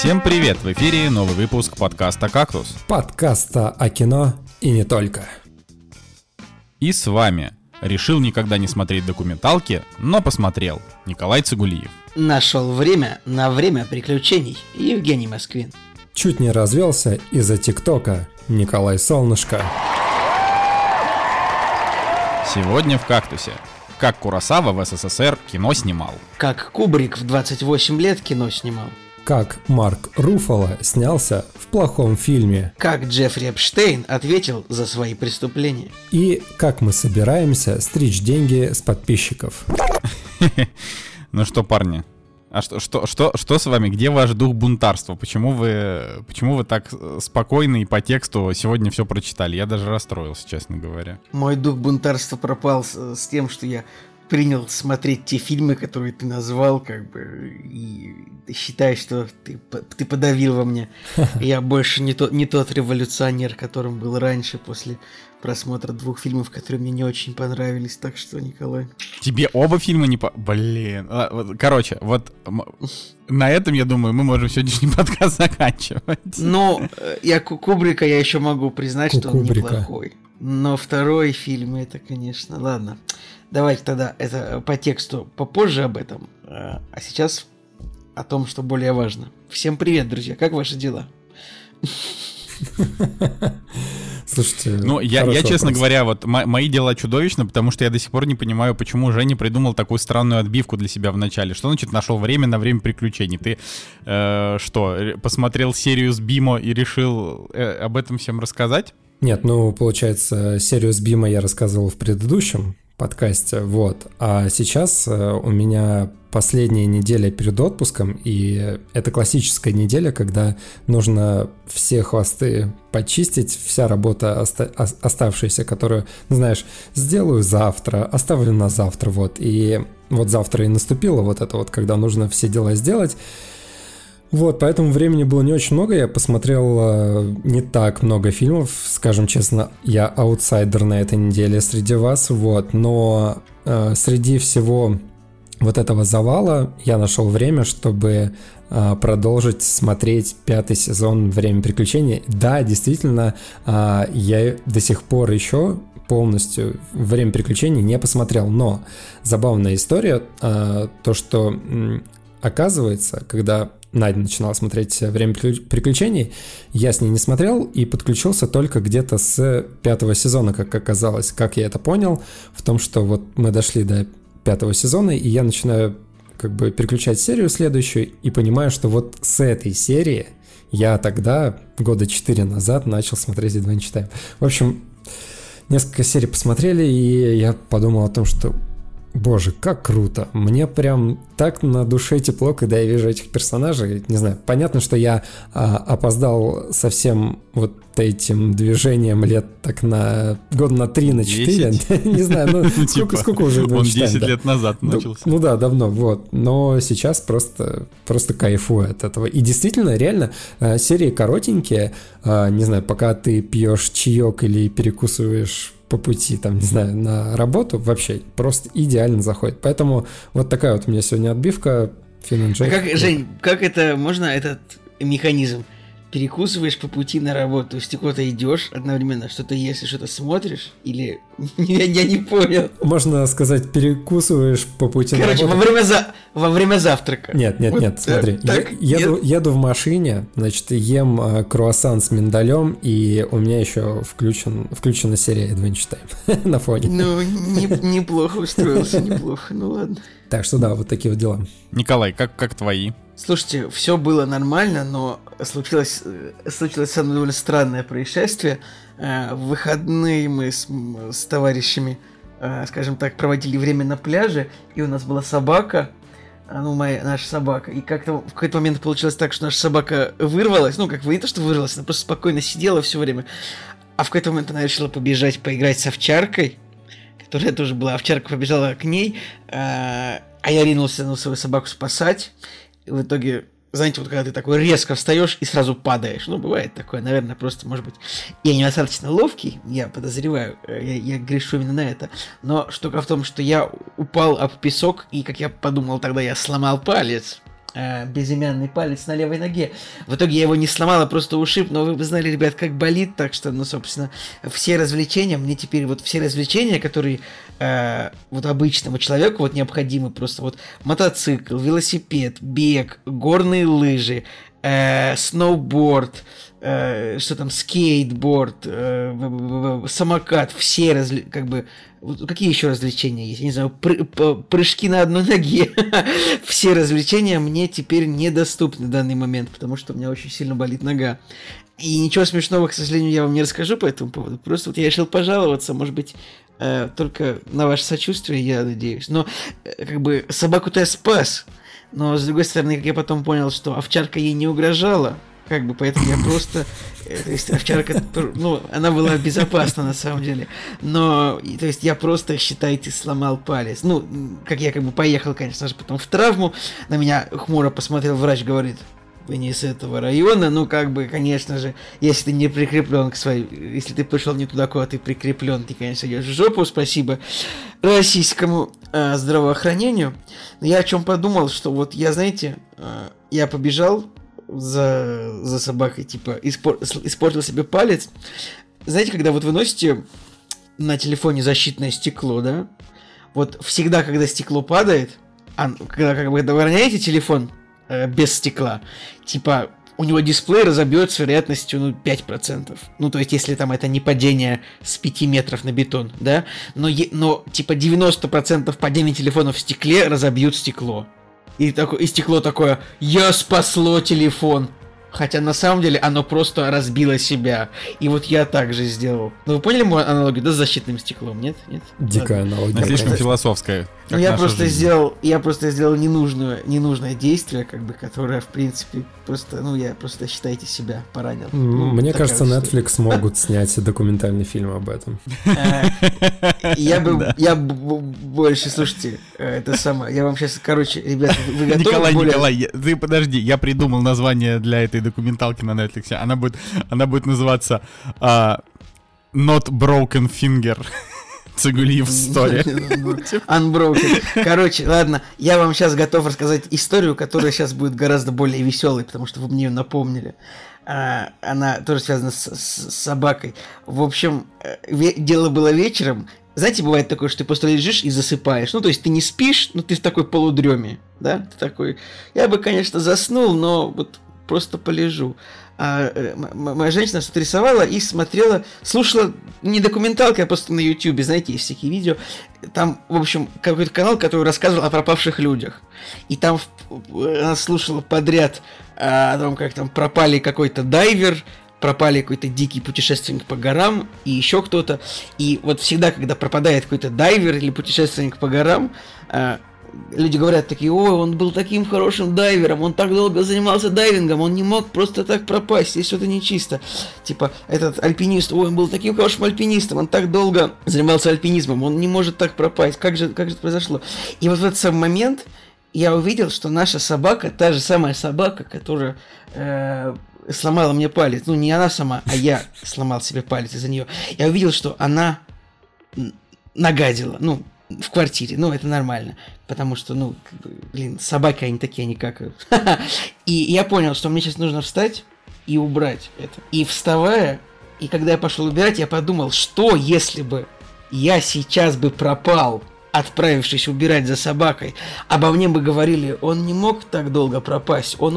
Всем привет! В эфире новый выпуск подкаста «Кактус». Подкаста о кино и не только. И с вами решил никогда не смотреть документалки, но посмотрел Николай Цигулиев. Нашел время на время приключений Евгений Москвин. Чуть не развелся из-за ТикТока Николай Солнышко. Сегодня в «Кактусе». Как Куросава в СССР кино снимал. Как Кубрик в 28 лет кино снимал. Как Марк Руффало снялся в плохом фильме. Как Джеффри Эпштейн ответил за свои преступления. И как мы собираемся стричь деньги с подписчиков. Ну что, парни, а что с вами? Где ваш дух бунтарства? Почему вы так спокойно и по тексту сегодня все прочитали? Я даже расстроился, честно говоря. Мой дух бунтарства пропал с тем, что я принял смотреть те фильмы, которые ты назвал, и ты считаешь, что ты подавил во мне. Я больше не тот революционер, которым был раньше, после просмотра двух фильмов, которые мне не очень понравились. Так что, Николай... Тебе оба фильма не Блин. Короче, вот на этом, я думаю, мы можем сегодняшний подкаст заканчивать. Ну, Кубрика я еще могу признать, что он неплохой. Но второй фильм, это, конечно... Ладно. Давайте тогда это по тексту попозже об этом. А сейчас о том, что более важно. Всем привет, друзья. Как ваши дела? Слушайте, ну, я честно говоря, вот мои дела чудовищно, потому что я до сих пор не понимаю, почему Женя придумал такую странную отбивку для себя в начале. Что значит нашел время на время приключений? Ты посмотрел серию с Бимо и решил об этом всем рассказать? Нет, ну, получается, серию с Бимо я рассказывал в предыдущем подкасте, вот. А сейчас у меня последняя неделя перед отпуском, и это классическая неделя, когда нужно все хвосты почистить, вся работа оставшаяся, которую, знаешь, сделаю завтра, оставлю на завтра, вот. И вот завтра и наступило вот это вот, когда нужно все дела сделать. Вот, поэтому времени было не очень много, я посмотрел не так много фильмов, скажем честно, я аутсайдер на этой неделе среди вас, вот, но среди всего вот этого завала я нашел время, чтобы продолжить смотреть 5-й сезон «Время приключений». Да, действительно, я до сих пор еще полностью «Время приключений» не посмотрел, но забавная история, то, что оказывается, когда Надя начинала смотреть «Время приключений», я с ней не смотрел и подключился только где-то с 5-го сезона, как оказалось. Как я это понял? В том, что вот мы дошли до 5-го сезона, и я начинаю переключать серию следующую и понимаю, что вот с этой серии я тогда, года 4 назад, начал смотреть «Едва не читаем». В общем, несколько серий посмотрели, и я подумал о том, что боже, как круто. Мне прям так на душе тепло, когда я вижу этих персонажей. Не знаю, понятно, что я опоздал со всем вот этим движением лет так на года на 3, на 4. Не знаю, ну сколько уже. Он 10 лет назад начался. Ну да, давно, вот. Но сейчас просто кайфую от этого. И действительно, реально, серии коротенькие. Не знаю, пока ты пьешь чаек или перекусываешь по пути, там, не знаю, на работу, вообще просто идеально заходит. Поэтому вот такая вот у меня сегодня отбивка. Жень, как это, можно этот механизм? Перекусываешь по пути на работу, то есть ты куда-то идешь одновременно, что-то ешь и что-то смотришь, или... я не понял. Можно сказать, перекусываешь по пути на работу. Во время завтрака. Нет, вот, смотри. Еду в машине, значит, ем круассан с миндалем, и у меня еще включена серия «Едва не читаем» на фоне. Ну, неплохо устроился, неплохо, ну ладно. Так что да, вот такие вот дела. Николай, как твои? Слушайте, все было нормально, но случилось со мной довольно странное происшествие. В выходные мы с товарищами, скажем так, проводили время на пляже, и у нас была собака, наша собака, и как-то в какой-то момент получилось так, что наша собака вырвалась, не то, что вырвалась, она просто спокойно сидела все время, а в какой-то момент она решила побежать поиграть с овчаркой, которая тоже была, овчарка побежала к ней, а я ринулся на свою собаку спасать. И в итоге, знаете, вот когда ты такой резко встаешь и сразу падаешь. Ну, бывает такое, наверное, просто, может быть, я недостаточно ловкий, я подозреваю, я грешу именно на это. Но штука в том, что я упал об песок, и, как я подумал, тогда я сломал палец. безымянный палец на левой ноге. В итоге я его не сломал, а просто ушиб, но вы бы знали, ребят, как болит, так что, ну, собственно, все развлечения, мне теперь вот все развлечения, которые вот обычному человеку вот необходимы, просто вот мотоцикл, велосипед, бег, горные лыжи, сноуборд, что там, скейтборд, самокат, все как бы, какие еще развлечения есть? Я не знаю, прыжки на одной ноге. Все развлечения мне теперь недоступны в данный момент, потому что у меня очень сильно болит нога. И ничего смешного, к сожалению, я вам не расскажу по этому поводу. Просто вот я решил пожаловаться, может быть, только на ваше сочувствие, я надеюсь. Но, как бы, собаку-то я спас. Но, с другой стороны, как я потом понял, что овчарка ей не угрожала, как бы, поэтому я просто... То есть овчарка, ну, она была безопасна на самом деле. Но, то есть я просто, считайте, сломал палец. Ну, как я как бы поехал, конечно же, потом в травму. На меня хмуро посмотрел врач, говорит: вы не с этого района. Ну, как бы, конечно же, если ты не прикреплен к своей... Если ты пришел не туда, куда ты прикреплен, ты, конечно, идешь в жопу. Спасибо российскому здравоохранению. Но я о чем подумал, что вот я, знаете, я побежал за собакой, типа, испортил себе палец. Знаете, когда вот вы носите на телефоне защитное стекло, да? Вот всегда, когда стекло падает, когда вы роняете телефон без стекла, типа, у него дисплей разобьется с вероятностью, ну, 5%. Ну, то есть, если там это не падение с 5 метров на бетон, да? Но типа, 90% падения телефона в стекле разобьют стекло. И стекло такое: я спасло телефон. Хотя на самом деле оно просто разбило себя. И вот я так же сделал. Ну, вы поняли мою аналогию, да, с защитным стеклом, нет? Дикая аналогия. Она слишком философская. Ну, я просто сделал ненужное действие, как бы, которое, в принципе, просто, ну, я просто, считайте, себя поранил. Мне кажется, Netflix могут снять документальный фильм об этом. Я больше, слушайте, это самое, я вам сейчас, короче, ребята, вы готовы? Николай, ты подожди, я придумал название для этой документалки на Netflix. Она будет называться Not Broken Finger. Цигулиев Story. Unbroken. Короче, ладно, я вам сейчас готов рассказать историю, которая сейчас будет гораздо более веселой, потому что вы мне ее напомнили. Она тоже связана с собакой. В общем, дело было вечером. Знаете, бывает такое, что ты просто лежишь и засыпаешь. Ну, то есть ты не спишь, но ты в такой полудреме, да? Ты такой: я бы, конечно, заснул, но вот просто полежу. Моя женщина что-то рисовала и смотрела, слушала не документалки, а просто на YouTube, знаете, есть всякие видео. Там, в общем, какой-то канал, который рассказывал о пропавших людях. И там она слушала подряд о том, как там пропали какой-то дайвер, пропали какой-то дикий путешественник по горам и еще кто-то. И вот всегда, когда пропадает какой-то дайвер или путешественник по горам, люди говорят такие: ой, он был таким хорошим дайвером, он так долго занимался дайвингом, он не мог просто так пропасть, здесь что-то нечисто. Типа, этот альпинист: ой, он был таким хорошим альпинистом, он так долго занимался альпинизмом, он не может так пропасть, как же это произошло? И вот в этот самый момент я увидел, что наша собака, та же самая собака, которая сломала мне палец, ну не она сама, а я сломал себе палец из-за нее, я увидел, что она нагадила, ну, в квартире, ну, это нормально, потому что, ну, блин, собаки, они такие, они какают. И я понял, что мне сейчас нужно встать и убрать это. И вставая, и когда я пошел убирать, я подумал, что если бы я сейчас бы пропал, отправившись убирать за собакой, обо мне бы говорили: он не мог так долго пропасть, он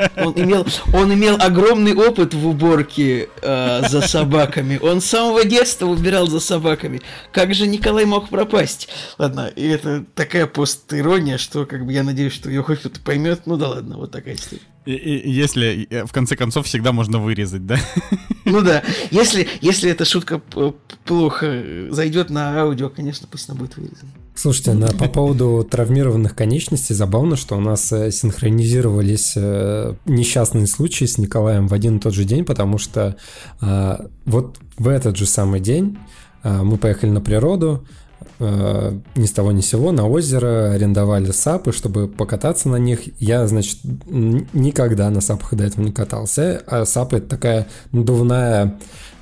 имел огромный опыт в уборке за собаками, он с самого детства убирал за собаками, как же Николай мог пропасть? Ладно, и это такая постирония, что, как бы, я надеюсь, что ее хоть кто-то поймет. Ну да ладно, вот такая история. И если, в конце концов, всегда можно вырезать, да? Ну да, если эта шутка плохо зайдет на аудио, конечно, пусть она будет вырезана. Слушайте, по поводу травмированных конечностей, забавно, что у нас синхронизировались несчастные случаи с Николаем в один и тот же день, потому что вот в этот же самый день мы поехали на природу, ни с того ни с сего, на озеро, арендовали сапы, чтобы покататься на них. Я, значит, никогда на сапах до этого не катался, а сапы — это такая надувная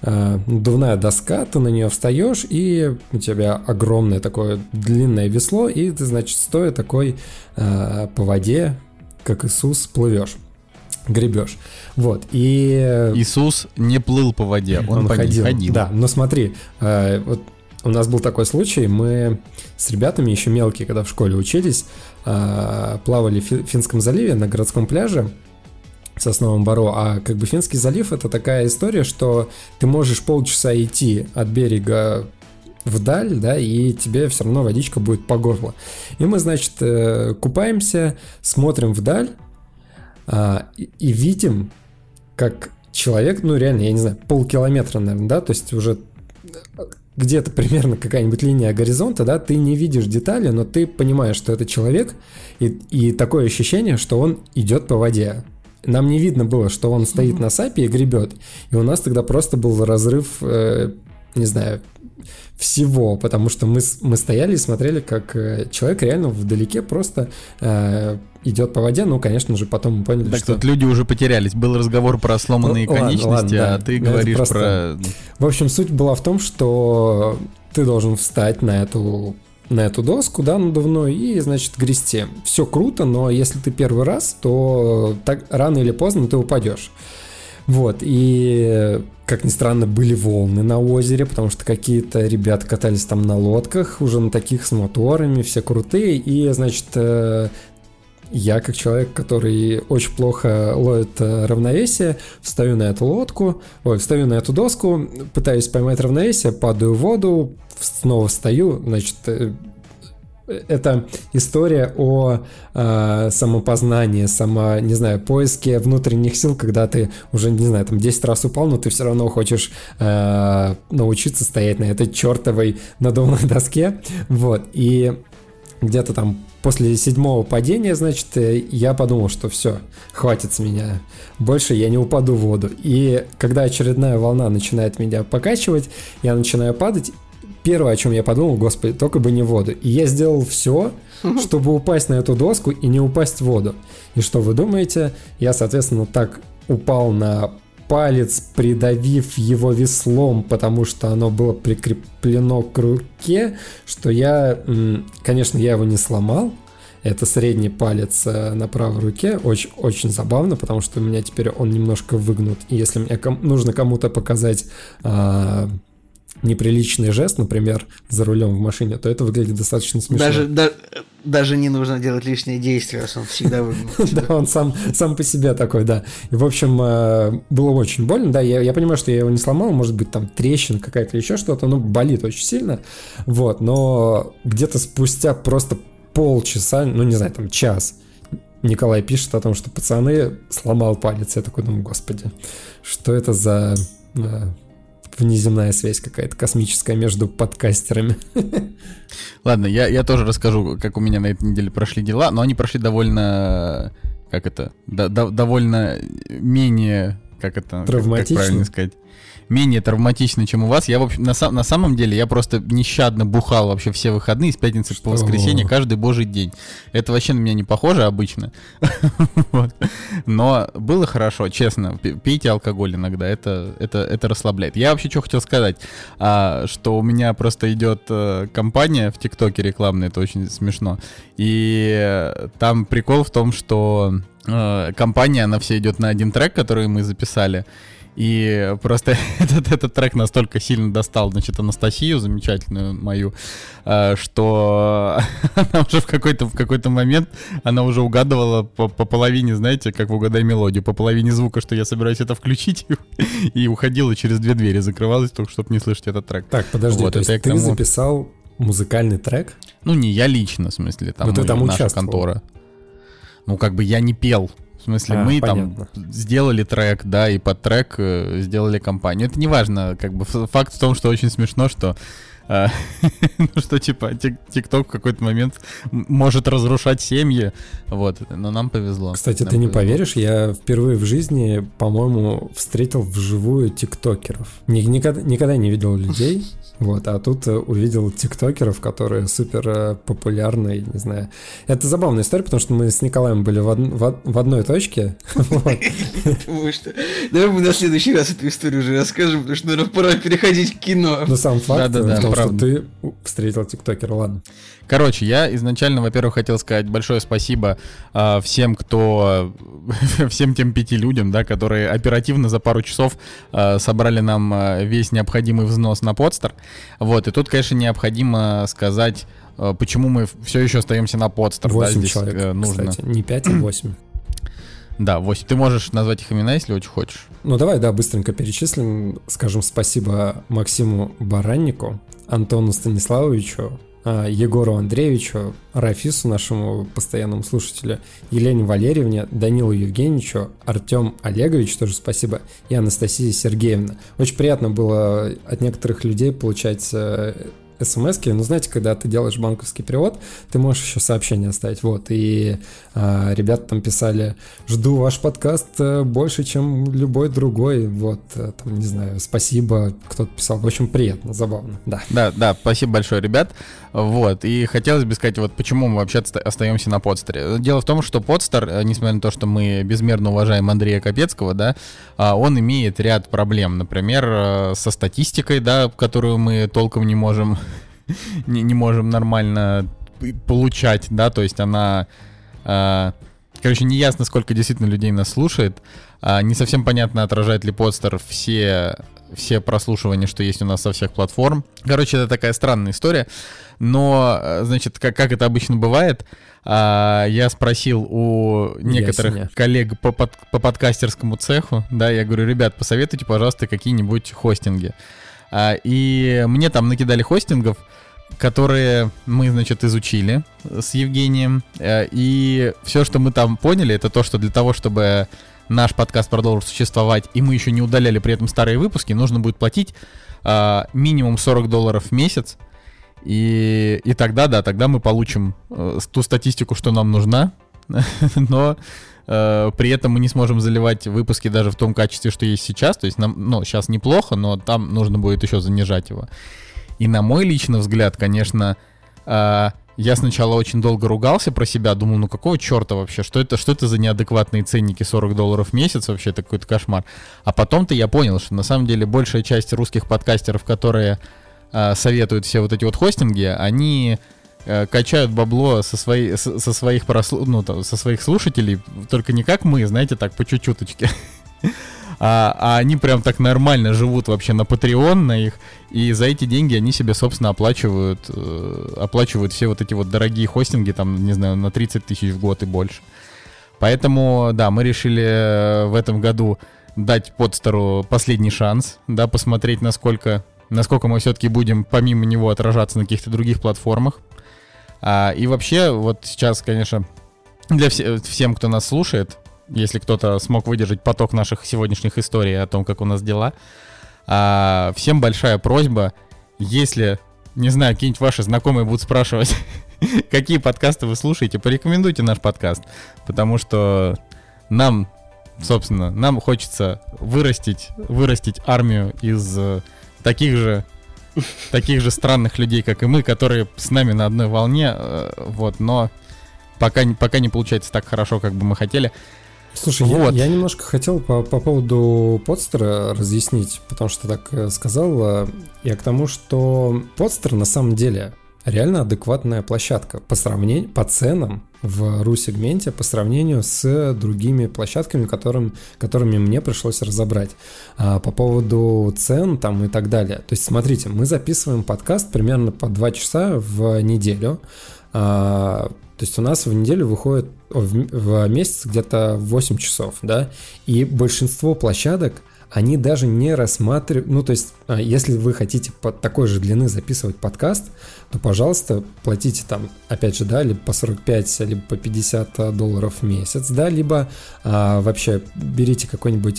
доска, ты на нее встаешь, и у тебя огромное такое длинное весло, и ты, значит, стоя такой по воде как Иисус, плывешь, гребешь. Вот, и... Иисус не плыл по воде, он по ней ходил. Да, но смотри, вот у нас был такой случай, мы с ребятами еще мелкие, когда в школе учились, плавали в Финском заливе на городском пляже в Сосновом Бору, а как бы Финский залив — это такая история, что ты можешь полчаса идти от берега вдаль, да, и тебе все равно водичка будет по горло. И мы, значит, купаемся, смотрим вдаль и видим, как человек, ну реально, я не знаю, полкилометра, наверное, да, то есть уже где-то примерно какая-нибудь линия горизонта, да, ты не видишь детали, но ты понимаешь, что это человек, и такое ощущение, что он идет по воде. Нам не видно было, что он стоит на сапе и гребет, и у нас тогда просто был разрыв, не знаю, всего, потому что мы стояли и смотрели, как человек реально вдалеке просто идет по воде. Ну, конечно же, потом мы поняли, так что... тут люди уже потерялись. Был разговор про сломанные конечности, ладно, да. А ты говоришь просто... про... В общем, суть была в том, что ты должен встать на эту доску, да, надувной, и, значит, грести. Все круто, но если ты первый раз, то так, рано или поздно ты упадешь. Вот, и, как ни странно, были волны на озере, потому что какие-то ребята катались там на лодках, уже на таких с моторами, все крутые, и, значит, я, как человек, который очень плохо ловит равновесие, встаю на эту доску, пытаюсь поймать равновесие, падаю в воду, снова встаю, значит... Это история о самопознании, не знаю, поиске внутренних сил, когда ты уже, не знаю, там 10 раз упал, но ты все равно хочешь научиться стоять на этой чертовой надувной доске. Вот, и где-то там после 7-го падения, значит, я подумал, что все, хватит с меня, больше я не упаду в воду. И когда очередная волна начинает меня покачивать, я начинаю падать. Первое, о чем я подумал, господи, только бы не в воду. И я сделал все, чтобы упасть на эту доску и не упасть в воду. И что вы думаете? Я, соответственно, так упал на палец, придавив его веслом, потому что оно было прикреплено к руке, что я, конечно, я его не сломал. Это средний палец на правой руке. Очень, очень забавно, потому что у меня теперь он немножко выгнут. И если мне нужно кому-то показать... неприличный жест, например, за рулем в машине, то это выглядит достаточно смешно. Даже не нужно делать лишние действия, он всегда выглядит. Да, он сам по себе такой, да. И, в общем, было очень больно, да, я понимаю, что я его не сломал, может быть, там трещина какая-то или еще что-то, ну, болит очень сильно, вот, но где-то спустя просто полчаса, ну, не знаю, там, час, Николай пишет о том, что пацаны, сломал палец. Я такой думаю, господи, что это за... внеземная связь какая-то космическая между подкастерами. Ладно, я тоже расскажу, как у меня на этой неделе прошли дела, но они прошли довольно, довольно менее, травматично. Как правильно сказать, менее травматично, чем у вас. Я, в общем, на самом деле, я просто нещадно бухал вообще все выходные с пятницы по воскресенье каждый божий день. Это вообще на меня не похоже обычно. Но было хорошо, честно. Пейте алкоголь иногда, это расслабляет. Я вообще что хотел сказать, что у меня просто идет кампания в ТикТоке рекламная, это очень смешно. И там прикол в том, что кампания, она вся идет на один трек, который мы записали. И просто этот трек настолько сильно достал, значит, Анастасию, замечательную мою, что она уже в какой-то момент, она уже угадывала по половине, знаете, как в «Угадай мелодию», по половине звука, что я собираюсь это включить, и уходила через 2 двери, закрывалась только, чтобы не слышать этот трек. Так, подожди, вот, то есть ты записал музыкальный трек? Ну, не я лично, в смысле, там наша контора. Ну, как бы я не пел. В смысле, мы понятно. Там сделали трек, да, и под трек сделали компанию. Это не важно, как бы факт в том, что очень смешно, что что типа ТикТок в какой-то момент может разрушать семьи, вот, но нам повезло. Кстати, ты не поверишь, я впервые в жизни, по-моему, встретил вживую тиктокеров. Никогда не видел людей, вот, а тут увидел тиктокеров, которые супер популярны, не знаю. Это забавная история, потому что мы с Николаем были в одной точке. Давай мы на следующий раз эту историю уже расскажем, потому что, наверное, пора переходить к кино. Но сам факт в том, думал, правда. что ты встретил тиктокера, ладно. Короче, я изначально, во-первых, хотел сказать большое спасибо всем тем 5 людям, да, которые оперативно за пару часов собрали нам весь необходимый взнос на Podster. Вот, и тут, конечно, необходимо сказать, почему мы все еще остаемся на Podster. 8 да, здесь человек, нужно. кстати, не 5, а 8. Да, 8. Ты можешь назвать их имена, если очень хочешь. Ну давай, да, быстренько перечислим. Скажем спасибо Максиму Бараннику, Антону Станиславовичу, Егору Андреевичу, Рафису, нашему постоянному слушателю, Елене Валерьевне, Данилу Евгеньевичу, Артем Олегович, тоже спасибо, и Анастасия Сергеевна. Очень приятно было от некоторых людей получать смс-ки, но знаете, когда ты делаешь банковский перевод, ты можешь еще сообщение оставить, вот, и ребята там писали: жду ваш подкаст больше, чем любой другой, вот, там, не знаю, спасибо, кто-то писал, очень приятно, забавно, да. Да, спасибо большое, ребят, вот, и хотелось бы сказать, вот, почему мы вообще остаемся на Podster. Дело в том, что Podster, несмотря на то, что мы безмерно уважаем Андрея Капецкого, да, он имеет ряд проблем, например, со статистикой, да, которую мы толком не можем нормально получать, да, то есть она, короче, не ясно, сколько действительно людей нас слушает, не совсем понятно, отражает ли Podster все прослушивания, что есть у нас со всех платформ. Короче, это такая странная история, но, значит, как это обычно бывает, я спросил у некоторых коллег по подкастерскому цеху, да, я говорю: ребят, посоветуйте, пожалуйста, какие-нибудь хостинги. И мне там накидали хостингов, которые мы, значит, изучили с Евгением. И все, что мы там поняли, это то, что для того, чтобы наш подкаст продолжил существовать, и мы еще не удаляли при этом старые выпуски, нужно будет платить минимум $40 в месяц. И тогда, да, тогда мы получим ту статистику, что нам нужна. Но при этом мы не сможем заливать выпуски даже в том качестве, что есть сейчас. То есть нам, сейчас неплохо, но там нужно будет еще занижать его. И на мой личный взгляд, конечно, я сначала очень долго ругался про себя, думал, какого черта вообще, что это за неадекватные ценники, $40 в месяц, вообще это какой-то кошмар. А потом-то я понял, что на самом деле большая часть русских подкастеров, которые советуют все вот эти вот хостинги, они качают бабло со своих слушателей, только не как мы, знаете, так по чуть-чуточке. А они прям так нормально живут вообще на Patreon, на их, и за эти деньги они себе, собственно, оплачивают все вот эти вот дорогие хостинги, там, не знаю, на 30 тысяч в год и больше. Поэтому, да, мы решили в этом году дать Podster'у последний шанс, да, посмотреть, насколько мы все-таки будем помимо него отражаться на каких-то других платформах. И вообще, вот сейчас, конечно, для всем, кто нас слушает, если кто-то смог выдержать поток наших сегодняшних историй о том, как у нас дела, всем большая просьба, если, не знаю, какие-нибудь ваши знакомые будут спрашивать, какие подкасты вы слушаете, порекомендуйте наш подкаст, потому что нам хочется вырастить армию из таких же странных людей, как и мы, которые с нами на одной волне, вот, но пока не получается так хорошо, как бы мы хотели. Слушай, вот. я немножко хотел по поводу Podster разъяснить, потому что так сказал, я к тому, что Podster на самом деле реально адекватная площадка по ценам в RU-сегменте по сравнению с другими площадками, которыми мне пришлось разобрать. По поводу цен там и так далее. То есть, смотрите, мы записываем подкаст примерно по 2 часа в неделю. То есть у нас в неделю выходит в месяц где-то 8 часов, да, и большинство площадок, они даже не рассматривают, то есть, если вы хотите по такой же длины записывать подкаст, то, пожалуйста, платите там, опять же, да, либо по 45, либо по $50 в месяц, да, либо вообще берите какой-нибудь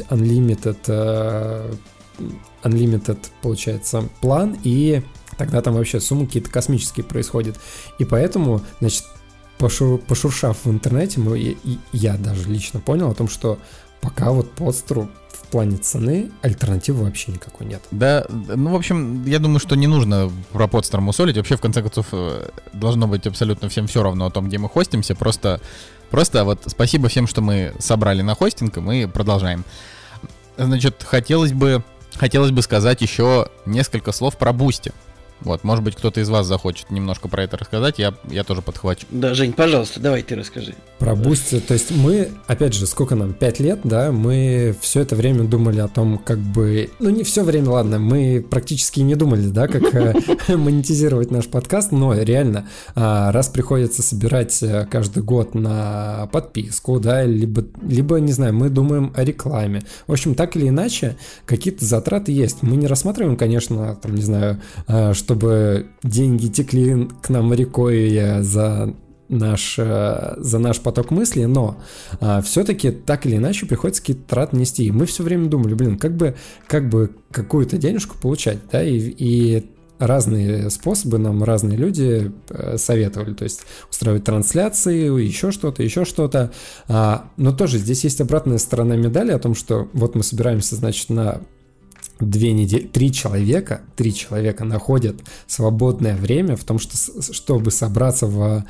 unlimited, получается, план, и тогда там вообще суммы какие-то космические происходят, и поэтому, значит, пошуршав в интернете, я даже лично понял о том, что пока вот Podster'у в плане цены альтернативы вообще никакой нет. Да, в общем, я думаю, что не нужно про Podster мусолить. Вообще, в конце концов, должно быть абсолютно всем все равно о том, где мы хостимся. Просто вот спасибо всем, что мы собрали на хостинг, и мы продолжаем. Значит, хотелось бы сказать еще несколько слов про Boosty. Вот, может быть, кто-то из вас захочет немножко про это рассказать, я тоже подхвачу. Да, Жень, пожалуйста, давай ты расскажи. Про Boosty, то есть мы, опять же, сколько нам, 5 лет, да, мы все это время думали о том, как бы, ну не все время, ладно, мы практически не думали, да, как монетизировать наш подкаст, но реально, раз приходится собирать каждый год на подписку, да, либо, не знаю, мы думаем о рекламе. В общем, так или иначе, какие-то затраты есть. Мы не рассматриваем, конечно, там, не знаю, чтобы деньги текли к нам рекой за наш поток мыслей, но все-таки так или иначе приходится какие-то траты нести. И мы все время думали, как бы какую-то денежку получать, да, и разные способы нам разные люди советовали, то есть устраивать трансляции, еще что-то, но тоже здесь есть обратная сторона медали о том, что вот мы собираемся, значит, на 2 недели, 3 человека находят свободное время в том, чтобы собраться,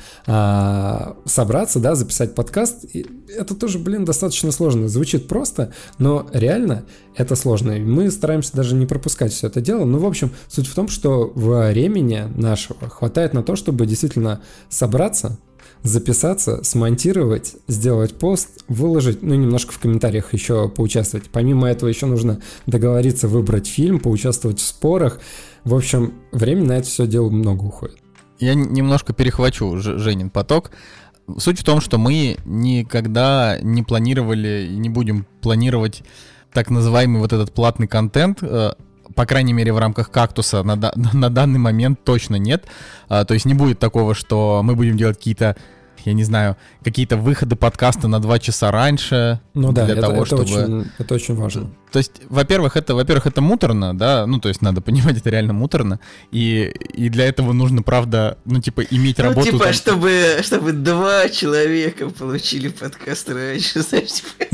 да, записать подкаст. И это тоже, достаточно сложно. Звучит просто, но реально это сложно. И мы стараемся даже не пропускать все это дело. Ну, в общем, суть в том, что времени нашего хватает на то, чтобы действительно собраться, записаться, смонтировать, сделать пост, выложить, ну, немножко в комментариях еще поучаствовать. Помимо этого еще нужно договориться, выбрать фильм, поучаствовать в спорах. В общем, времени на это все дело много уходит. Я немножко перехвачу Женин поток. Суть в том, что мы никогда не планировали и не будем планировать так называемый вот этот платный контент. По крайней мере, в рамках «Кактуса» на данный момент точно нет. То есть не будет такого, что мы будем делать какие-то, я не знаю, какие-то выходы подкаста на 2 часа раньше. Ну да, это очень важно. То есть, во-первых, это муторно, да, ну, то есть надо понимать, это реально муторно, и для этого нужно, правда, иметь работу. Ну, чтобы 2 человека получили подкаст раньше, знаешь,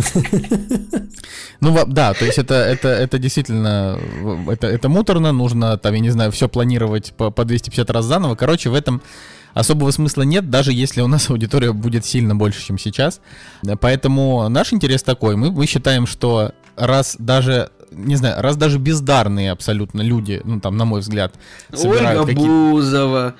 Ну, да, то есть это действительно, это муторно, нужно, там, я не знаю, все планировать по 250 раз заново, короче, в этом особого смысла нет, даже если у нас аудитория будет сильно больше, чем сейчас. Поэтому наш интерес такой. Мы считаем, что раз даже бездарные абсолютно люди, ну там, на мой взгляд, собирают Ольга Бузова,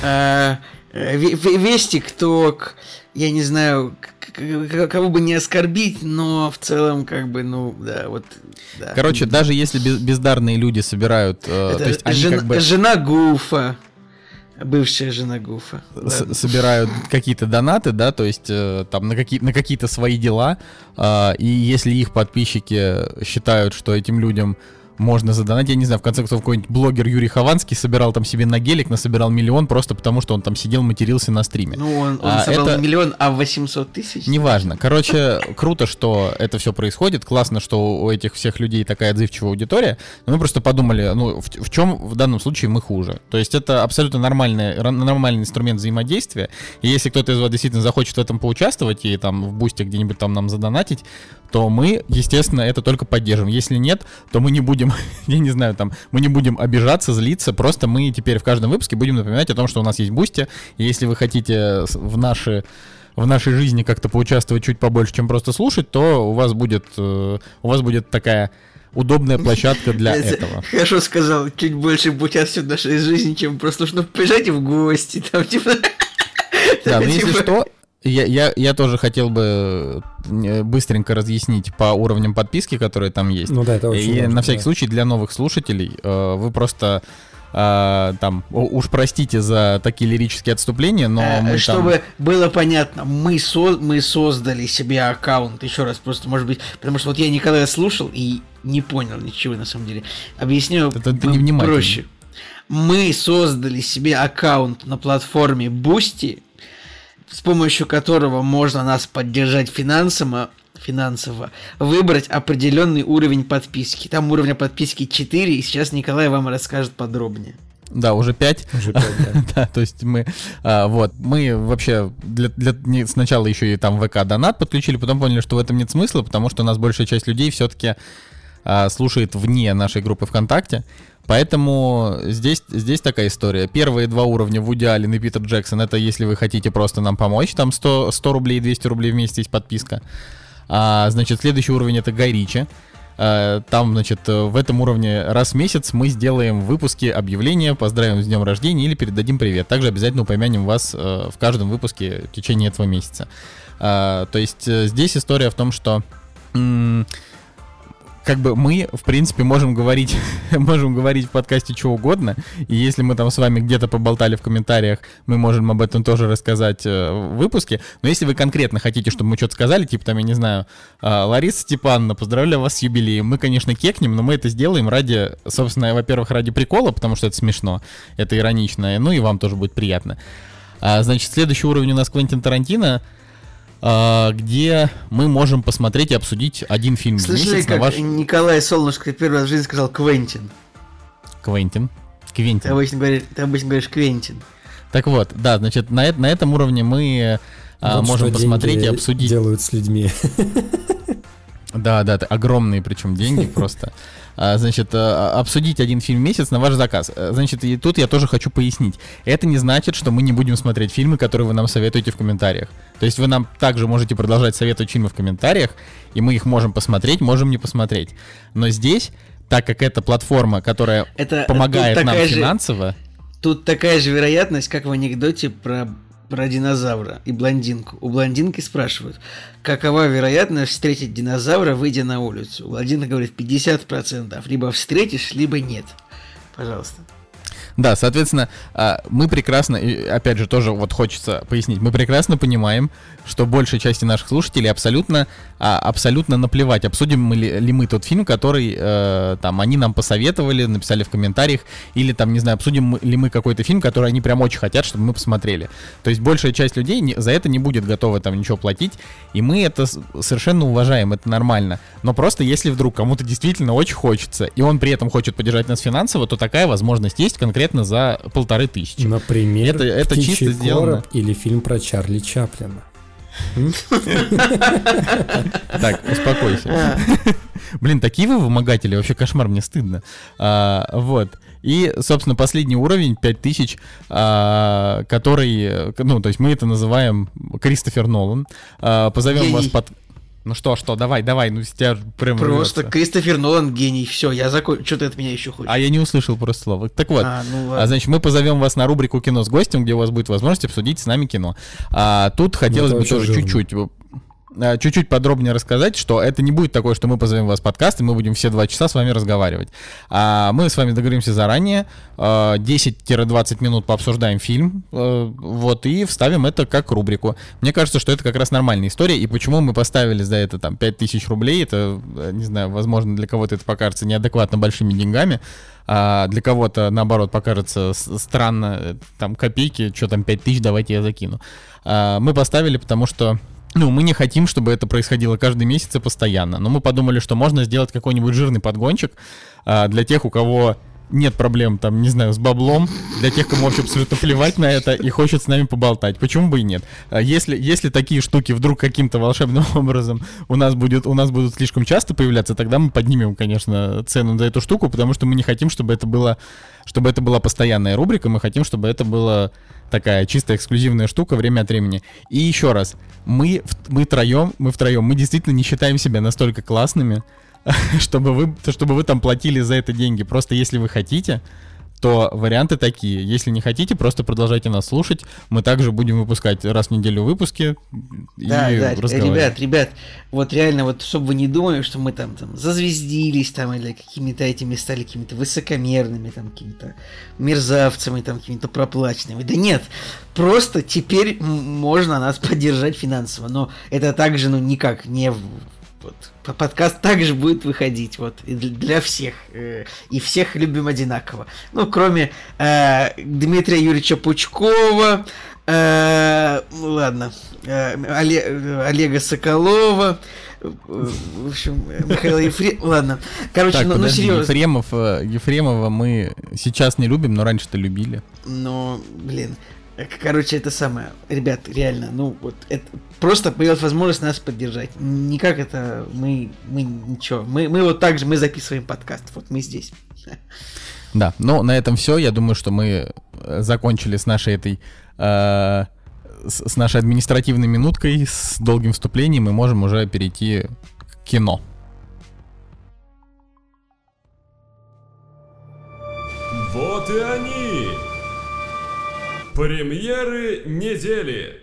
весь ТикТок, я не знаю, кого бы не оскорбить, но в целом, да. Короче, даже если бездарные люди собирают... то есть они жена Гуфа. Бывшая жена Гуфа. Собирают какие-то донаты, да, то есть там на какие-то свои дела, и если их подписчики считают, что этим людям можно задонатить, я не знаю, в конце концов, какой-нибудь блогер Юрий Хованский собирал там себе на гелик, насобирал 1 миллион просто потому, что он там сидел, матерился на стриме. Ну, он собрал не 1 миллион, а 800 тысяч. Неважно. Короче, круто, что это все происходит, классно, что у этих всех людей такая отзывчивая аудитория, но мы просто подумали, ну, в чем в данном случае мы хуже. То есть это абсолютно нормальный инструмент взаимодействия, и если кто-то из вас действительно захочет в этом поучаствовать и там в Бусте где-нибудь там нам задонатить, то мы, естественно, это только поддержим. Если нет, то мы не будем, я не знаю, там, мы не будем обижаться, злиться, просто мы теперь в каждом выпуске будем напоминать о том, что у нас есть Бусти, и если вы хотите в нашей жизни как-то поучаствовать чуть побольше, чем просто слушать, то у вас будет такая удобная площадка для этого. Хорошо сказал, чуть больше поучаствовать в нашей жизни, чем просто чтобы приезжать в гости, там, типа... Да, но если что... Я тоже хотел бы быстренько разъяснить по уровням подписки, которые там есть. Ну да, это очень важно, на всякий случай для новых слушателей вы просто там уж простите за такие лирические отступления, но мы чтобы было понятно, мы создали себе аккаунт, еще раз, просто, может быть, потому что вот я Николая слушал и не понял ничего на самом деле. Объясню проще. Мы создали себе аккаунт на платформе Boosty, с помощью которого можно нас поддержать финансово, выбрать определенный уровень подписки. Там уровня подписки 4, и сейчас Николай вам расскажет подробнее. Да, уже 5. Уже 5, да. Да, то есть мы вообще сначала еще и там ВК донат подключили, потом поняли, что в этом нет смысла, потому что у нас большая часть людей все-таки слушает вне нашей группы ВКонтакте. Поэтому здесь такая история. Первые 2 уровня Вуди Аллен и Питер Джексон — это если вы хотите просто нам помочь, там 100 рублей и 200 рублей в месяц есть подписка. Значит, следующий уровень — это Гай Ричи. Там, значит, в этом уровне раз в месяц мы сделаем выпуски, объявления, поздравим с днем рождения или передадим привет. Также обязательно упомянем вас в каждом выпуске в течение этого месяца. То есть здесь история в том, что как бы мы, в принципе, можем говорить в подкасте что угодно, и если мы там с вами где-то поболтали в комментариях, мы можем об этом тоже рассказать в выпуске, но если вы конкретно хотите, чтобы мы что-то сказали, типа там, я не знаю, Лариса Степановна, поздравляю вас с юбилеем, мы, конечно, кекнем, но мы это сделаем ради, собственно, во-первых, ради прикола, потому что это смешно, это иронично, ну и вам тоже будет приятно. Значит, следующий уровень у нас Квентин Тарантино, где мы можем посмотреть и обсудить один фильм в месяц. Слышали, как Николай Солнышко первый раз в жизни сказал Квентин? Квентин. Ты обычно говоришь Квентин. Так вот, да, значит, на этом уровне мы можем посмотреть и обсудить. Делают с людьми. Да, огромные причем деньги просто. Значит, обсудить один фильм в месяц на ваш заказ. Значит, и тут я тоже хочу пояснить. Это не значит, что мы не будем смотреть фильмы, которые вы нам советуете в комментариях. То есть вы нам также можете продолжать советовать фильмы в комментариях, и мы их можем посмотреть, можем не посмотреть. Но здесь, так как это платформа, которая помогает нам финансово... Тут такая же вероятность, как в анекдоте про динозавра и блондинку. У блондинки спрашивают, какова вероятность встретить динозавра, выйдя на улицу. Блондинка говорит 50%. Либо встретишь, либо нет. Пожалуйста. Да, соответственно, мы прекрасно, и опять же тоже вот хочется пояснить, мы прекрасно понимаем, что большей части наших слушателей абсолютно наплевать, обсудим ли мы тот фильм, который там они нам посоветовали, написали в комментариях, или там, не знаю, обсудим ли мы какой-то фильм, который они прям очень хотят, чтобы мы посмотрели. То есть большая часть людей за это не будет готова там ничего платить, и мы это совершенно уважаем, это нормально. Но просто если вдруг кому-то действительно очень хочется, и он при этом хочет поддержать нас финансово, то такая возможность есть конкретно за 1500. Например, это чисто сделано. Или фильм про Чарли Чаплина. Так, успокойся. Блин, такие вы вымогатели, вообще кошмар, мне стыдно. Вот. И, собственно, последний уровень, 5000, который, ну, то есть мы это называем Кристофер Нолан. Позовем вас под... Ну что, давай, ну с тебя прям просто рвется. Кристофер Нолан гений, все, я закончу. Что ты от меня еще хочешь? А я не услышал просто слова. Так вот, значит, мы позовем вас на рубрику «Кино с гостем», где у вас будет возможность обсудить с нами кино. Тут хотелось бы тоже чуть-чуть подробнее рассказать, что это не будет такое, что мы позовем вас в подкаст, и мы будем все 2 часа с вами разговаривать. Мы с вами договоримся заранее, 10-20 минут пообсуждаем фильм, вот, и вставим это как рубрику. Мне кажется, что это как раз нормальная история, и почему мы поставили за это там 5000 рублей, это, не знаю, возможно, для кого-то это покажется неадекватно большими деньгами, а для кого-то, наоборот, покажется странно, там, копейки, что там, 5000, давайте я закину. Мы поставили, потому что мы не хотим, чтобы это происходило каждый месяц и постоянно. Но мы подумали, что можно сделать какой-нибудь жирный подгончик для тех, у кого нет проблем, там, не знаю, с баблом, для тех, кому вообще абсолютно плевать на это и хочет с нами поболтать. Почему бы и нет? Если такие штуки вдруг каким-то волшебным образом у нас будут слишком часто появляться, тогда мы поднимем, конечно, цену за эту штуку, потому что мы не хотим, чтобы это была постоянная рубрика, мы хотим, чтобы это была такая чисто эксклюзивная штука время от времени. И еще раз, мы втроем, мы действительно не считаем себя настолько классными, чтобы вы там платили за это деньги. Просто если вы хотите, то варианты такие. Если не хотите, просто продолжайте нас слушать. Мы также будем выпускать раз в неделю выпуски и разговаривать. Ребят, вот реально, вот чтобы вы не думали, что мы там зазвездились там или какими-то этими стали какими-то высокомерными, там какими-то мерзавцами, там какими-то проплаченными. Да нет, просто теперь можно нас поддержать финансово, но это также, никак не... Вот. Подкаст также будет выходить вот и для всех. И всех любим одинаково. Кроме Дмитрия Юрьевича Пучкова, Олега Соколова, в общем, Михаила Ефремова. Ладно. Короче, так, серьезно. Ефремова мы сейчас не любим, но раньше-то любили. Короче, это самое. Ребят, реально, это просто появилась возможность нас поддержать. Никак это мы ничего. Мы вот так же, мы записываем подкаст. Вот мы здесь. Да, но на этом все. Я думаю, что мы закончили с нашей этой с нашей административной минуткой, с долгим вступлением, мы можем уже перейти к кино. Вот и они! Премьеры недели!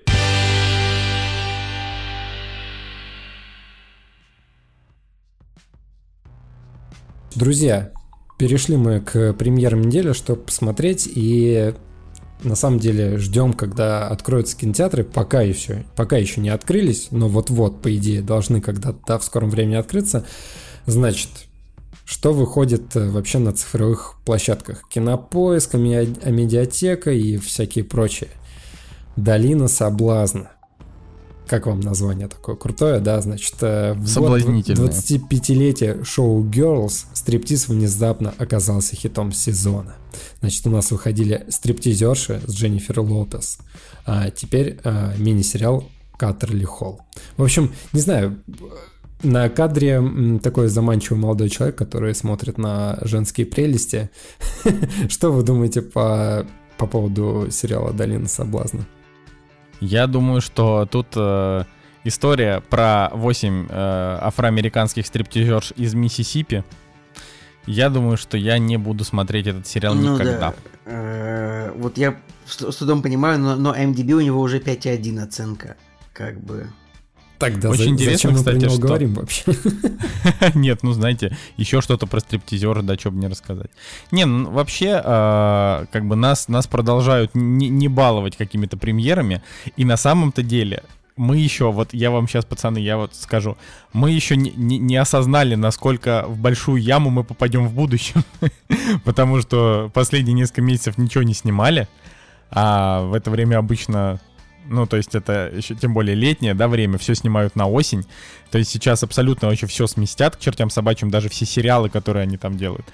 Друзья, перешли мы к премьерам недели, чтобы посмотреть, и на самом деле ждем, когда откроются кинотеатры, пока еще не открылись, но вот-вот, по идее, должны когда-то в скором времени открыться. Значит, что выходит вообще на цифровых площадках? Кинопоиск, Амедиатека и всякие прочие. «Долина соблазна». Как вам название такое крутое, да? Значит, в год 25-летия шоу Girls стриптиз внезапно оказался хитом сезона. Значит, у нас выходили стриптизерши с Дженнифер Лопес, а теперь мини-сериал Каттерли Холл. В общем, не знаю, на кадре такой заманчивый молодой человек, который смотрит на женские прелести. Что вы думаете по поводу сериала «Долина соблазна»? Я думаю, что тут история про 8 афроамериканских стриптизерш из Миссисипи. Я думаю, что я не буду смотреть этот сериал никогда. Да. Вот я с трудом понимаю, но MDB у него уже 5,1 оценка. Как бы... Тогда очень интересно, зачем мы кстати, про него что... говорим вообще? Нет, ну знаете, еще что-то про стриптизера, да, что бы мне рассказать. Не, ну вообще, как бы нас продолжают не баловать какими-то премьерами, и на самом-то деле мы еще, вот я вам сейчас, пацаны, я вот скажу, мы еще не осознали, насколько в большую яму мы попадем в будущем, потому что последние несколько месяцев ничего не снимали, а в это время обычно... Ну, то есть это еще тем более летнее, да, время, все снимают на осень. То есть сейчас абсолютно вообще все сместят к чертям собачьим, даже все сериалы, которые они там делают.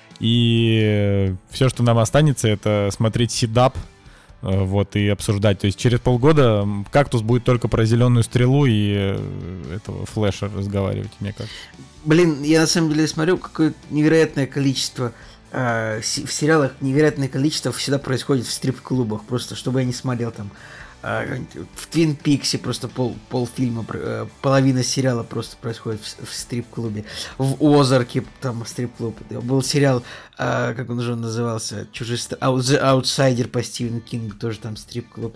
И все, что нам останется, это смотреть седап, вот, и обсуждать. То есть через полгода «Кактус» будет только про «Зеленую стрелу» и этого Флэша разговаривать, мне кажется. Блин, я на самом деле смотрю, какое невероятное количество в сериалах, невероятное количество всегда происходит в стрип-клубах, просто чтобы я не смотрел там. В Твин Пиксе просто полфильма, половина сериала просто происходит в стрип-клубе. В Озарке там стрип-клуб. Был сериал, как он уже назывался, The Outsider по Стивену Кингу, тоже там стрип-клуб.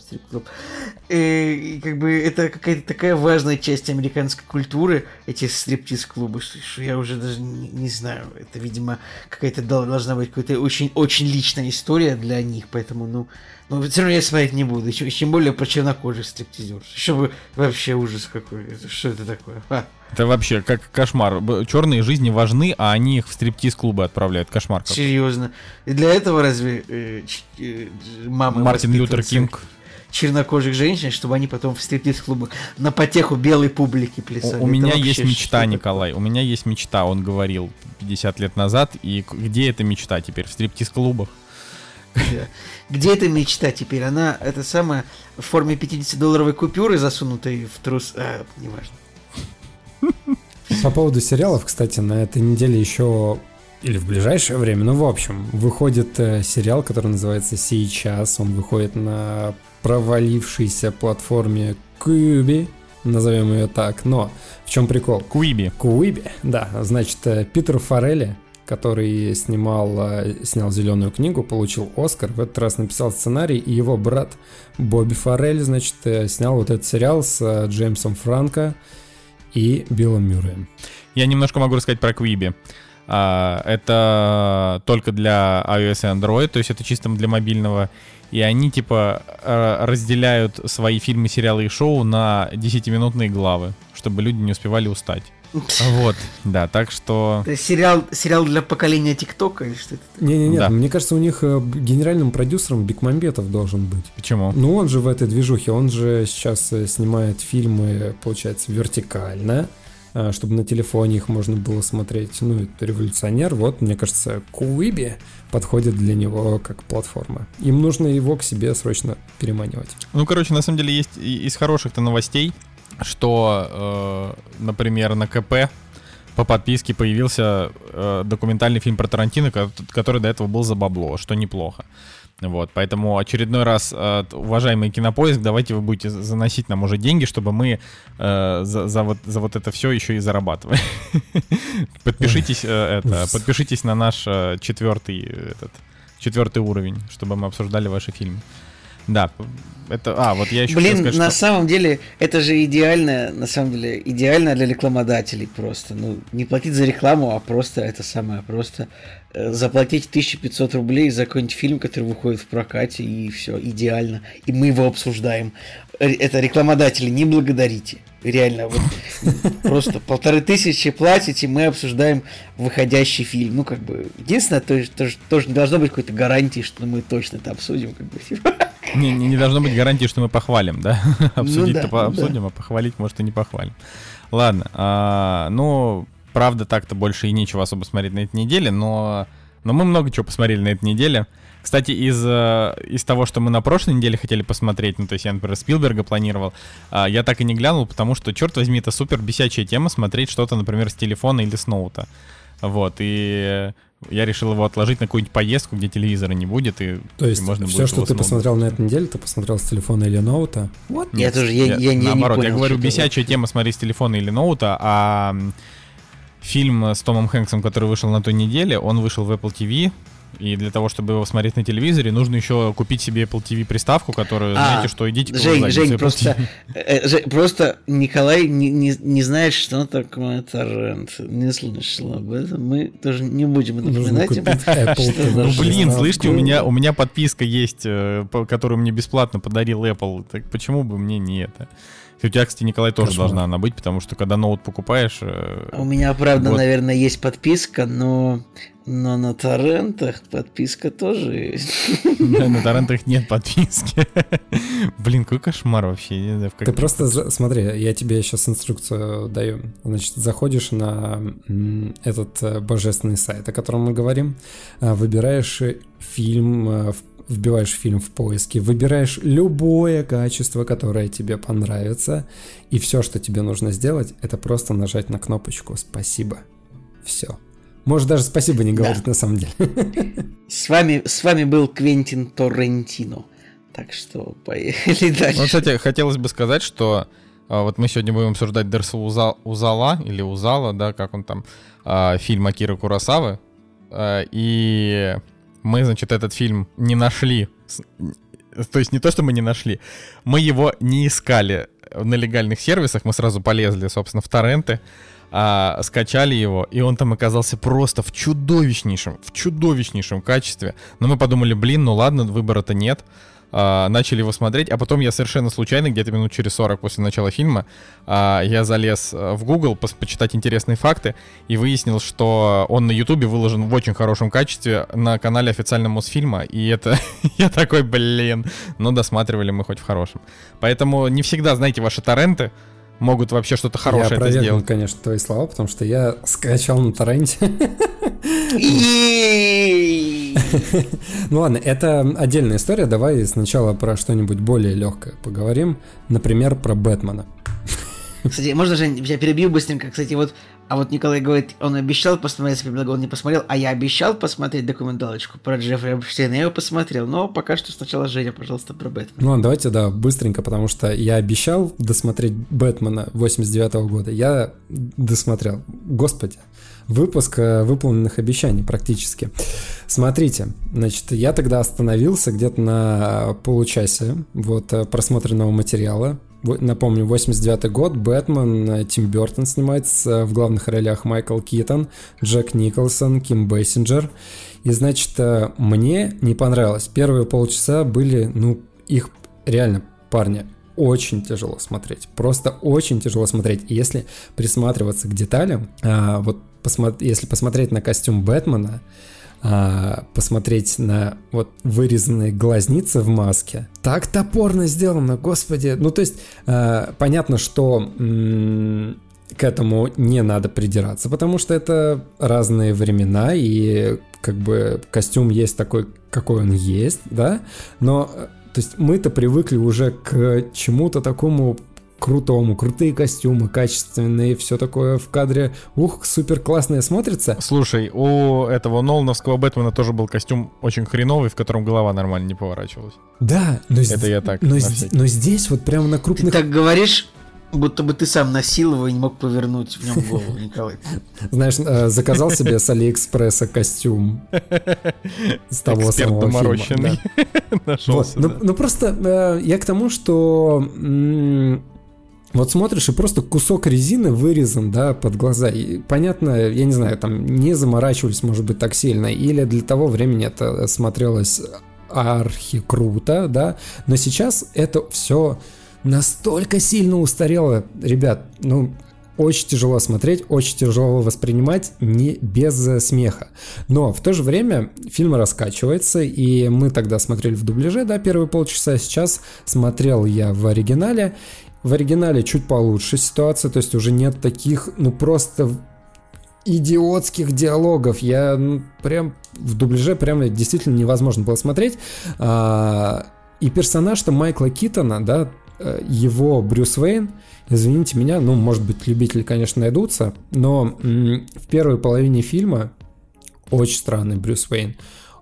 И как бы это какая-то такая важная часть американской культуры, эти стриптиз-клубы, что я уже даже не знаю. Это, видимо, какая-то должна быть какая-то очень личная история для них, поэтому, но все равно я смотреть не буду. Тем более про чернокожих стриптизерш. Еще бы вообще ужас какой. Что это такое? Это вообще как кошмар. Черные жизни важны, а они их в стриптиз-клубы отправляют. Кошмар какой. Серьезно. И для этого разве мама Мартин Лютер Кинг чернокожих женщин, чтобы они потом в стриптиз-клубах на потеху белой публики плясали? У меня есть мечта, Николай. У меня есть мечта, он говорил 50 лет назад. И где эта мечта теперь? В стриптиз-клубах? Где эта мечта теперь? Она, это самая, в форме 50-долларовой купюры, засунутой в трус... неважно. По поводу сериалов, кстати, на этой неделе еще, или в ближайшее время, ну, в общем, выходит сериал, который называется «Сейчас». Он выходит на провалившейся платформе Quibi, назовем ее так. Но в чем прикол? Quibi, да. Значит, Питер Фаррелли, который снял «Зеленую книгу», получил Оскар, в этот раз написал сценарий, и его брат Бобби Фаррелли, значит, снял вот этот сериал с Джеймсом Франко и Биллом Мюрреем. Я немножко могу рассказать про Quibi. Это только для iOS и Android, то есть это чисто для мобильного. И они типа разделяют свои фильмы, сериалы и шоу на 10-минутные главы, чтобы люди не успевали устать. Вот, да, так что... Это сериал для поколения ТикТока или что это? Не-не-не, да. Мне кажется, у них генеральным продюсером Бекмамбетов должен быть. Почему? Ну, он же в этой движухе, он же сейчас снимает фильмы, получается, вертикально, чтобы на телефоне их можно было смотреть. Ну, это революционер. Вот, мне кажется, Quibi подходит для него как платформа. Им нужно его к себе срочно переманивать. Ну, короче, на самом деле есть из хороших-то новостей, что, например, на КП по подписке появился документальный фильм про Тарантино, который до этого был за бабло, что неплохо. Вот, поэтому очередной раз, уважаемый Кинопоиск, давайте вы будете заносить нам уже деньги, чтобы мы за вот это все еще и зарабатывали. Подпишитесь на наш четвертый 4 уровень, чтобы мы обсуждали ваши фильмы. Да, это... вот я еще Блин, хотел сказать, на что... самом деле, это же идеально, на самом деле, идеально для рекламодателей просто. Ну, не платить за рекламу, а просто это самое, просто заплатить 1500 рублей за какой-нибудь фильм, который выходит в прокате, и все, идеально. И мы его обсуждаем. Это рекламодатели, не благодарите. Реально, вот просто 1500 платите, мы обсуждаем выходящий фильм. Ну, как бы, единственное, тоже не должно быть какой-то гарантии, что мы точно это обсудим, как бы, типа. Не должно быть гарантии, что мы похвалим, да? Обсудить-то обсудим, да. А похвалить, может, и не похвалим. Ладно, ну, правда, так-то больше и нечего особо смотреть на этой неделе, но мы много чего посмотрели на этой неделе. Кстати, из того, что мы на прошлой неделе хотели посмотреть, ну, то есть я, например, Спилберга планировал, я так и не глянул, потому что, черт возьми, это супер бесячая тема смотреть что-то, например, с телефона или с ноута. Вот, и я решил его отложить на какую-нибудь поездку, где телевизора не будет, и То есть можно все, будет что его ты с ноута. посмотрел на этой неделе, ты посмотрел с телефона или ноута? Вот, Нет, я не наоборот, понял, я говорю, что это. бесячая тема смотреть с телефона или ноута, а фильм с Томом Хэнксом, который вышел на той неделе, он вышел в Apple TV, и для того, чтобы его смотреть на телевизоре, нужно еще купить себе Apple TV приставку, которую, знаете, что идите Жень, просто Николай не знает, что такое торрент. Не слышал об этом. Мы тоже не будем напоминать ему. Ну блин, слышите, у меня подписка есть, которую мне бесплатно подарил Apple. Так почему бы мне не это? У тебя, кстати, Николай, тоже должна она быть, потому что когда ноут покупаешь... У меня, правда, наверное, есть подписка, но на торрентах подписка тоже есть. Да, на торрентах нет подписки. Блин, какой кошмар вообще. Ты просто, смотри, я тебе сейчас инструкцию даю. Значит, заходишь на этот божественный сайт, о котором мы говорим, выбираешь фильм, вбиваешь фильм в поиске, выбираешь любое качество, которое тебе понравится, и все, что тебе нужно сделать, это просто нажать на кнопочку «Спасибо». Все. Может, даже спасибо не говорить, на самом деле. С вами был Квентин Торрентино. Так что поехали дальше. Ну, кстати, хотелось бы сказать, что вот мы сегодня будем обсуждать Дерсу Узала, или Узала, да, как он там, фильм Акиры Куросавы. И мы, значит, этот фильм не нашли. То есть не то, что мы не нашли. Мы его не искали на легальных сервисах. Мы сразу полезли, собственно, в торренты. Скачали его, и он там оказался просто в чудовищнейшем качестве. Но мы подумали, блин, ну ладно, выбора-то нет. Начали его смотреть, а потом я совершенно случайно, где-то минут через 40 после начала фильма, я залез в Google почитать интересные факты и выяснил, что он на Ютубе выложен в очень хорошем качестве на канале официального Мосфильма, и это я такой, блин, ну досматривали мы хоть в хорошем. Поэтому не всегда, знаете, ваши торренты могут вообще что-то хорошее это сделать. Я опровергну, конечно, твои слова, потому что я скачал на торренте. Ну ладно, это отдельная история. Давай сначала про что-нибудь более легкое поговорим. Например, про Бэтмена. Кстати, можно же я перебью быстренько. Кстати, вот Николай говорит, он обещал посмотреть Спилберга, он не посмотрел, а я обещал посмотреть документалочку про Джеффри Эпштейна, я его посмотрел, но пока что сначала Женя, пожалуйста, про Бэтмена. Ну ладно, давайте, быстренько, потому что я обещал досмотреть Бэтмена 89-го года, я досмотрел. Господи, выпуск выполненных обещаний практически. Смотрите, значит, я тогда остановился где-то на получасе просмотренного материала. Напомню, 89-й год, Бэтмен, Тим Бёртон снимается, в главных ролях Майкл Китон, Джек Николсон, Ким Бейсинджер. И, значит, мне не понравилось. Первые полчаса были, их реально, парни, очень тяжело смотреть. Просто очень тяжело смотреть. И если присматриваться к деталям, если посмотреть на костюм Бэтмена, посмотреть на вырезанные глазницы в маске. Так топорно сделано, господи. Ну, то есть, понятно, что к этому не надо придираться, потому что это разные времена, и как бы костюм есть такой, какой он есть, да? Но, то есть, мы-то привыкли уже к чему-то такому крутому, крутые костюмы, качественные, все такое в кадре, супер классное смотрится. Слушай, у этого Нолановского Бэтмена тоже был костюм очень хреновый, в котором голова нормально не поворачивалась. Да, но это я так. Но здесь прямо на крупных... Ты так говоришь, Будто бы ты сам носил его и не мог повернуть в нем голову, Николай. Знаешь, заказал себе с Алиэкспресса костюм с того самого фильма. Нашелся, да. Ну просто я к тому, что вот смотришь, и просто кусок резины вырезан, да, под глаза. И понятно, я не знаю, там не заморачивались, может быть, так сильно, или для того времени это смотрелось архи круто, да, но сейчас это все настолько сильно устарело, ребят, ну, очень тяжело смотреть, очень тяжело воспринимать, не без смеха. Но в то же время фильм раскачивается, и мы тогда смотрели в дубляже, да, первые полчаса, сейчас смотрел я в оригинале. В оригинале чуть получше ситуация, то есть уже нет таких, ну, просто идиотских диалогов. Я прям в дубляже прям действительно невозможно было смотреть. И персонаж-то Майкла Китона, да, его Брюс Уэйн, извините меня, ну, может быть, любители, конечно, найдутся, но в первой половине фильма очень странный Брюс Уэйн,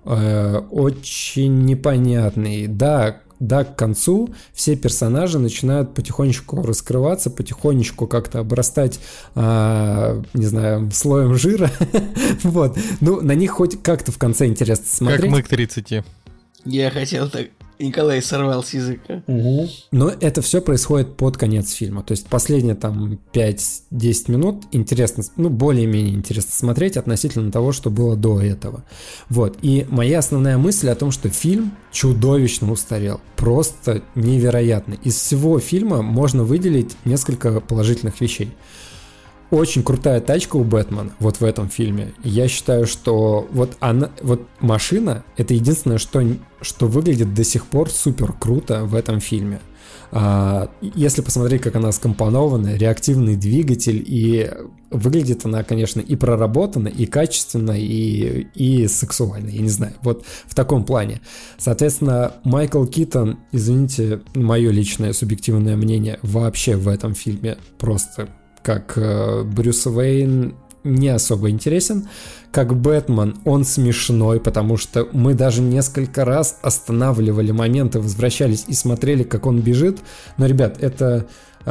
очень непонятный, да, к концу все персонажи начинают потихонечку раскрываться, потихонечку как-то обрастать, не знаю, слоем жира. Вот. Ну, на них хоть как-то в конце интересно смотреть. Как мы к 30. Я хотел так... Николай сорвал с языка. Но это все происходит под конец фильма. То есть последние там 5-10 минут интересно, ну, более-менее интересно смотреть относительно того, что было до этого. Вот. И моя основная мысль о том, что фильм чудовищно устарел. Просто невероятно. Из всего фильма можно выделить несколько положительных вещей. Очень крутая тачка у Бэтмена вот в этом фильме. Я считаю, что вот она, вот машина — это единственное, что выглядит до сих пор супер круто в этом фильме. Если посмотреть, как она скомпонована, реактивный двигатель, и выглядит она, конечно, и проработана, и качественно, и сексуально, я не знаю, вот в таком плане. Соответственно, Майкл Китон, извините, мое личное субъективное мнение, вообще в этом фильме просто... как Брюс Уэйн не особо интересен. Как Бэтмен он смешной, потому что мы даже несколько раз останавливали моменты, возвращались и смотрели, как он бежит. Но, ребят, это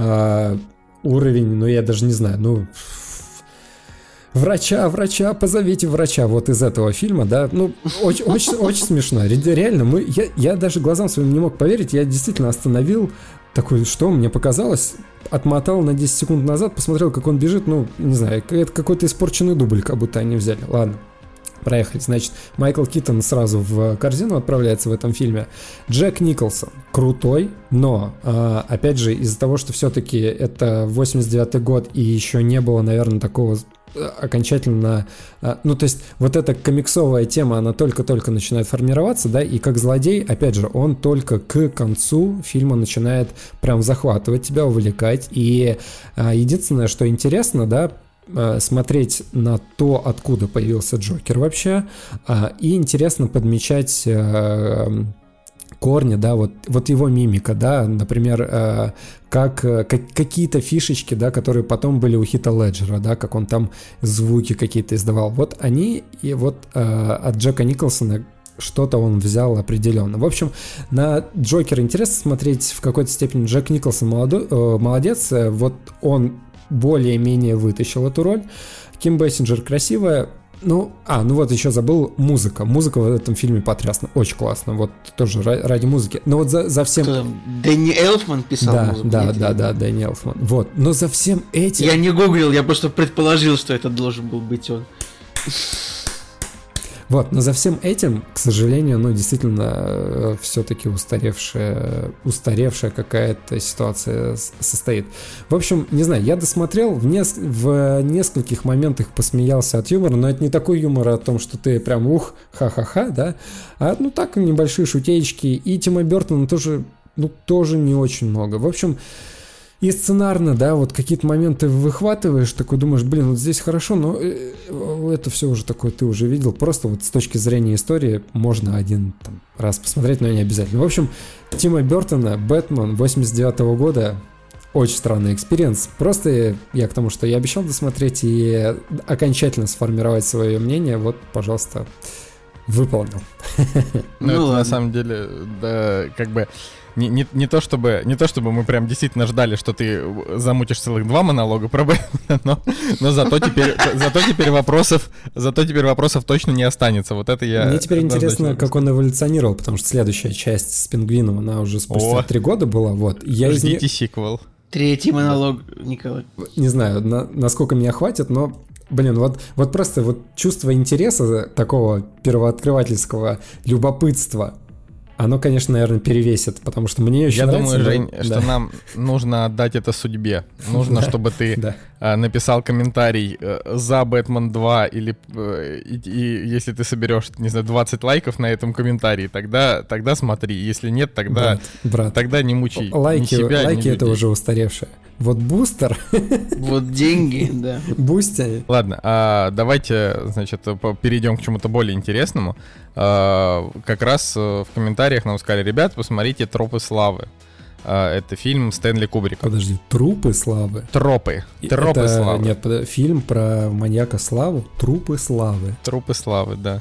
уровень, ну я даже не знаю, ну... Врача, позовите врача, вот из этого фильма, да, ну, очень смешно, реально, я даже глазам своим не мог поверить, я действительно остановил, такой, что мне показалось, отмотал на 10 секунд назад, посмотрел, как он бежит, ну, не знаю, это какой-то испорченный дубль, как будто они взяли, ладно. Проехали. Значит, Майкл Китон сразу в корзину отправляется в этом фильме. Джек Николсон крутой, но, опять же, из-за того, что все-таки это 89-й год и еще не было, наверное, такого окончательно... Ну, то есть, вот эта комиксовая тема, она только-только начинает формироваться, да, и как злодей, опять же, он только к концу фильма начинает прям захватывать тебя, увлекать. И единственное, что интересно, да, смотреть на то, откуда появился Джокер вообще, и интересно подмечать корни, да, вот его мимика, да, например, какие-то фишечки, да, которые потом были у Хита Леджера, да, как он там звуки какие-то издавал, вот они, и вот от Джека Николсона что-то он взял определенно. В общем, на Джокера интересно смотреть в какой-то степени. Джек Николсон молодец, вот он более-менее вытащил эту роль. Ким Бейсинджер красивая. Ну вот еще забыл, музыка. Музыка в этом фильме потрясна, очень классно. Вот тоже ради музыки. Но вот за всем... Кто там? Дэнни Элфман писал музыку? Да, Дэнни Элфман. Вот, но за всем этим... Я не гуглил, я просто предположил, что это должен был быть он. Вот, но за всем этим, к сожалению, ну, действительно, все-таки устаревшая какая-то ситуация состоит. В общем, не знаю, я досмотрел, в нескольких моментах посмеялся от юмора, но это не такой юмор о том, что ты прям ха-ха-ха, да, а, ну, так, небольшие шутеечки, и Тима Бёртона тоже не очень много. В общем... И сценарно, да, вот какие-то моменты выхватываешь, такой думаешь, блин, вот здесь хорошо, но это все уже такое ты уже видел. Просто вот с точки зрения истории можно один там раз посмотреть, но не обязательно. В общем, Тима Бёртона, Бэтмен 89-го года, очень странный экспириенс. Просто я к тому, что я обещал досмотреть и окончательно сформировать свое мнение, вот, пожалуйста, выполнил. Ну, это на самом деле, да, как бы... не то чтобы мы прям действительно ждали, что ты замутишь целых 2 монолога про Бэтмена, но зато теперь вопросов точно не останется. Вот это я... Мне теперь интересно, как он эволюционировал, потому что следующая часть с Пингвином, она уже спустя 3 года была. Вот. Ждите сиквел. 3-й монолог, Николай. Не знаю, насколько меня хватит, но... Блин, вот просто вот чувство интереса, такого первооткрывательского любопытства, оно, конечно, наверное, перевесит, потому что мне очень нравится. Я думаю, Жень, что нам нужно отдать это судьбе. Нужно, чтобы ты написал комментарий за Бэтмен 2, или если ты соберешь, не знаю, 20 лайков на этом комментарии, тогда смотри. Если нет, тогда не мучай лайки, ни себя, лайки ни это людей. уже устаревшее. Вот бустер. Вот деньги, да. Бустер. Ладно, давайте, значит, перейдем к чему-то более интересному. Как раз в комментариях нам сказали: ребят, посмотрите «Тропы славы». Это фильм Стэнли Кубрика. Подожди, «Трупы славы»? Тропы это, славы. Нет, фильм про маньяка Славу. «Трупы славы». Трупы славы, да.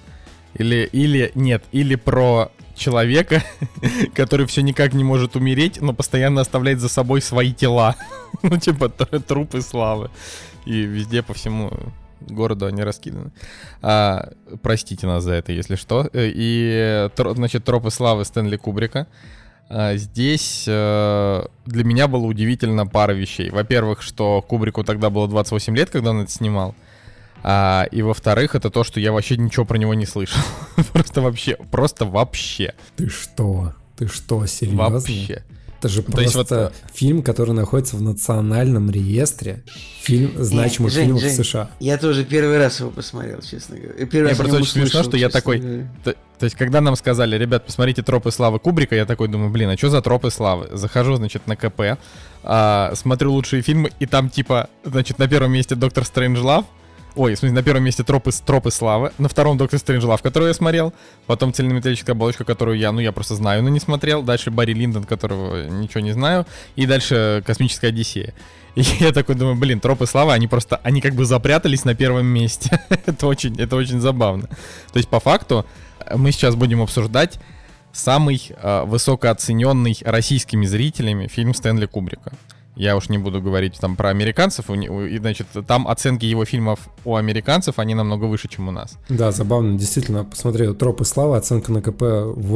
Или про человека, который все никак не может умереть, но постоянно оставляет за собой свои тела. Ну, типа, трупы славы. И везде по всему городу они раскиданы. Простите нас за это, если что. И, значит, «Тропы славы» Стэнли Кубрика. Здесь для меня было удивительно пара вещей. Во-первых, что Кубрику тогда было 28 лет, когда он это снимал. И во-вторых, это то, что я вообще ничего про него не слышал. Просто вообще. Ты что, серьезно? Вообще. Это же просто фильм, который находится в национальном реестре значимых фильмов в США. Я тоже первый раз его посмотрел, честно говоря. Мне просто очень смешно, что я такой... То есть, когда нам сказали: ребят, посмотрите «Тропы славы» Кубрика, я такой думаю: блин, а что за «Тропы славы»? Захожу, значит, на КП, смотрю лучшие фильмы, и там, типа, значит, на первом месте «Доктор Стрэнджлав». Ой, в смысле, на первом месте «Тропы славы», на втором «Доктор Стрэнджлав», которую я смотрел, потом «Цельнометаллическая оболочка», которую я просто знаю, но не смотрел, дальше Барри Линдон, которого ничего не знаю, и дальше «Космическая Одиссея». И я такой думаю: блин, «Тропы славы», они как бы запрятались на первом месте. это очень забавно. То есть, по факту, мы сейчас будем обсуждать самый высокооцененный российскими зрителями фильм Стэнли Кубрика. Я уж не буду говорить там про американцев, и, значит, там оценки его фильмов у американцев, они намного выше, чем у нас. Да, забавно, действительно, посмотрел «Тропы славы», оценка на КП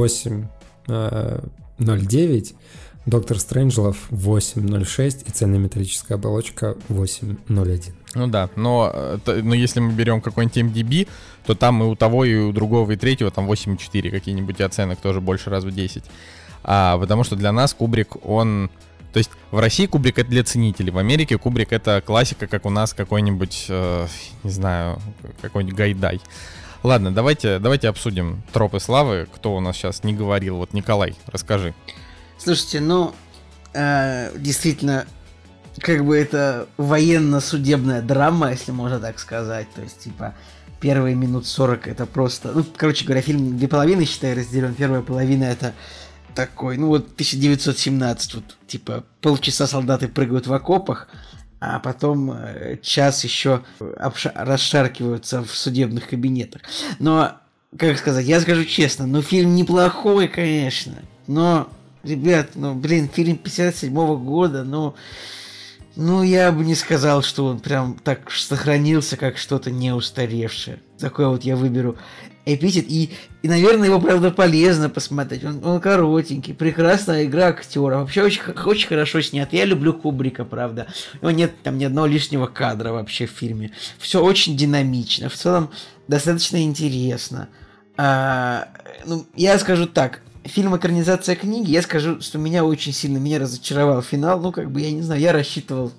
8.09, «Доктор Стрэнджлав» 8.06 и «Цельнометаллическая оболочка» 8.01. Ну да, но если мы берем какой-нибудь MDB, то там и у того, и у другого, и третьего там 8.4 какие-нибудь оценок, тоже больше раз в 10. Потому что для нас Кубрик, он... То есть в России Кубрик — это для ценителей, в Америке Кубрик — это классика, как у нас какой-нибудь, не знаю, какой-нибудь Гайдай. Ладно, давайте обсудим «Тропы славы». Кто у нас сейчас не говорил? Вот, Николай, расскажи. Слушайте, действительно, как бы это военно-судебная драма, если можно так сказать. То есть, типа, первые минут 40 это просто... Ну, короче говоря, фильм 2 половины, считай, разделен. Первая половина это... такой, 1917, вот, типа, полчаса солдаты прыгают в окопах, а потом час еще расшаркиваются в судебных кабинетах. Но, как сказать, я скажу честно, фильм неплохой, конечно, но, ребят, фильм 57-го года, я бы не сказал, что он прям так сохранился, как что-то не устаревшее. Такое вот я выберу эпитет. И, наверное, его, правда, полезно посмотреть. Он коротенький, прекрасная игра актера. Вообще очень хорошо снят. Я люблю Кубрика, правда. У него нет там ни одного лишнего кадра вообще в фильме. Все очень динамично. В целом, достаточно интересно. Я скажу так. Фильм «Экранизация книги», я скажу, что меня разочаровал финал. Я не знаю, я рассчитывал.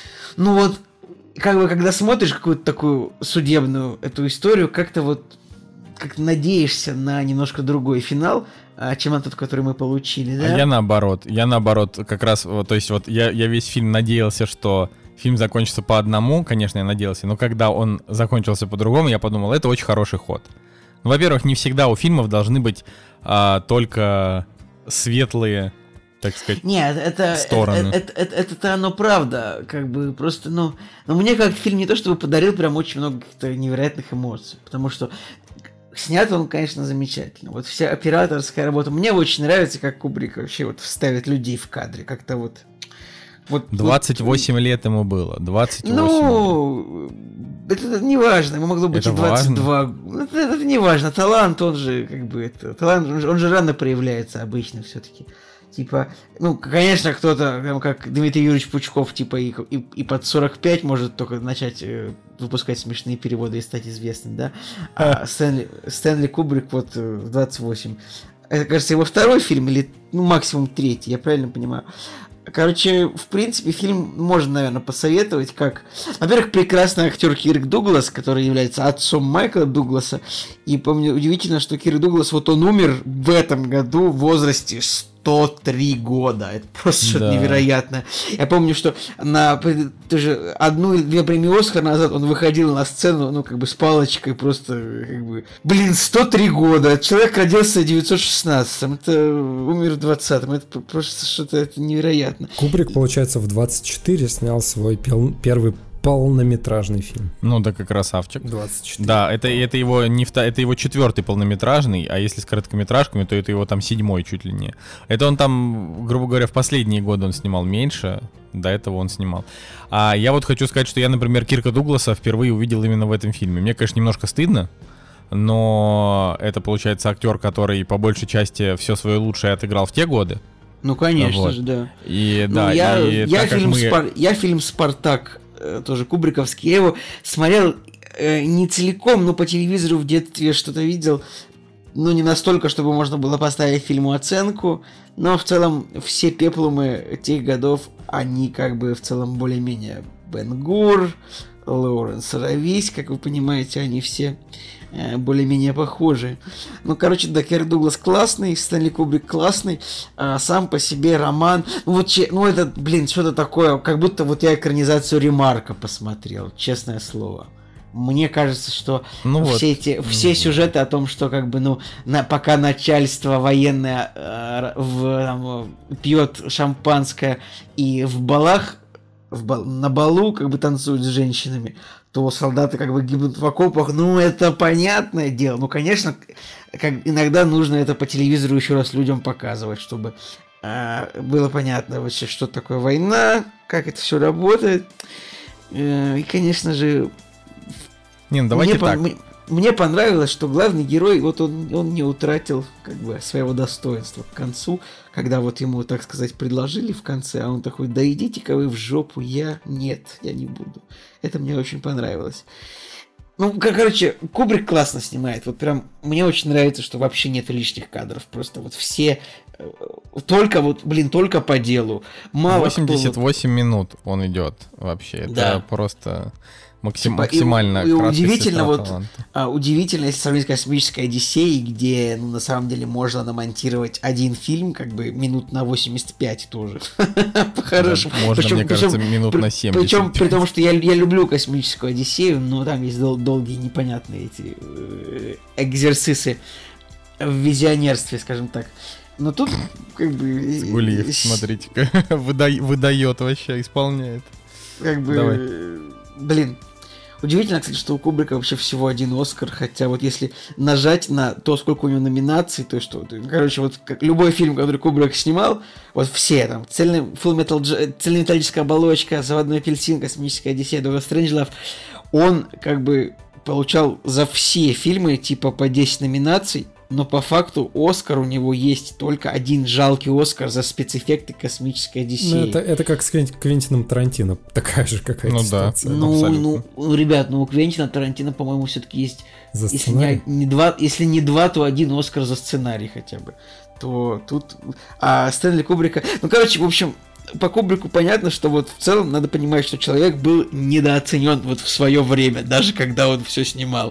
Когда смотришь какую-то такую судебную эту историю, как-то надеешься на немножко другой финал, чем на тот, который мы получили, да? А я наоборот, как раз, то есть я весь фильм надеялся, что фильм закончится по одному, конечно, я надеялся, но когда он закончился по-другому, я подумал, это очень хороший ход. Во-первых, не всегда у фильмов должны быть только светлые, так сказать, стороны. Это оно правда, просто, мне как фильм не то чтобы подарил прям очень много каких-то невероятных эмоций, потому что снят он, конечно, замечательно. Вот вся операторская работа. Мне очень нравится, как Кубрик вообще вот вставит людей в кадре. Как-то вот... 28 лет ему было. 28 Ну, это не важно. Ему могло быть Это и 22. Это не важно. Талант, он же, как бы, талант, он же рано проявляется обычно все-таки. Типа, ну, конечно, кто-то, там, как Дмитрий Юрьевич Пучков, типа, и под 45 может только начать выпускать смешные переводы и стать известным, да? А Стэнли Кубрик вот в 28. Это, кажется, его второй фильм или, ну, максимум третий, я правильно понимаю? Короче, в принципе, фильм можно, наверное, посоветовать, как... Во-первых, прекрасный актер Кирк Дуглас, который является отцом Майкла Дугласа. И помню, удивительно, что Кирк Дуглас, вот он умер в этом году в возрасте 103 года. Это просто что-то невероятное. Я помню, что на тоже одну или две премии Оскар назад он выходил на сцену, ну, как бы с палочкой, просто, как бы... Блин, 103 года! Человек родился в 916-м, это умер в 20-м. Это просто что-то невероятно. Кубрик, получается, в 24 снял свой первый полнометражный фильм. Ну да, как красавчик. 24. Да, это его это его 4-й полнометражный, а если с короткометражками, то это его там 7-й чуть ли не. Это он там, грубо говоря, в последние годы он снимал меньше, до этого он снимал. А я вот хочу сказать, что я, например, Кирка Дугласа впервые увидел именно в этом фильме. Мне, конечно, немножко стыдно, но это, получается, актер, который по большей части все свое лучшее отыграл в те годы. Ну, конечно вот. же, да. И Ну, да, я фильм «Спартак», тоже кубриковский, я его смотрел не целиком, но по телевизору в детстве что-то видел, ну, не настолько, чтобы можно было поставить фильму оценку, но в целом все пеплумы тех годов, они как бы в целом более-менее Бен-Гур, Лоуренс Аравийс, как вы понимаете, они все более-менее похожи. Ну, короче, да, Кирк Дуглас классный, Стэнли Кубрик классный, а сам по себе роман, ну, вот, ну, это, блин, что-то такое, как будто вот я экранизацию Ремарка посмотрел, честное слово. Мне кажется, что все сюжеты о том, что как бы, ну, пока начальство военное пьет шампанское и в балах, на балу как бы танцуют с женщинами, то солдаты как бы гибнут в окопах. Ну, это понятное дело. Ну, конечно, как иногда нужно это по телевизору еще раз людям показывать, чтобы было понятно вообще, что такое война, как это все работает. И, конечно же, не, ну, давайте мне понравилось, что главный герой, вот он не утратил как бы своего достоинства к концу, когда вот ему, так сказать, предложили в конце, а он такой: да идите-ка вы в жопу, нет, я не буду. Это мне очень понравилось. Ну, короче, Кубрик классно снимает, вот прям мне очень нравится, что вообще нет лишних кадров, просто вот все только вот, блин, только по делу. Мало 88 минут он идет вообще, это просто... максимально и удивительно, вот, удивительно, если сравнить с «Космической Одиссеей», где, ну, на самом деле можно намонтировать один фильм, как бы минут на 85 тоже. По-хорошему. Да, можно, мне кажется, минут на 70. Причем при том, что я люблю «Космическую Одиссею», но там есть долгие непонятные эти экзерсисы в визионерстве, скажем так. Но тут как бы... Гулиев, смотрите-ка, выдает вообще, исполняет. Как бы... Давай. Блин, удивительно, кстати, что у Кубрика вообще всего один Оскар, хотя вот если нажать на то, сколько у него номинаций, то что, короче, вот как любой фильм, который Кубрик снимал, вот все там, цельнометаллическая оболочка, Заводной апельсин, Космическая Одиссея, Доктор Стрэнджлав, он как бы получал за все фильмы типа по 10 номинаций, но по факту Оскар у него есть только один жалкий Оскар за спецэффекты «Космической Одиссеи». Ну, это как с Квентином Тарантино, такая же какая-то ситуация. Ну, ребят, у Квентина Тарантино, по-моему, все-таки есть, за сценарий? если не два, то один Оскар за сценарий хотя бы. То тут... А Стэнли Кубрика... Ну, короче, в общем, по Кубрику понятно, что вот в целом надо понимать, что человек был недооценен вот в свое время, даже когда он все снимал.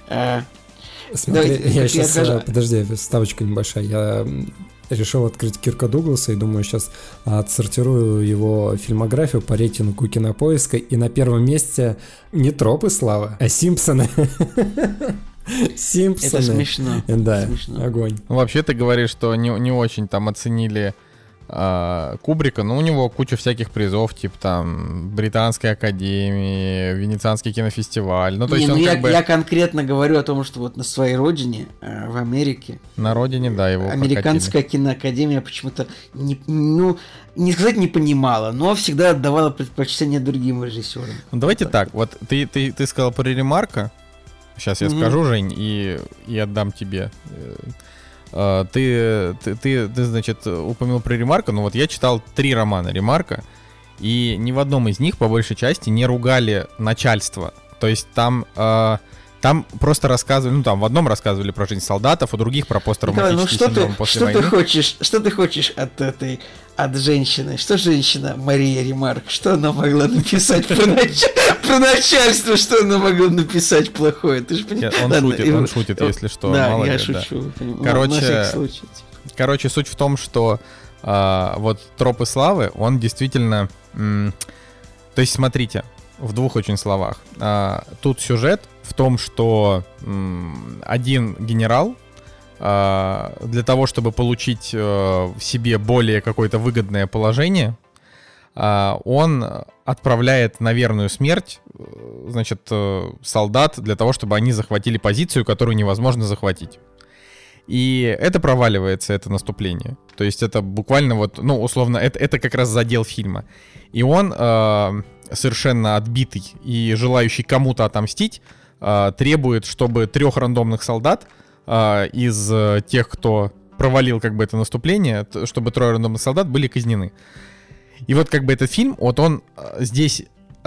Смотри, я сейчас, подожди, вставочка небольшая, я решил открыть Кирка Дугласа и думаю, сейчас отсортирую его фильмографию по рейтингу Кинопоиска, и на первом месте не Тропы славы, а Симпсоны. Симпсоны. Это смешно. Да, смешно. Огонь. Вообще ты говоришь, что не очень там оценили Кубрика, ну, у него куча всяких призов, типа там Британской академии, Венецианский кинофестиваль. Ну, то есть он я конкретно говорю о том, что вот на своей родине, в Америке. На родине, да, его Американская киноакадемия почему-то не сказать не понимала, но всегда отдавала предпочтение другим режиссерам. Ну, давайте так, вот ты сказал про Ремарка. Сейчас я скажу, Жень, и отдам тебе. Ты, значит, упомянул про Ремарка, но вот я читал 3 романа Ремарка, и ни в одном из них, по большей части, не ругали начальство. То есть там просто рассказывали, ну там в одном рассказывали про жизнь солдатов, у других про посттравматический синдром после войны. Что ты хочешь от женщины? Что женщина Мария Ремарк, что она могла написать про начальство, что она могла написать плохое? Ты же понимаешь? Он шутит, если что. Да, я шучу. Короче, суть в том, что вот «Тропы славы», он действительно... То есть, смотрите, в 2 очень словах. Тут сюжет в том, что один генерал для того, чтобы получить в себе более какое-то выгодное положение, он отправляет на верную смерть, значит, солдат для того, чтобы они захватили позицию, которую невозможно захватить. И это проваливается, это наступление. То есть это буквально вот, ну, условно, это как раз задел фильма. И он, совершенно отбитый и желающий кому-то отомстить, требует, чтобы 3 рандомных солдат из тех, кто провалил как бы это наступление, чтобы 3 рандомных солдат были казнены. И вот как бы этот фильм, вот он здесь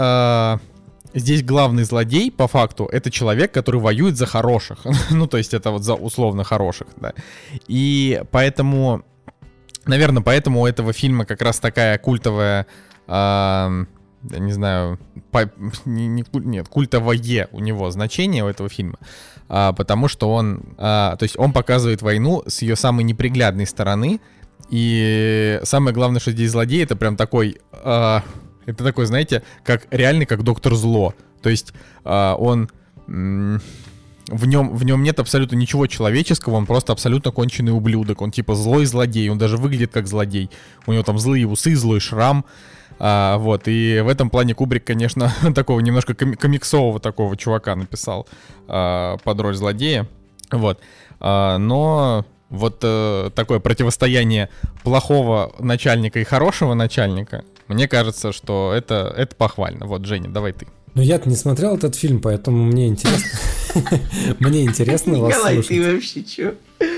главный злодей, по факту, это человек, который воюет за хороших. Ну, то есть это вот за условно хороших, да. И поэтому, наверное, поэтому у этого фильма как раз такая культовая... я не знаю, культовое у него значение у этого фильма, потому что он, то есть он показывает войну с ее самой неприглядной стороны, и самое главное, что здесь злодей, это прям такой, это такой, знаете, как реальный, как Доктор Зло, то есть он... В нем нет абсолютно ничего человеческого, он просто абсолютно конченый ублюдок, он типа злой злодей, он даже выглядит как злодей, у него там злые усы, злой шрам. Вот, и в этом плане Кубрик, конечно, такого немножко комиксового такого чувака написал под роль злодея, вот, но вот такое противостояние плохого начальника и хорошего начальника, мне кажется, что это похвально. Вот, Женя, давай ты. Ну, я-то не смотрел этот фильм, поэтому мне интересно. Мне интересно вас слушать. Николай, ты вообще чё?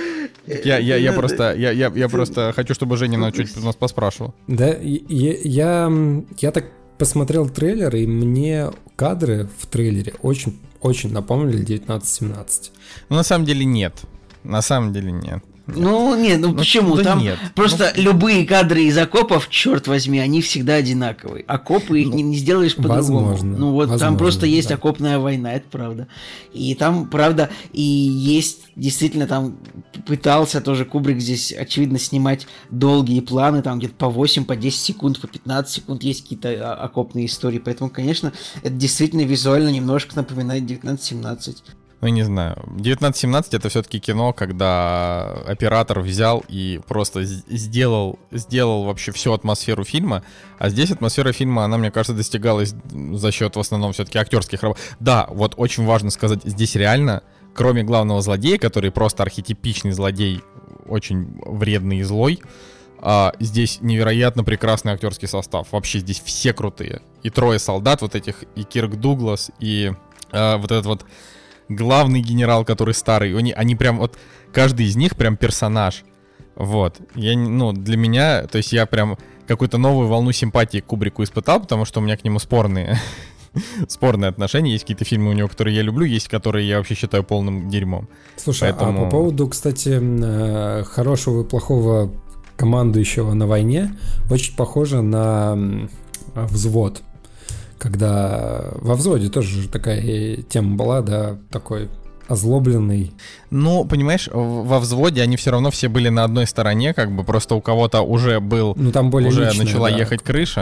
Я просто хочу, чтобы Женя чуть у нас поспрашивал. Да, я так посмотрел трейлер, и мне кадры в трейлере очень напомнили 1917. Ну, на самом деле нет. На самом деле нет. Почему? Да Там нет. просто любые кадры из окопов, черт возьми, они всегда одинаковые. Окопы их не сделаешь по-другому. Возможно, там просто есть да. окопная война, это правда. И там, правда, и есть, действительно, там пытался тоже Кубрик здесь, очевидно, снимать долгие планы, там где-то по 8, по 10 секунд, по 15 секунд есть какие-то окопные истории. Поэтому, конечно, это действительно визуально немножко напоминает 1917. Ну, не знаю. 1917 это все-таки кино, когда оператор взял и просто сделал вообще всю атмосферу фильма. А здесь атмосфера фильма, она, мне кажется, достигалась за счет в основном все-таки актерских работ. Да, вот очень важно сказать, здесь реально, кроме главного злодея, который просто архетипичный злодей, очень вредный и злой, здесь невероятно прекрасный актерский состав. Вообще здесь все крутые. И 3 солдат вот этих, и Кирк Дуглас, и вот этот вот главный генерал, который старый, они прям вот, каждый из них прям персонаж. Вот. Для меня, то есть я прям какую-то новую волну симпатии к Кубрику испытал, потому что у меня к нему спорные отношения. Есть какие-то фильмы у него, которые я люблю, есть которые я вообще считаю полным дерьмом. Слушай, а по поводу, кстати, хорошего и плохого командующего на войне, очень похоже на «Взвод». Когда во «Взводе» тоже такая тема была, да, такой озлобленный. Ну, понимаешь, во «Взводе» они все равно все были на одной стороне, как бы просто у кого-то уже был, там более уже личное, начала да. ехать крыша,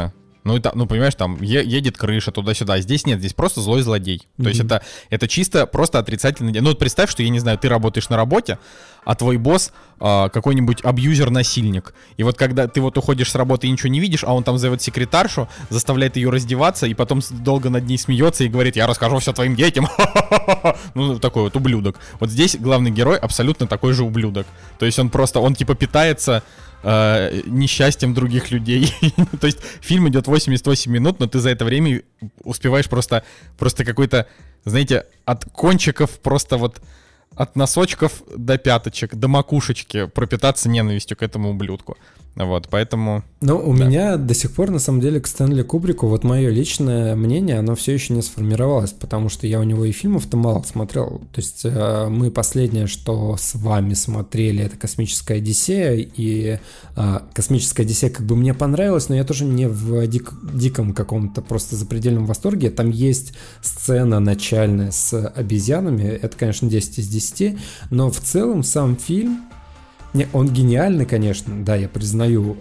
Ну, понимаешь, там едет крыша туда-сюда. Здесь нет, здесь просто злой злодей. То есть это чисто просто отрицательный... Ну, вот представь, что, я не знаю, ты работаешь на работе, а твой босс какой-нибудь абьюзер-насильник. И вот когда ты вот уходишь с работы и ничего не видишь, а он там зовет секретаршу, заставляет ее раздеваться, и потом долго над ней смеется и говорит: я расскажу все твоим детям. Ну, такой вот ублюдок. Вот здесь главный герой абсолютно такой же ублюдок. То есть он типа питается несчастьем других людей. То есть фильм идет 88 минут, но ты за это время успеваешь просто какой-то, знаете, от кончиков просто вот от носочков до пяточек, до макушечки пропитаться ненавистью к этому ублюдку. Вот, поэтому... Ну, у меня до сих пор, на самом деле, к Стэнли Кубрику, вот мое личное мнение, оно все еще не сформировалось, потому что я у него и фильмов-то мало смотрел. То есть мы последнее, что с вами смотрели, это «Космическая Одиссея», и «Космическая Одиссея» как бы мне понравилась, но я тоже не в диком каком-то просто запредельном восторге. Там есть сцена начальная с обезьянами, это, конечно, 10 из 10, но в целом сам фильм... Он гениальный, конечно, да, я признаю,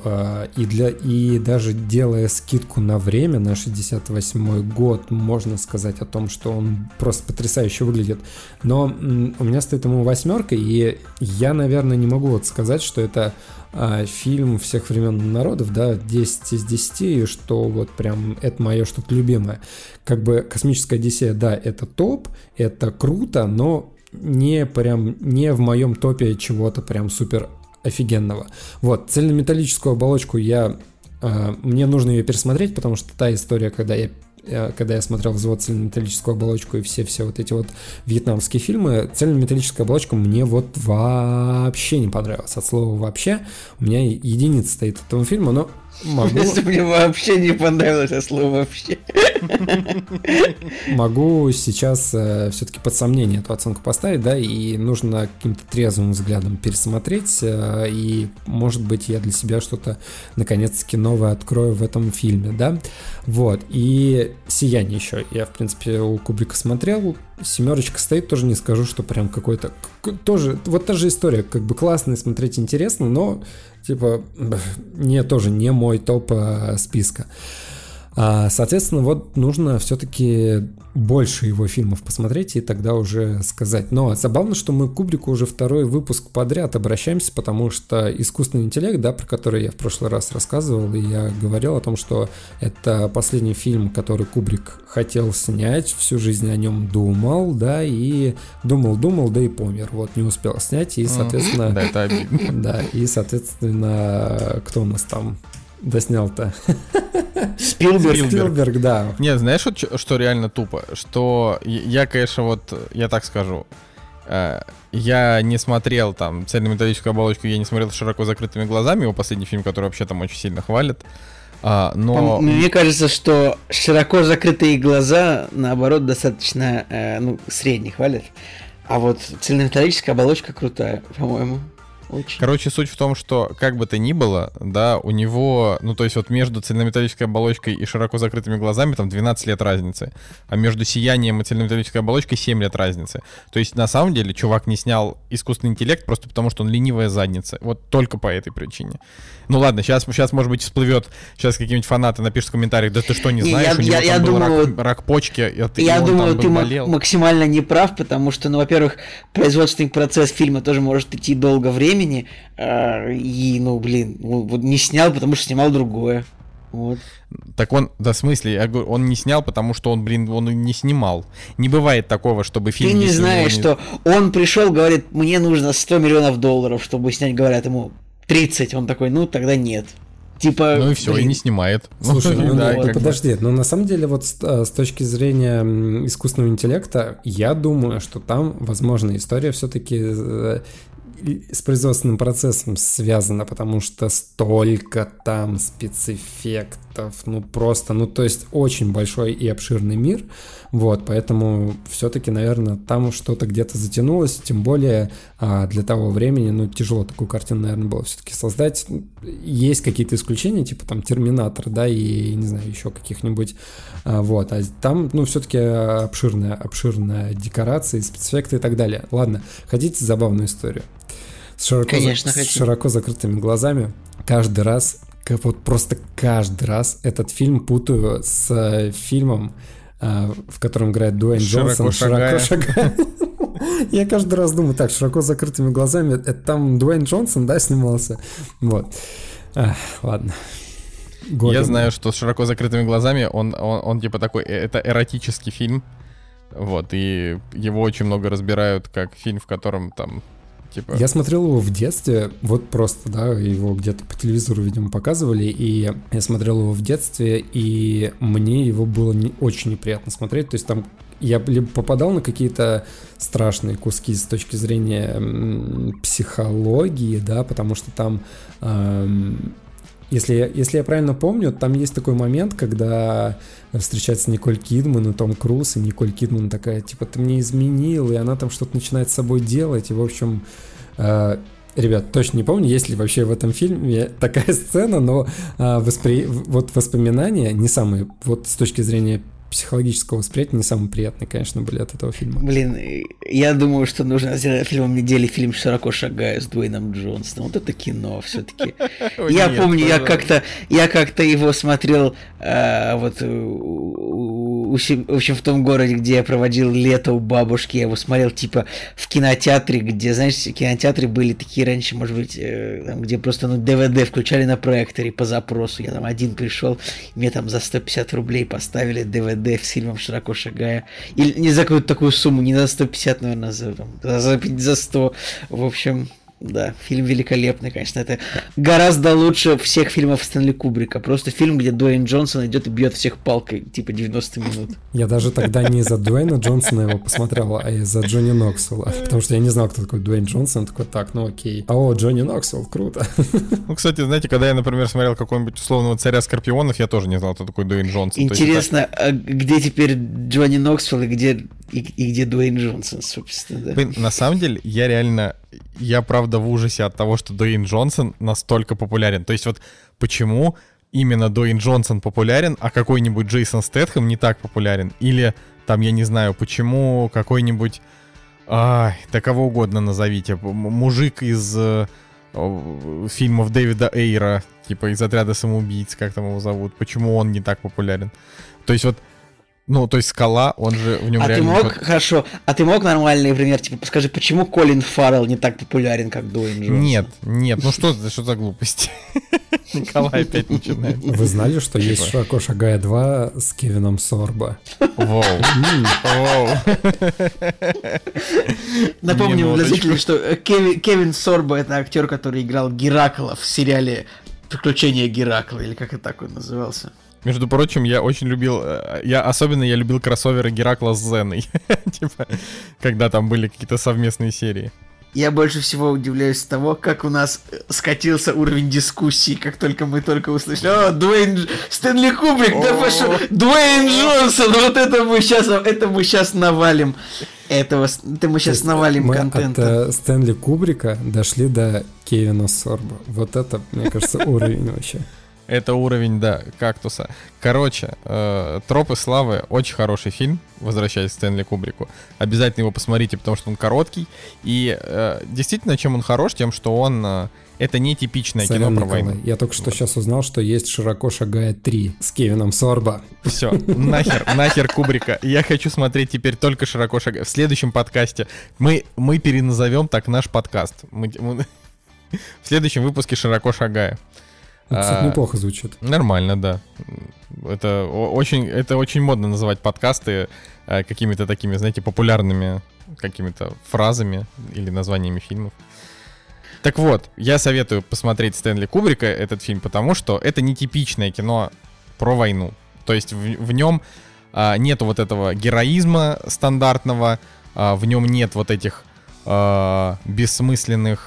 и даже делая скидку на время, на 68-й год, можно сказать о том, что он просто потрясающе выглядит, но у меня стоит ему 8, и я, наверное, не могу вот сказать, что это фильм всех времен народов, да, 10 из 10, и что вот прям это мое что-то любимое. Как бы «Космическая Одиссея», да, это топ, это круто, но не в моем топе чего-то прям супер офигенного. Вот, цельнометаллическую оболочку мне нужно ее пересмотреть, потому что та история, когда я смотрел «Взвод», цельнометаллическую оболочку и все вот эти вот вьетнамские фильмы, цельнометаллическая оболочка мне вот вообще не понравилась. От слова «вообще» у меня единица стоит от этого фильма, но могу... Если мне вообще не понравилось от слова «вообще». Могу сейчас все-таки под сомнение эту оценку поставить, да, и нужно каким-то трезвым взглядом пересмотреть, и, может быть, я для себя что-то, наконец-таки, новое открою в этом фильме, да. Вот, и «Сияние» еще я, в принципе, у Кубрика смотрел, 7 стоит, тоже не скажу, что прям какой-то... Тоже, вот та же история, как бы классно смотреть, интересно, но, типа, тоже не мой топ списка. Соответственно, вот нужно все-таки больше его фильмов посмотреть и тогда уже сказать. Но забавно, что мы к Кубрику уже второй выпуск подряд обращаемся, потому что искусственный интеллект, да, про который я в прошлый раз рассказывал, и я говорил о том, что это последний фильм, который Кубрик хотел снять, всю жизнь о нем думал, да, и думал, да и помер, вот, не успел снять, и, соответственно... Да, это обидно. Да, и, соответственно, кто у нас там доснял-то? Спилберг, да. Не, знаешь, что реально тупо? Что я, конечно, я так скажу, я не смотрел там «Цельнометаллическую оболочку», я не смотрел «Широко закрытыми глазами», его последний фильм, который вообще там очень сильно хвалят. Но... Мне кажется, что «Широко закрытые глаза», наоборот, достаточно средне хвалят. А вот «Цельнометаллическая оболочка» крутая, по-моему. Очень. Короче, суть в том, что как бы то ни было, да, у него, то есть вот между цельнометаллической оболочкой и широко закрытыми глазами там 12 лет разницы, а между сиянием и цельнометаллической оболочкой 7 лет разницы. То есть на самом деле чувак не снял искусственный интеллект просто потому, что он ленивая задница. Вот только по этой причине. Ну ладно, сейчас может быть всплывет, сейчас какие-нибудь фанаты напишут в комментариях: да ты что, не знаешь, у него там был рак почки, я думаю, ты максимально не прав, потому что, во-первых, производственный процесс фильма тоже может идти долго времени, и, не снял, потому что снимал другое. Вот. Так он, да, в смысле, я говорю, он не снял, потому что он не снимал. Не бывает такого, чтобы фильм... Ты не знаешь, что он пришел, говорит, мне нужно $100 миллионов, чтобы снять, говорят ему 30, он такой, тогда нет. Типа, и все, и не снимает. Слушай, подожди, но на самом деле вот с точки зрения искусственного интеллекта, я думаю, что там, возможно, история все-таки с производственным процессом связано, потому что столько там спецэффектов, то есть очень большой и обширный мир, вот, поэтому все-таки, наверное, там что-то где-то затянулось, тем более для того времени, тяжело такую картину, наверное, было все-таки создать. Есть какие-то исключения, типа там «Терминатор», да, и, не знаю, еще каких-нибудь, вот, а там, все-таки обширная декорация, спецэффекты и так далее. Ладно, хотите забавную историю? С широко закрытыми глазами каждый раз, вот просто каждый раз этот фильм путаю с фильмом, в котором играет Дуэйн Джонсон. «Широко шагая». Я каждый раз думаю, так, «Широко закрытыми глазами», это там Дуэйн Джонсон, да, снимался? Вот. Ладно. Я знаю, что с «Широко закрытыми глазами» он типа такой, это эротический фильм. Вот, и его очень много разбирают как фильм, в котором там, типа... Я смотрел его в детстве, вот просто, да, его где-то по телевизору, видимо, показывали, и я смотрел его в детстве, и мне его было очень неприятно смотреть, то есть там я либо попадал на какие-то страшные куски с точки зрения психологии, да, потому что там... Если я правильно помню, там есть такой момент, когда встречается Николь Кидман и Том Круз, и Николь Кидман такая, типа, ты мне изменил, и она там что-то начинает с собой делать, и, в общем, ребят, точно не помню, есть ли вообще в этом фильме такая сцена, но вот воспоминания не самые, вот с точки зрения психологического восприятия, не самые приятные, конечно, были от этого фильма. Блин, я думаю, что нужно сделать фильмом недели фильм «Широко шагая» с Дуэйном Джонсоном. Вот это кино все-таки. Я помню, я как-то его смотрел вот в общем, в том городе, где я проводил лето у бабушки, я его смотрел типа в кинотеатре, где, знаешь, кинотеатры были такие раньше, может быть, там, где просто DVD включали на проекторе по запросу. Я там один пришел, мне там за 150 рублей поставили DVD с фильмом «Широко шагая». Или не за какую-то такую сумму, не за 150, наверное, за 100. В общем, да, фильм великолепный, конечно. Это гораздо лучше всех фильмов Стэнли Кубрика. Просто фильм, где Дуэйн Джонсон идет и бьет всех палкой, типа 90 минут. Я даже тогда не из-за Дуэйна Джонсона его посмотрел, а из-за Джонни Ноксвилла. Потому что я не знал, кто такой Дуэйн Джонсон. Такой, так, ну окей. Джонни Ноксвилл, круто. Ну, кстати, знаете, когда я, например, смотрел какого-нибудь условного «Царя Скорпионов», я тоже не знал, кто такой Дуэйн Джонсон. Интересно, а где теперь Джонни Ноксвилл и где Дуэйн Джонсон, собственно, да? Блин, на самом деле, я правда в ужасе от того, что Дуэйн Джонсон настолько популярен. То есть вот почему именно Дуэйн Джонсон популярен, а какой-нибудь Джейсон Стэтхэм не так популярен? Или там, я не знаю, почему какой-нибудь, да кого угодно назовите, мужик из фильмов Дэвида Эйра, типа из «Отряда самоубийц», как там его зовут, почему он не так популярен? То есть вот, ну, то есть «Скала», он же в нем реально... ты мог нормальный пример, типа, скажи, почему Колин Фаррелл не так популярен, как Дуэйн Джонсон? Нет, ну что за глупости? Николай опять начинает. Вы знали, что есть «Широко шагая 2» с Кевином Сорбо? Воу. Напомним для зрителей, что Кевин Сорбо — это актер, который играл Геракла в сериале «Приключения Геракла», или как это так он назывался. Между прочим, я очень любил, я любил кроссоверы Геракла с Зеной, типа, когда там были какие-то совместные серии. Я больше всего удивляюсь с того, как у нас скатился уровень дискуссии, как только мы услышали, Стэнли Кубрик, да пошел, Дуэйн Джонсон, вот это мы сейчас навалим. Мы сейчас навалим контента. Мы от Стэнли Кубрика дошли до Кевина Сорбо. Вот это, мне кажется, уровень вообще. Это уровень, да, кактуса. Короче, «Тропы славы» очень хороший фильм, возвращаясь к Стэнли Кубрику. Обязательно его посмотрите, потому что он короткий. И действительно, чем он хорош, тем, что он... это не типичное кино про войну. Я только что сейчас узнал, что есть «Широко шагая 3» с Кевином Сорбо. Все, нахер Кубрика. Я хочу смотреть теперь только «Широко шагая». В следующем подкасте мы переназовем так наш подкаст. В следующем выпуске «Широко шагая». Кстати, неплохо звучит. Нормально, да. Это очень модно называть подкасты какими-то такими, знаете, популярными какими-то фразами или названиями фильмов. Так вот, я советую посмотреть Стэнли Кубрика, этот фильм, потому что это нетипичное кино про войну. То есть в нем нету вот этого героизма стандартного, в нем нет вот этих бессмысленных,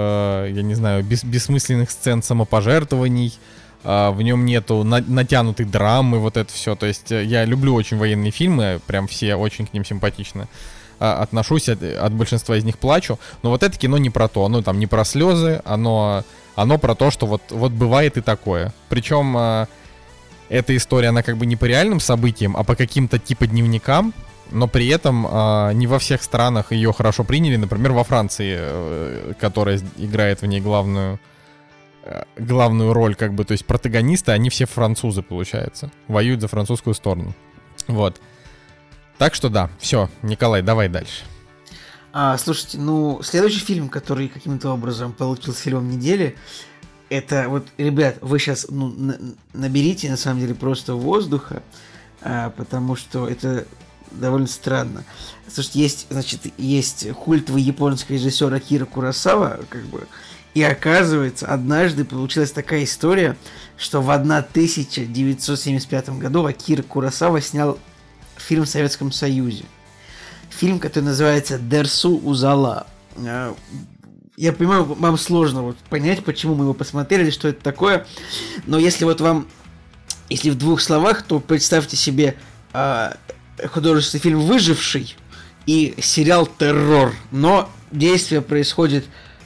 я не знаю, бессмысленных сцен самопожертвований, в нем нету натянутой драмы, вот это все. То есть я люблю очень военные фильмы, прям все очень к ним симпатично отношусь, от большинства из них плачу, но вот это кино не про то, оно там не про слезы, оно про то, что вот бывает и такое. Причем эта история, она как бы не по реальным событиям, а по каким-то типа дневникам, но при этом не во всех странах ее хорошо приняли. Например, во Франции, которая играет в ней главную главную роль, как бы, то есть протагонисты, они все французы, получается. Воюют за французскую сторону. Вот. Так что да, все, Николай, давай дальше. Слушайте, следующий фильм, который каким-то образом получил фильмом недели, это вот, ребят, вы сейчас наберите, на самом деле, просто воздуха, потому что это довольно странно. Слушайте, есть культовый японский режиссер Акира Куросава, как бы, и оказывается, однажды получилась такая история, что в 1975 году Акира Куросава снял фильм в Советском Союзе. Фильм, который называется «Дерсу Узала». Я понимаю, вам сложно понять, почему мы его посмотрели, что это такое, но если в 2 словах, то представьте себе художественный фильм «Выживший» и сериал «Террор», но действие происходит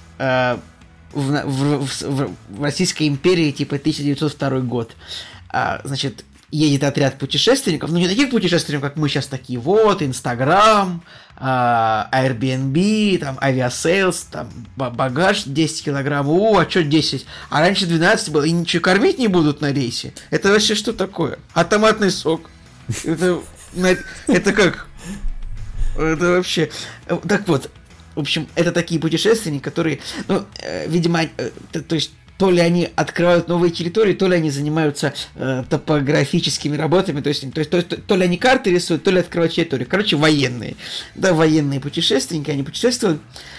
в Российской империи, типа 1902 год. Значит, едет отряд путешественников, не таких путешественников, как мы сейчас такие, Инстаграм, Airbnb, там, авиасейлс, там, багаж 10 килограмм, а что 10? А раньше 12 было, и ничего кормить не будут на рейсе? Это вообще что такое? А томатный сок? Это как? Это вообще... Так вот, в общем, это такие путешественники, которые, видимо, то есть, то ли они открывают новые территории, то ли они занимаются топографическими работами, то есть то ли они карты рисуют, то ли открывают территорию. Короче, военные. Да, военные путешественники, они путешествуют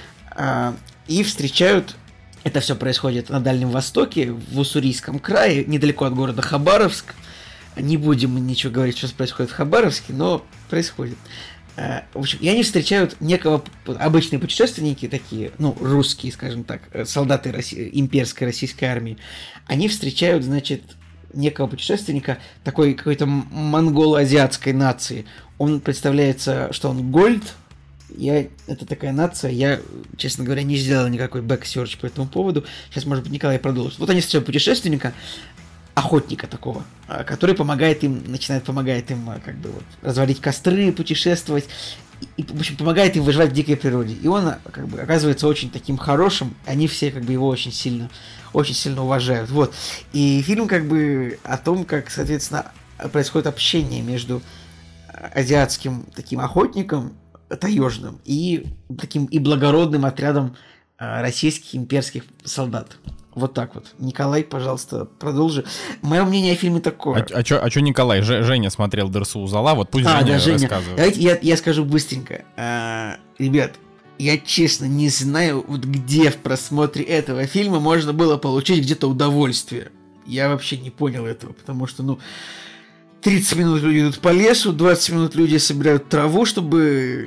и встречают... Это все происходит на Дальнем Востоке, в Уссурийском крае, недалеко от города Хабаровск. Не будем мы ничего говорить, что происходит в Хабаровске, но происходит. В общем, и они встречают некого, обычные путешественники, такие, русские, скажем так, солдаты имперской российской армии, они встречают, значит, некого путешественника, такой какой-то монголо-азиатской нации. Он представляется, что он Гольд. Это такая нация, я, честно говоря, не сделал никакой бэк-серч по этому поводу. Сейчас, может быть, Николай продолжит. Вот они встречают путешественника, охотника такого, который начинает помогать им как бы разводить костры, путешествовать, и, в общем, помогает им выживать в дикой природе. И он как бы оказывается очень таким хорошим, они все как бы его очень сильно уважают. Вот. И фильм как бы о том, как, соответственно, происходит общение между азиатским таким охотником таежным и таким и благородным отрядом российских имперских солдат. Вот так вот. Николай, пожалуйста, продолжи. Мое мнение о фильме такое. А чё Николай? Женя смотрел «Дерсу Узала», вот пусть Женя рассказывает. Давайте я скажу быстренько. Ребят, я честно не знаю, где в просмотре этого фильма можно было получить где-то удовольствие. Я вообще не понял этого, потому что, 30 минут люди идут по лесу, 20 минут люди собирают траву, чтобы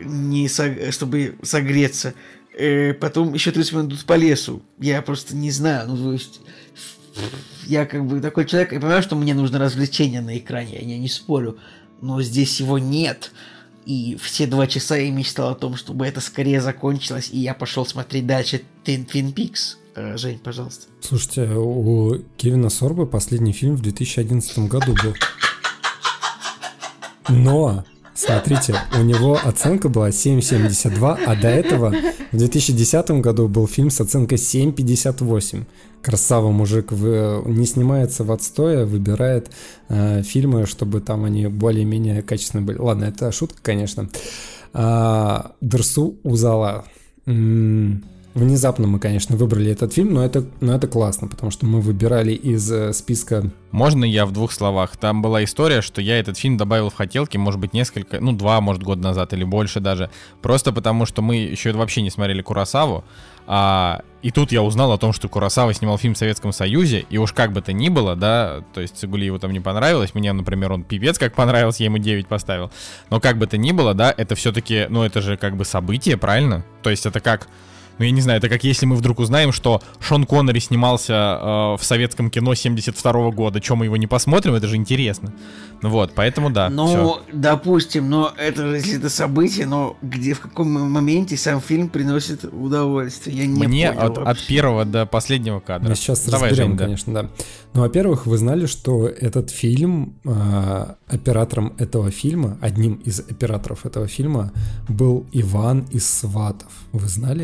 согреться. Потом еще 30 минут идут по лесу. Я просто не знаю, то есть... Я как бы такой человек, я понимаю, что мне нужно развлечение на экране, я не спорю, но здесь его нет. И все 2 часа я мечтал о том, чтобы это скорее закончилось, и я пошел смотреть дальше Twin Peaks. Жень, пожалуйста. Слушайте, у Кевина Сорбо последний фильм в 2011 году был. Но... Смотрите, у него оценка была 7,72, а до этого в 2010 году был фильм с оценкой 7,58. Красава мужик не снимается в отстое, выбирает фильмы, чтобы там они более-менее качественные были. Ладно, это шутка, конечно. «Дерсу Узала». Внезапно мы, конечно, выбрали этот фильм, но это классно, потому что мы выбирали из списка... Можно я в 2 словах? Там была история, что я этот фильм добавил в хотелки, может быть, 2, может, год назад или больше даже, просто потому что мы еще вообще не смотрели Куросаву, и тут я узнал о том, что Куросава снимал фильм в Советском Союзе, и уж как бы то ни было, да, то есть Цигулиеву там не понравилось, мне, например, он пипец как понравился, я ему 9 поставил, но как бы то ни было, да, это все-таки, это же как бы событие, правильно? То есть это как... я не знаю, это как если мы вдруг узнаем, что Шон Коннери снимался в советском кино 72 года. Чё, мы его не посмотрим? Это же интересно. Вот, поэтому да. Допустим, но это если это событие, но где, в каком моменте сам фильм приносит удовольствие? Я не Мне понял от первого до последнего кадра. Мы сейчас разберем, Жень, конечно, да. Во-первых, вы знали, что этот фильм, оператором этого фильма, одним из операторов этого фильма был Иван из «Сватов». Вы знали это вообще?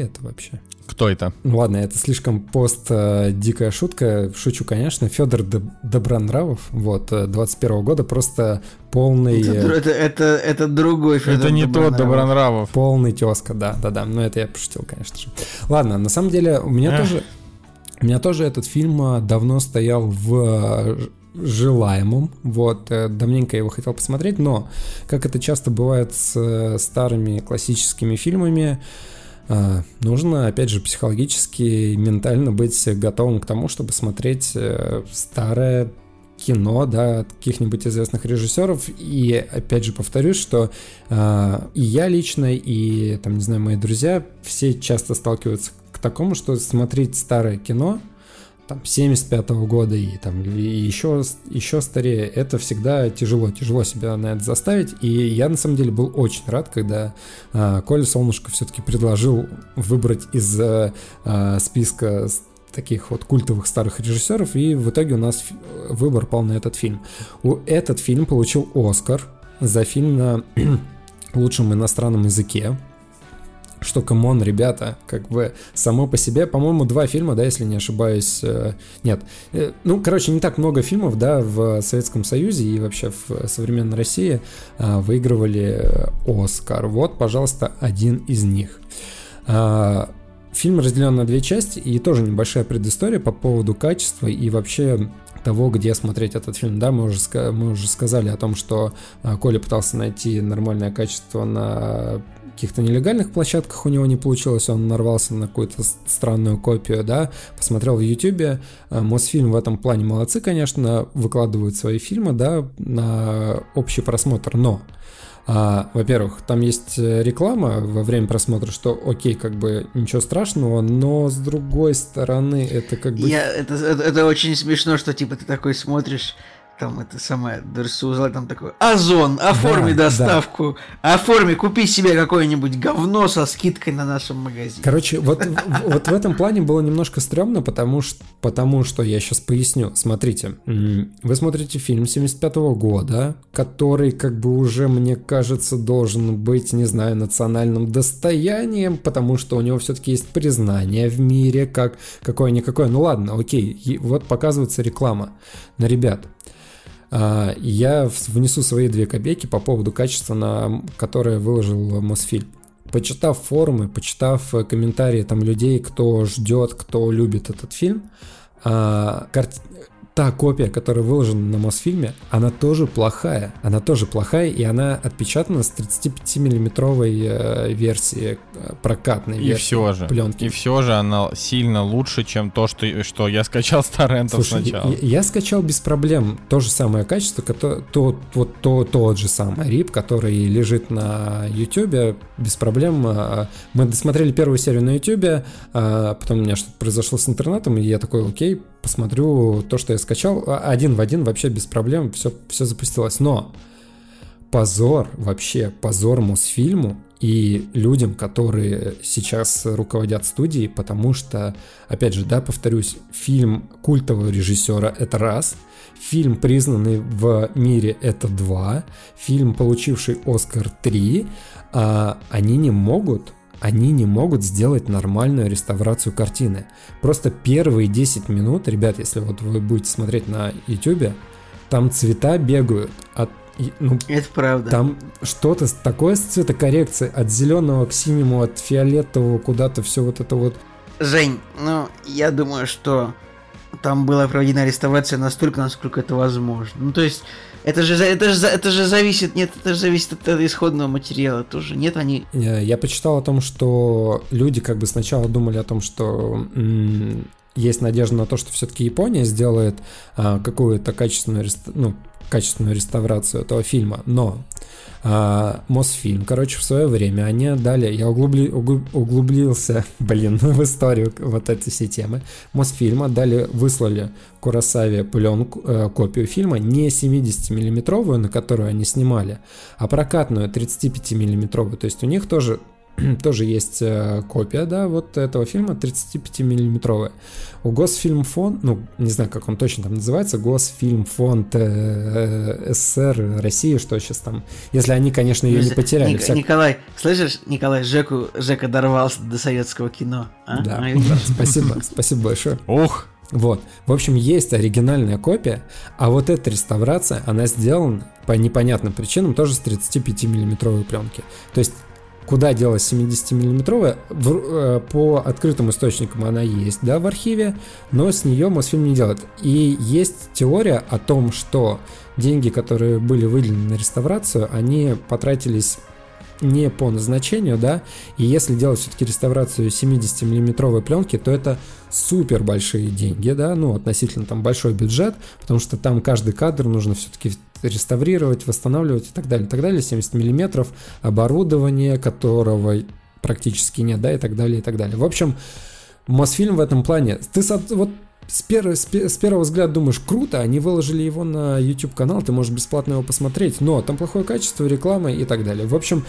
вообще. Кто это? Ну ладно, это слишком дикая шутка. Шучу, конечно. Федор Добронравов, вот, 21 года, просто полный... Это другой Федор Это не тот Добронравов. Полный тезка, да. Но это я пошутил, конечно же. Ладно, на самом деле, у меня тоже этот фильм давно стоял в желаемом, вот, давненько я его хотел посмотреть, но, как это часто бывает с старыми классическими фильмами, нужно, опять же, психологически и ментально быть готовым к тому, чтобы смотреть старое кино, да, от каких-нибудь известных режиссеров. И, опять же, повторюсь, что и я лично, и, там, не знаю, мои друзья, все часто сталкиваются к такому, что смотреть старое кино, там, 75-го года и там еще старее, это всегда тяжело себя на это заставить. И я, на самом деле, был очень рад, когда Коля Солнышко все-таки предложил выбрать из списка таких вот культовых старых режиссеров, и в итоге у нас выбор пал на этот фильм. Этот фильм получил Оскар за фильм на лучшем иностранном языке. Что, камон, ребята, как бы само по себе, по-моему, 2 фильма, да, если не ошибаюсь, нет, ну, короче, не так много фильмов, да, в Советском Союзе и вообще в современной России выигрывали Оскар. Вот, пожалуйста, один из них. Фильм разделен на 2 части, и тоже небольшая предыстория по поводу качества и вообще того, где смотреть этот фильм. Да, мы уже сказали о том, что Коля пытался найти нормальное качество на каких-то нелегальных площадках, у него не получилось, он нарвался на какую-то странную копию, да, посмотрел в Ютубе. Мосфильм в этом плане молодцы, конечно, выкладывают свои фильмы, да, на общий просмотр, но во-первых, там есть реклама во время просмотра, что окей, как бы ничего страшного, но с другой стороны это как бы... Это очень смешно, что типа ты такой смотришь, там это самое, Дерсузла, там такой, Озон, оформи доставку, оформи, купи себе какое-нибудь говно со скидкой на нашем магазине. Короче, вот в этом плане было немножко стрёмно, потому что я сейчас поясню. Смотрите, вы смотрите фильм 75-го года, который как бы уже, мне кажется, должен быть, не знаю, национальным достоянием, потому что у него все-таки есть признание в мире, как какое-никакое. Ну ладно, окей, вот показывается реклама. Но, ребят, я внесу свои 2 копейки по поводу качества, которое выложил Мосфильм. Почитав форумы, почитав комментарии там людей, кто ждет, кто любит этот фильм, та копия, которая выложена на Мосфильме, она тоже плохая. И она отпечатана с 35-миллиметровой версии, прокатной версии пленки. И все же она сильно лучше, чем то, что я скачал с торрентов сначала. Я скачал без проблем то же самое качество, тот же самый рип, который лежит на Ютубе, без проблем. Мы досмотрели первую серию на Ютубе, потом у меня что-то произошло с интернетом, и я такой, окей, посмотрю то, что я скачал, один в один, вообще без проблем, все запустилось. Но позор Мосфильму и людям, которые сейчас руководят студией, потому что, опять же, да, повторюсь, фильм культового режиссера — это раз, фильм, признанный в мире — это 2, фильм, получивший Оскар — 3, они не могут сделать нормальную реставрацию картины. Просто первые 10 минут, ребят, если вот вы будете смотреть на YouTube, там цвета бегают это правда. Там что-то такое с цветокоррекцией, от зеленого к синему, от фиолетового куда-то, все вот это вот. Жень, я думаю, что там была проведена реставрация настолько, насколько это возможно. Ну, то есть, это же зависит от исходного материала тоже. Нет, они... Я почитал о том, что люди как бы сначала думали о том, что есть надежда на то, что все-таки Япония сделает какую-то качественную реставрацию этого фильма, но Мосфильм, в свое время они дали, я углублился, в историю вот этой всей темы. Мосфильма выслали Куросаве копию фильма не 70-миллиметровую, на которую они снимали, а прокатную 35-миллиметровую, то есть у них тоже тоже есть копия, да, вот этого фильма 35-миллиметровая. У Госфильмфонд, ну, не знаю, как он точно там называется, Госфильмфонд СССР, России, что сейчас там, если они, конечно, ее не потеряли. Николай, слышишь, Николай, Жека дорвался до советского кино. А? Да, спасибо большое. Ух! Вот, в общем, есть оригинальная копия, а вот эта реставрация, она сделана по непонятным причинам тоже с 35-миллиметровой пленки. То есть, куда делась 70-миллиметровая, по открытым источникам она есть, да, в архиве, но с нее Мосфильм не делает. И есть теория о том, что деньги, которые были выделены на реставрацию, они потратились не по назначению, да, и если делать все-таки реставрацию 70-миллиметровой пленки, то это супер большие деньги, да, ну, относительно там большой бюджет, потому что там каждый кадр нужно все-таки реставрировать, восстанавливать и так далее, 70 миллиметров, оборудование которого практически нет, да, и так далее, и так далее. В общем, Мосфильм в этом плане, ты вот с первого взгляда думаешь, круто, они выложили его на YouTube-канал, ты можешь бесплатно его посмотреть, но там плохое качество, реклама и так далее. В общем,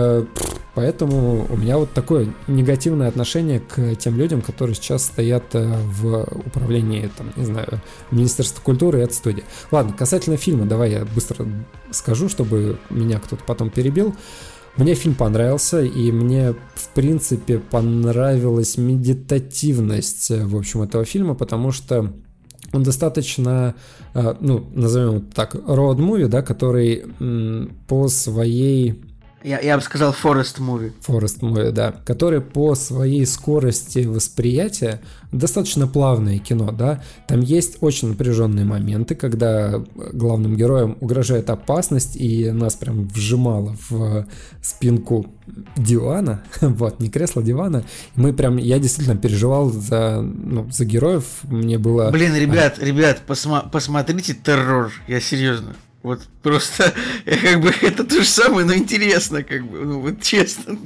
поэтому у меня вот такое негативное отношение к тем людям, которые сейчас стоят в управлении, там, не знаю, Министерства культуры и от студии. Ладно, касательно фильма, давай я быстро скажу, чтобы меня кто-то потом перебил. Мне фильм понравился, и мне, в принципе, понравилась медитативность, в общем, этого фильма, потому что он достаточно, ну, назовем это так, роуд-муви, да, который по своей... Я бы сказал Forest Movie, да, который по своей скорости восприятия достаточно плавное кино, да. Там есть очень напряженные моменты, когда главным героям угрожает опасность, и нас прям вжимало в спинку дивана, вот, не кресла, дивана. Я действительно переживал за героев, мне было... Блин, ребят, посмотрите «Террор», я серьезно. Вот просто, это то же самое, но интересно, вот честно.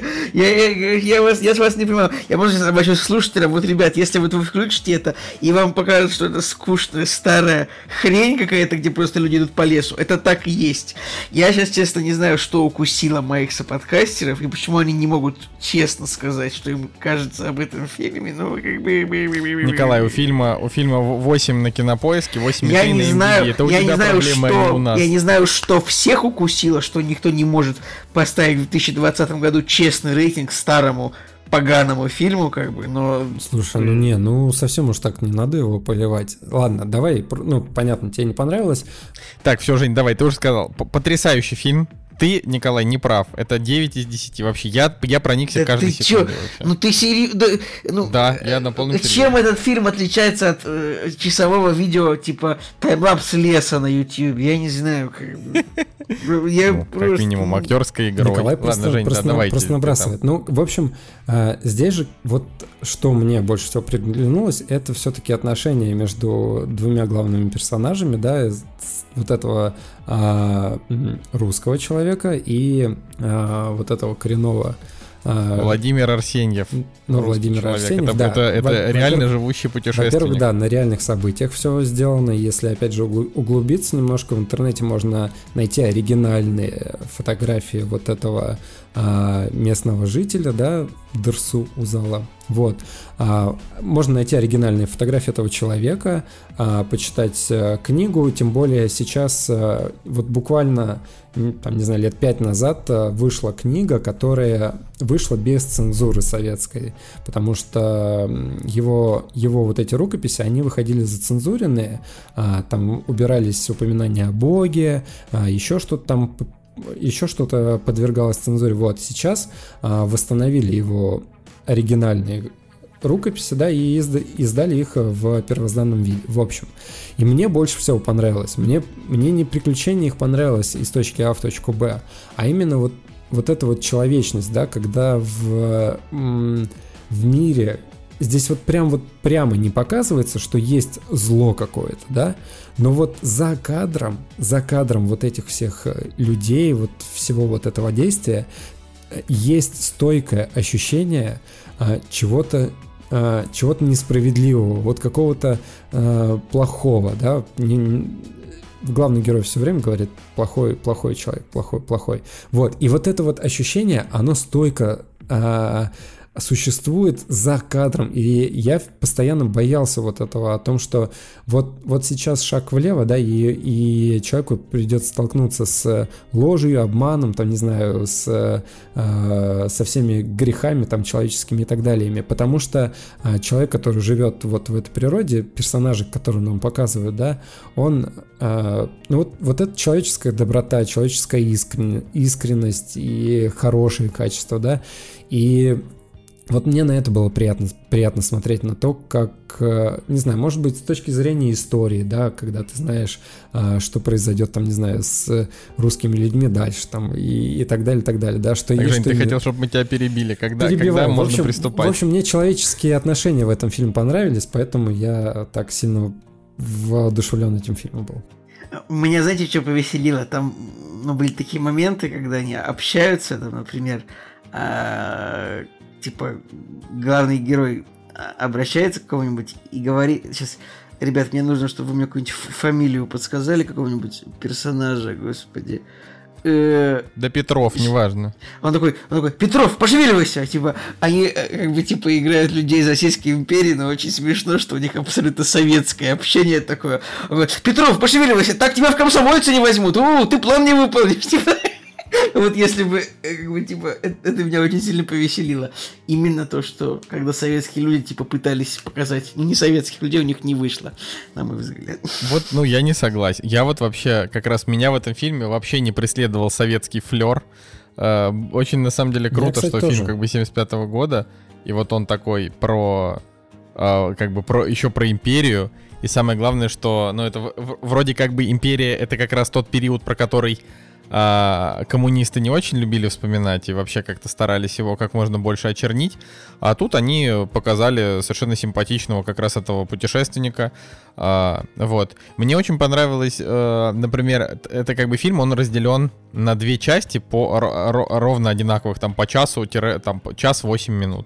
Я с вас не понимаю. Я просто обращаюсь к слушателям, вот, ребят, если вот вы включите это, и вам покажут, что это скучная, старая хрень какая-то, где просто люди идут по лесу, это так и есть. Я сейчас, честно, не знаю, что укусило моих соподкастеров, и почему они не могут честно сказать, что им кажется об этом фильме, Николай, у фильма 8 на Кинопоиске, 8,3 на MDB, это у тебя проблема. Я не знаю, что всех укусило, что никто не может поставить в 2020 году честный рейтинг старому поганому фильму, но... Слушай, совсем уж так не надо его поливать. Ладно, давай, понятно, тебе не понравилось. Так, все, Жень, давай, ты уже сказал, потрясающий фильм. Ты, Николай, не прав. Это 9 из 10 вообще. Я проникся каждой секундой. Ты серьезно? Да, я на полном серьезе. Чем этот фильм отличается от часового видео, типа таймлапс леса на YouTube? Я не знаю, как минимум актерская игра. Николай просто набрасывает. В общем, здесь же вот что мне больше всего приглянулось, это все-таки отношения между двумя главными персонажами, да, вот этого русского человека и вот этого коренного Владимир Арсеньев. Владимир Арсеньев, да. Это реально живущий путешественник. Во-первых, да, на реальных событиях все сделано. Если, опять же, углубиться немножко, в интернете можно найти оригинальные фотографии вот этого местного жителя, да, Дырсу Узала. Вот. Можно найти оригинальные фотографии этого человека, почитать книгу, тем более сейчас, вот буквально, там, не знаю, лет 5 назад вышла книга, которая вышла без цензуры советской, потому что его вот эти рукописи, они выходили зацензуренные, там убирались упоминания о Боге, еще что-то подвергалось цензуре. Вот, сейчас восстановили его оригинальные рукописи, да, и издали их в первозданном виде, в общем. И мне больше всего понравилось. Мне не приключение их понравилось из точки А в точку Б, а именно вот эта вот человечность, да, когда в мире здесь вот прямо не показывается, что есть зло какое-то, да, но вот за кадром вот этих всех людей, вот всего вот этого действия есть стойкое ощущение чего-то несправедливого, вот какого-то плохого, да. Главный герой все время говорит плохой человек, плохой. Вот. И вот это вот ощущение, оно стойко существует за кадром, и я постоянно боялся вот этого, о том, что вот сейчас шаг влево, да, и человеку придется столкнуться с ложью, обманом, там, не знаю, со всеми грехами, там, человеческими и так далее, потому что человек, который живет вот в этой природе, персонажи, которые нам показывают, да, он, вот эта человеческая доброта, человеческая искренность и хорошие качества, да, и вот мне на это было приятно смотреть, на то, как, не знаю, может быть, с точки зрения истории, да, когда ты знаешь, что произойдет, там, не знаю, с русскими людьми дальше, там, и так далее, да, что так, есть... Жень, ты хотел, чтобы мы тебя перебили, когда можно приступать? В общем, мне человеческие отношения в этом фильме понравились, поэтому я так сильно воодушевлен этим фильмом был. Меня, знаете, что повеселило? Там, были такие моменты, когда они общаются, там, например, типа, главный герой обращается к кому-нибудь и говорит... Сейчас, ребят, мне нужно, чтобы вы мне какую-нибудь фамилию подсказали какого-нибудь персонажа, господи. Да Петров, неважно. Он такой, Петров, пошевеливайся! Типа, они играют людей из Российской империи, но очень смешно, что у них абсолютно советское общение такое. Он говорит, Петров, пошевеливайся, так тебя в комсомольцы не возьмут, ты план не выполнишь. Вот если бы, это меня очень сильно повеселило. Именно то, что когда советские люди, пытались показать не советских людей, у них не вышло, на мой взгляд. Вот, я не согласен. Я вот вообще, как раз меня в этом фильме вообще не преследовал советский флёр. Очень, на самом деле, круто, кстати, что тоже. Фильм 75-го года, и вот он такой еще про империю. И самое главное, что, это вроде как бы империя, это как раз тот период, про который... коммунисты не очень любили вспоминать и вообще как-то старались его как можно больше очернить. А тут они показали совершенно симпатичного как раз этого путешественника. Вот. Мне очень понравилось, например, это как бы фильм, он разделен на две части по ровно одинаковых, там по часу, там час 8 минут.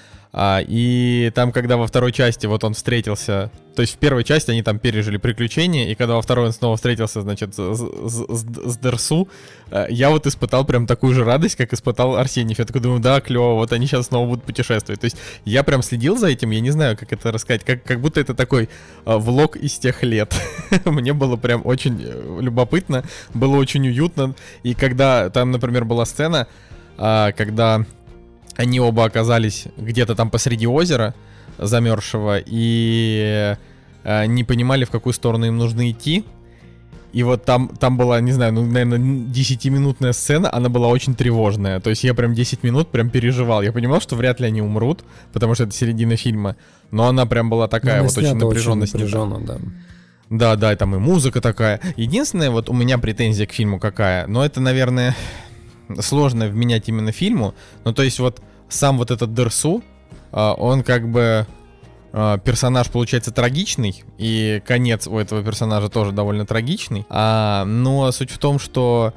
И там, когда во второй части вот он встретился, то есть в первой части они там пережили приключения, и когда во второй он снова встретился, значит, с Дерсу, я вот испытал прям такую же радость, как испытал Арсеньев. Я такой думаю, да, клево, вот они сейчас снова будут путешествовать. То есть я прям следил за этим, я не знаю, как это рассказать, как будто это такой влог из тех лет. Мне было прям очень любопытно, было очень уютно. И когда там, например, была сцена, когда... Они оба оказались где-то там посреди озера замерзшего и не понимали, в какую сторону им нужно идти. И вот там была, не знаю, наверное, 10-минутная сцена, она была очень тревожная. То есть я прям 10 минут прям переживал. Я понимал, что вряд ли они умрут, потому что это середина фильма. Но она прям была такая вот очень напряженно снята. Да. Да, и там и музыка такая. Единственная вот у меня претензия к фильму какая, но это, наверное... сложно вменять именно фильму, то есть вот сам вот этот Дерсу, он как бы персонаж получается трагичный, и конец у этого персонажа тоже довольно трагичный, но суть в том, что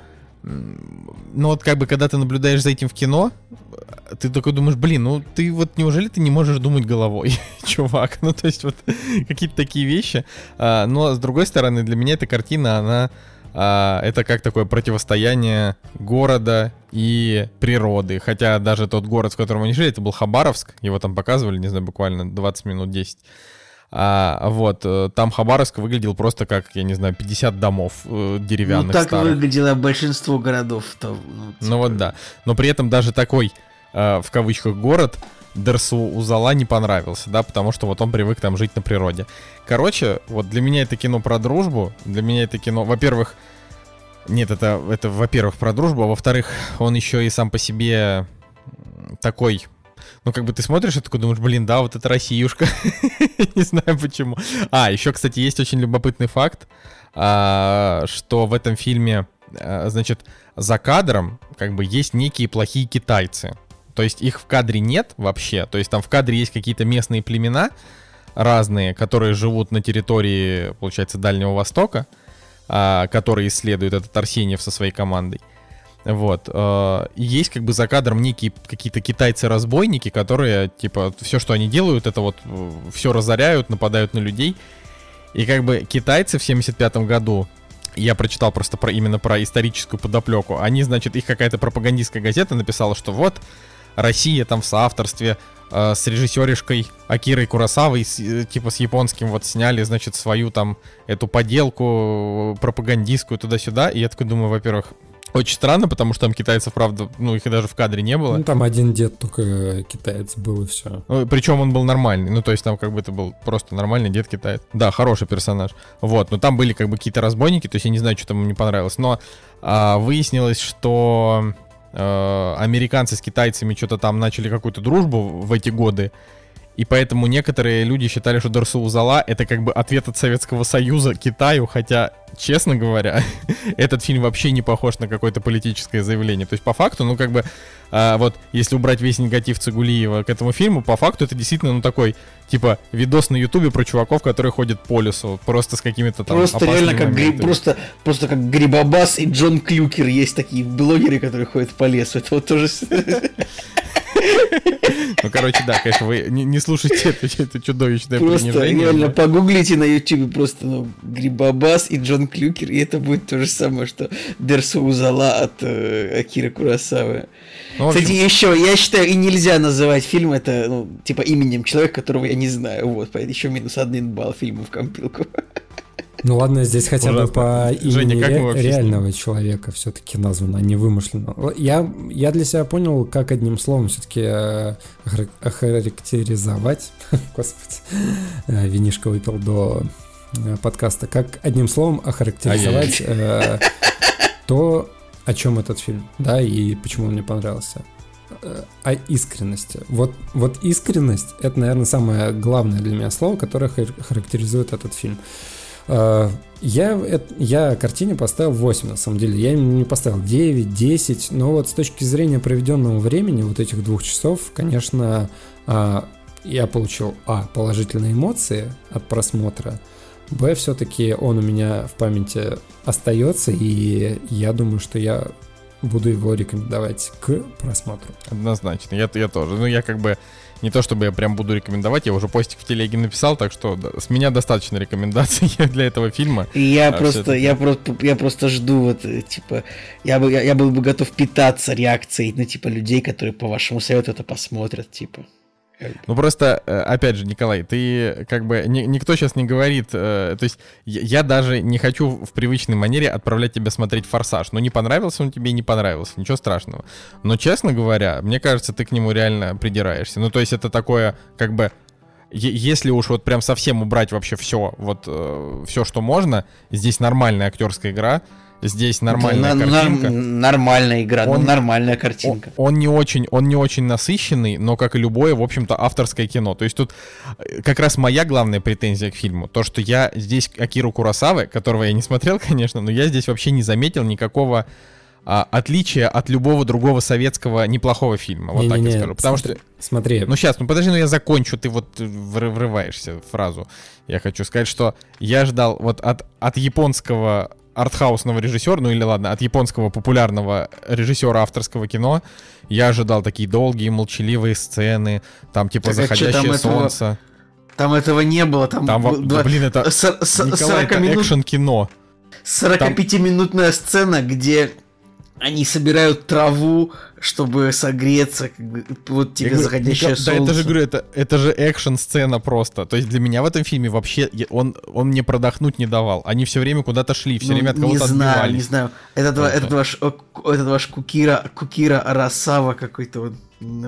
вот как бы когда ты наблюдаешь за этим в кино, ты такой думаешь, ты вот неужели ты не можешь думать головой, чувак, то есть вот какие-то такие вещи, но с другой стороны для меня эта картина, она это как такое противостояние города и природы. Хотя даже тот город, в котором они жили, это был Хабаровск. Его там показывали, не знаю, буквально 20 минут, 10. Там Хабаровск выглядел просто как, я не знаю, 50 домов деревянных так старых. Выглядело большинство городов. Вот да. Но при этом даже такой, в кавычках, город Дерсу Узала не понравился, да, потому что вот он привык там жить на природе. Короче, вот для меня это кино про дружбу, для меня это кино, во-первых, нет, это во-первых, про дружбу, а во-вторых, он еще и сам по себе такой, как бы ты смотришь и такой думаешь, да, вот это Россиюшка, не знаю почему. Еще, кстати, есть очень любопытный факт, что в этом фильме, значит, за кадром как бы есть некие плохие китайцы. То есть их в кадре нет вообще. То есть там в кадре есть какие-то местные племена разные, которые живут на территории, получается, Дальнего Востока, которые исследует этот Арсеньев со своей командой. Вот. И есть как бы за кадром некие какие-то китайцы-разбойники, которые, типа, все, что они делают, это вот все разоряют, нападают на людей. И как бы китайцы в 75-м году, я прочитал просто именно про историческую подоплеку, они, значит, их какая-то пропагандистская газета написала, что вот, Россия там в соавторстве с режиссеришкой Акирой Куросавой, типа с японским, вот сняли, значит, свою там эту поделку пропагандистскую туда-сюда. И я такой думаю, во-первых, очень странно, потому что там китайцев, правда, ну, их и даже в кадре не было. Ну, там один дед только китаец был, и все. Причем он был нормальный, ну, то есть там как бы это был просто нормальный дед китаец. Да, хороший персонаж. Вот, но там были как бы какие-то разбойники, то есть я не знаю, что там им не понравилось. Но выяснилось, что американцы с китайцами что-то там начали какую-то дружбу в эти годы. И поэтому некоторые люди считали, что Дерсу Узала — это как бы ответ от Советского Союза Китаю, хотя, честно говоря, этот фильм вообще не похож на какое-то политическое заявление. То есть, по факту, ну, как бы, вот, если убрать весь негатив Цигулиева к этому фильму, по факту это действительно, ну, такой, типа, видос на Ютубе про чуваков, которые ходят по лесу, просто с какими-то там просто реально как просто как Грибобас и Джон Клюкер. Есть такие блогеры, которые ходят по лесу. Это вот тоже... Ну, короче, да, конечно, вы не слушайте это чудовищное просто принижение. Реально, погуглите на ютубе просто Грибобас и Джон Клюкер, и это будет то же самое, что Дерсу Узала от Акиры Куросавы. Ну, кстати, еще, я считаю, и нельзя называть фильм это, ну, типа, именем человека, которого я не знаю. Вот, поэтому еще -1 балл фильму в компилку. Ну ладно, здесь хотя бы по Женя, имени реального человека все-таки названо, а не вымышленно. Я для себя понял, как одним словом все-таки охарактеризовать. Господи, винишко выпил до подкаста. Как одним словом охарактеризовать то, о чем этот фильм, да, и почему он мне понравился. О искренности. Вот искренность — это, наверное, самое главное для меня слово, которое характеризует этот фильм. Я картине поставил 8, на самом деле. Я им не поставил 9, 10, но вот с точки зрения проведенного времени, вот этих 2 часов, конечно, я получил, положительные эмоции от просмотра, б, все-таки он у меня в памяти остается, и я думаю, что я буду его рекомендовать к просмотру. Однозначно, я тоже. Ну, я как бы не то чтобы я прям буду рекомендовать, я уже постик в телеге написал, так что с меня достаточно рекомендаций для этого фильма. И я просто жду вот, типа, я был бы готов питаться реакцией, ну, типа, людей, которые по вашему совету это посмотрят, типа. Ну просто, опять же, Николай, ты как бы, никто сейчас не говорит, то есть я даже не хочу в привычной манере отправлять тебя смотреть «Форсаж». Ну не понравился он тебе, не понравился, ничего страшного. Но, честно говоря, мне кажется, ты к нему реально придираешься. Ну то есть это такое, как бы, если уж вот прям совсем убрать вообще все, вот все, что можно, здесь нормальная актерская игра, здесь нормальная картинка. Нормальная игра, нормальная картинка. Он не очень насыщенный, но, как и любое, в общем-то, авторское кино. То есть тут как раз моя главная претензия к фильму, то, что я здесь Акиру Куросавы, которого я не смотрел, конечно, но я здесь вообще не заметил никакого отличия от любого другого советского неплохого фильма. Вот так я скажу. Потому что... Смотри. Ну сейчас, подожди, я закончу, ты вот врываешься в фразу. Я хочу сказать, что я ждал вот от японского артхаусного режиссера, ну или ладно, от японского популярного режиссера авторского кино, я ожидал такие долгие молчаливые сцены, там типа так, заходящее солнце. Там этого не было, там блин, это Николай, это экшн-кино. 45-минутная сцена, где они собирают траву, чтобы согреться, вот тебе заходящее солнце. Да, это же, говорю, это же экшн-сцена просто. То есть для меня в этом фильме вообще он мне продохнуть не давал. Они все время куда-то шли, все время от кого-то отбивались. Не знаю. Этот ваш Кукира Арасава какой-то вот. Ну,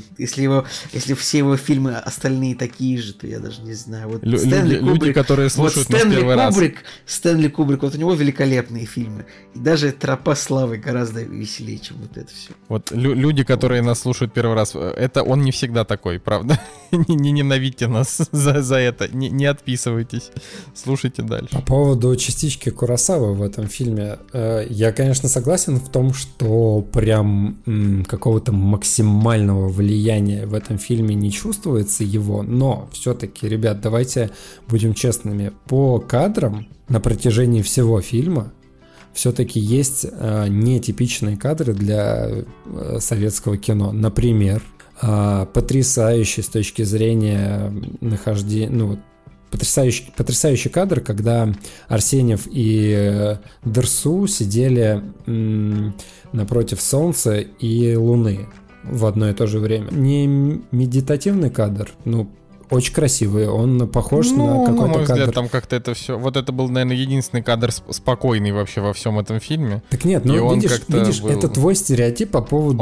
если все его фильмы остальные такие же, то я даже не знаю. Вот люди, которые слушают нас первый раз. Стэнли Кубрик, вот у него великолепные фильмы. И даже «Тропа славы» гораздо веселее, чем вот это все. Вот люди, которые нас слушают первый раз, это он не всегда такой, правда? Не ненавидьте нас за это, не отписывайтесь, слушайте дальше. По поводу частички Куросавы в этом фильме, я, конечно, согласен в том, что прям какого-то максимального влияния в этом фильме не чувствуется его, но все-таки, ребят, давайте будем честными, по кадрам на протяжении всего фильма все-таки есть нетипичные кадры для советского кино. Например, потрясающий с точки зрения нахождения, потрясающий кадр, когда Арсеньев и Дерсу сидели напротив Солнца и Луны. в одно и то же время. Не медитативный кадр, очень красивый, он похож на какой-то на мой взгляд, кадр. там как-то это все... Вот это был, наверное, единственный кадр спокойный вообще во всем этом фильме. Так нет, видишь, был... это твой стереотип по поводу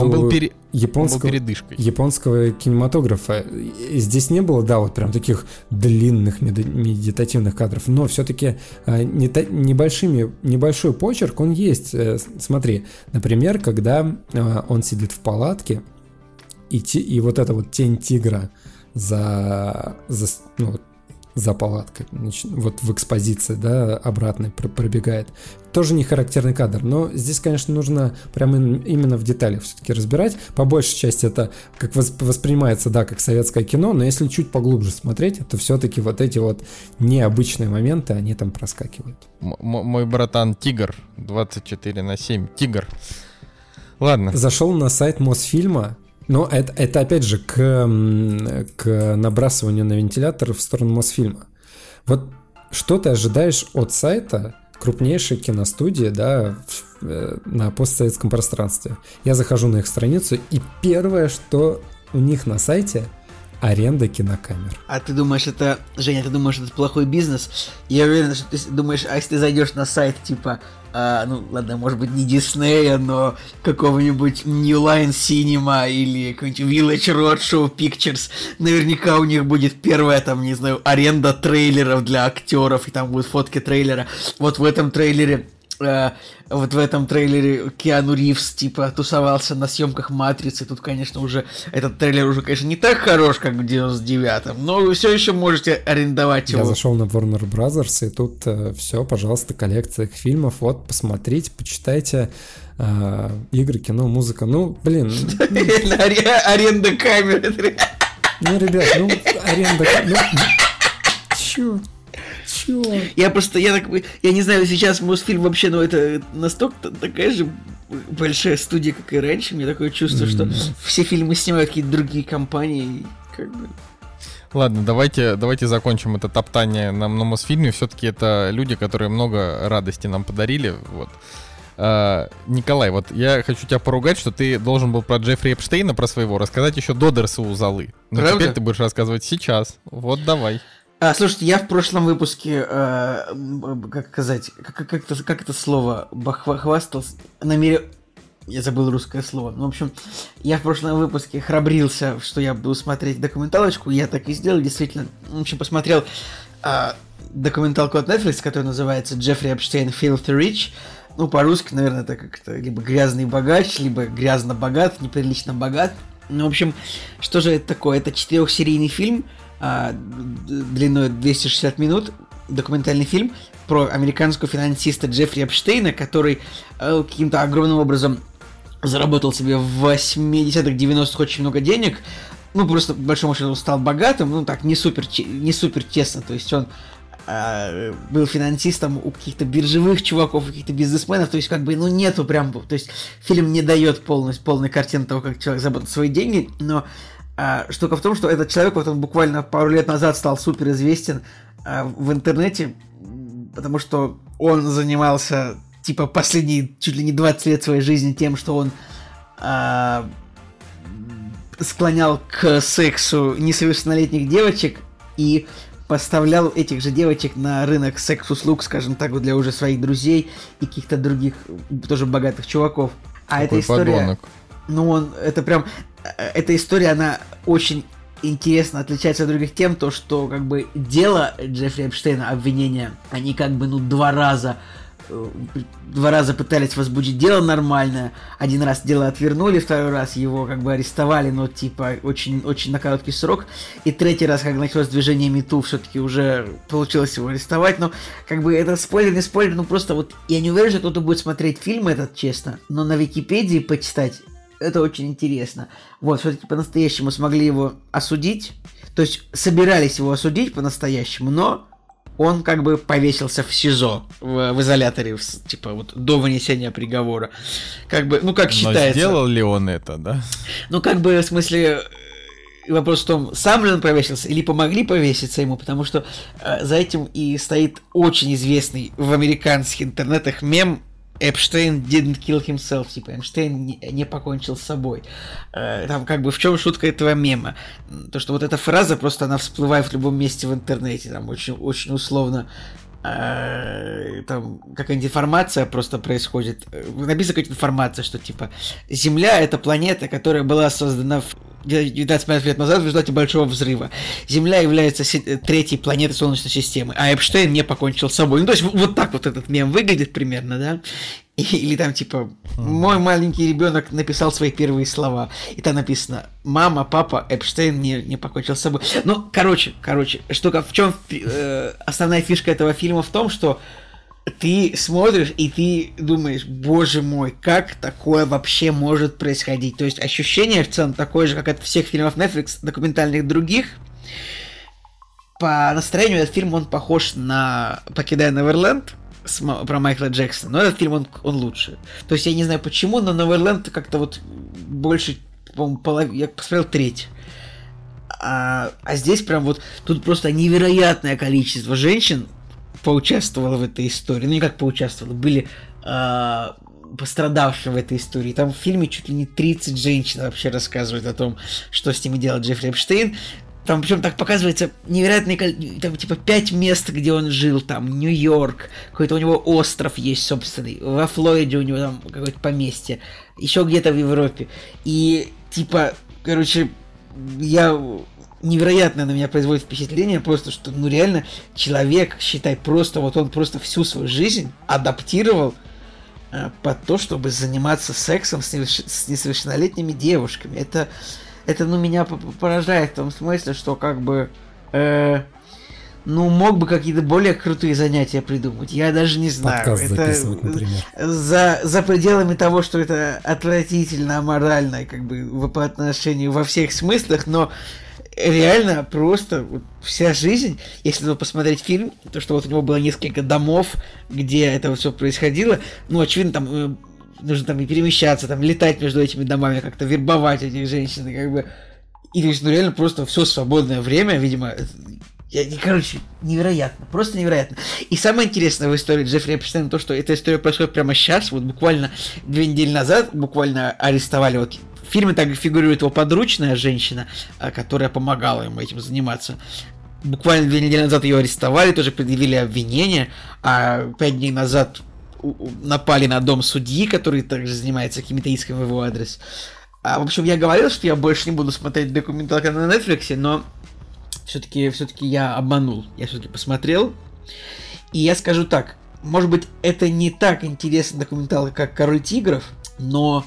японского кинематографа. Здесь не было, вот прям таких длинных медитативных кадров, но все-таки небольшой почерк, он есть. Смотри, например, когда он сидит в палатке, и вот эта вот тень тигра за палаткой, вот в экспозиции, обратной пробегает. Тоже не характерный кадр, но здесь, конечно, нужно прямо именно в деталях все-таки разбирать. По большей части это как воспринимается, как советское кино, но если чуть поглубже смотреть, то все-таки вот эти вот необычные моменты, они там проскакивают. Мой братан Тигр, 24/7, Тигр. Ладно. Зашел на сайт Мосфильма. Но это опять же к набрасыванию на вентилятор в сторону Мосфильма. Вот что ты ожидаешь от сайта крупнейшей киностудии, на постсоветском пространстве? Я захожу на их страницу, и первое, что у них на сайте — аренда кинокамер. А ты думаешь, это плохой бизнес? Я уверен, что ты думаешь, если ты зайдешь на сайт типа ладно, может быть, не Диснея, но какого-нибудь New Line Cinema или какой-нибудь Village Roadshow Pictures, наверняка у них будет первая, аренда трейлеров для актеров, и там будут фотки трейлера. Вот в этом трейлере Киану Ривз, тусовался на съемках «Матрицы». Тут, конечно, уже этот трейлер уже, конечно, не так хорош, как в 99-м, но вы все еще можете арендовать его. Я зашел на Warner Brothers, и тут все, пожалуйста, коллекция их фильмов. Вот, посмотрите, почитайте. Игры, кино, музыка. Аренда камеры. Ребят, аренда камеры. Чё? Я не знаю, сейчас Мосфильм вообще, это настолько такая же большая студия, как и раньше. Мне такое чувство, что все фильмы снимают какие-то другие компании, Ладно, давайте закончим это топтание на Мосфильме. Все-таки это люди, которые много радости нам подарили. Вот. Николай, вот я хочу тебя поругать, что ты должен был про Джеффри Эпштейна, про своего, рассказать еще до Дерса Узалы. Но теперь ты будешь рассказывать сейчас. Вот давай. Слушайте, я в прошлом выпуске, как это слово, хвастался, я забыл русское слово. В общем, я в прошлом выпуске храбрился, что я буду смотреть документалочку, я так и сделал, действительно. В общем, посмотрел документалку от Netflix, которая называется «Джеффри Эпштейн Filthy Rich». По-русски, наверное, это как-то либо «Грязный богач», либо «Грязно богат», «Неприлично богат». В общем, что же это такое? Это 4-серийный фильм, длиной 260 минут, документальный фильм про американского финансиста Джеффри Эпштейна, который каким-то огромным образом заработал себе в 80-х, 90-х очень много денег, просто, по большому счету, стал богатым, не супер тесно, то есть он был финансистом у каких-то биржевых чуваков, у каких-то бизнесменов, то есть нету прям, то есть фильм не дает полной картины того, как человек заработал свои деньги, но штука в том, что этот человек он буквально пару лет назад стал супер известен в интернете, потому что он занимался последние чуть ли не 20 лет своей жизни тем, что он склонял к сексу несовершеннолетних девочек и поставлял этих же девочек на рынок секс-услуг, скажем так, для уже своих друзей и каких-то других тоже богатых чуваков. Эта история... подонок. Эта история, она очень интересно отличается от других тем, то, что дело Джеффри Эпштейна, обвинения, они два раза пытались возбудить дело нормальное, один раз дело отвернули, второй раз его арестовали, но очень на короткий срок, и третий раз, когда началось движение МИТУ, все-таки уже получилось его арестовать, но это спойлер, не спойлер, просто я не уверен, что кто-то будет смотреть фильм этот, честно, но на Википедии почитать это очень интересно. Все-таки по-настоящему смогли его осудить. То есть собирались его осудить по-настоящему, но он повесился в СИЗО, в изоляторе, до вынесения приговора. Как считается. Но сделал ли он это, да? В смысле, вопрос в том, сам ли он повесился или помогли повеситься ему, потому что за этим и стоит очень известный в американских интернетах мем Эпштейн didn't kill himself, типа Эпштейн не покончил с собой. Там как бы в чем шутка этого мема? То, что вот эта фраза просто она всплывает в любом месте в интернете, там очень, очень условно там какая-нибудь информация просто происходит. Написана какая-то информация, что типа Земля — это планета, которая была создана 19 лет назад в результате большого взрыва. Земля является третьей планетой Солнечной системы, а Эпштейн не покончил с собой. Ну, то есть вот так вот этот мем выглядит примерно, да? Или там типа мой маленький ребенок написал свои первые слова, и там написано: мама, папа, Эпштейн не покончил с собой. Ну, короче, что в чем основная фишка этого фильма в том, что ты смотришь и ты думаешь: боже мой, как такое вообще может происходить? То есть ощущение в целом такое же, как от всех фильмов Netflix, документальных других. По настроению этот фильм, он похож на «Покидая Неверленд» про Майкла Джексона, но этот фильм, он лучше. То есть я не знаю почему, но Неверленд как-то вот больше, по-моему, я посмотрел треть. А здесь прям вот, тут просто невероятное количество женщин поучаствовало в этой истории. Ну, не как поучаствовало, были пострадавшие в этой истории. Там в фильме чуть ли не 30 женщин вообще рассказывают о том, что с ними делал Джеффри Эпштейн. Там причем так показывается невероятное количество, там типа 5 мест, где он жил, там Нью-Йорк, какой-то у него остров есть собственный, во Флориде у него там какое-то поместье, еще где-то в Европе. И типа, короче, невероятно на меня производит впечатление просто, что ну реально человек, считай, просто вот он просто всю свою жизнь адаптировал под то, чтобы заниматься сексом с несовершеннолетними девушками. Это, ну, меня поражает в том смысле, что как бы, ну, мог бы какие-то более крутые занятия придумать. Я даже не знаю. Подкаст это записывать, например. За пределами того, что это отвратительно, аморально, как бы, по отношению во всех смыслах, но реально просто вот вся жизнь, если посмотреть фильм, то, что вот у него было несколько домов, где это все происходило, ну, очевидно, там нужно там и перемещаться, там летать между этими домами, как-то вербовать этих женщин, и как бы... И то есть, ну, реально просто все свободное время, видимо... Короче, невероятно, просто невероятно. И самое интересное в истории Джеффри Эпштейна то, что эта история происходит прямо сейчас, вот буквально 2 недели назад, буквально арестовали, вот в фильме также фигурирует его подручная женщина, которая помогала ему этим заниматься. Буквально 2 недели назад ее арестовали, тоже предъявили обвинение, а 5 дней назад напали на дом судьи, который также занимается какими-то исками в его адрес. В общем, я говорил, что я больше не буду смотреть документалки на Netflix, но все-таки я обманул. Я все-таки посмотрел. И я скажу так, может быть, это не так интересная документалка, как «Король тигров», но,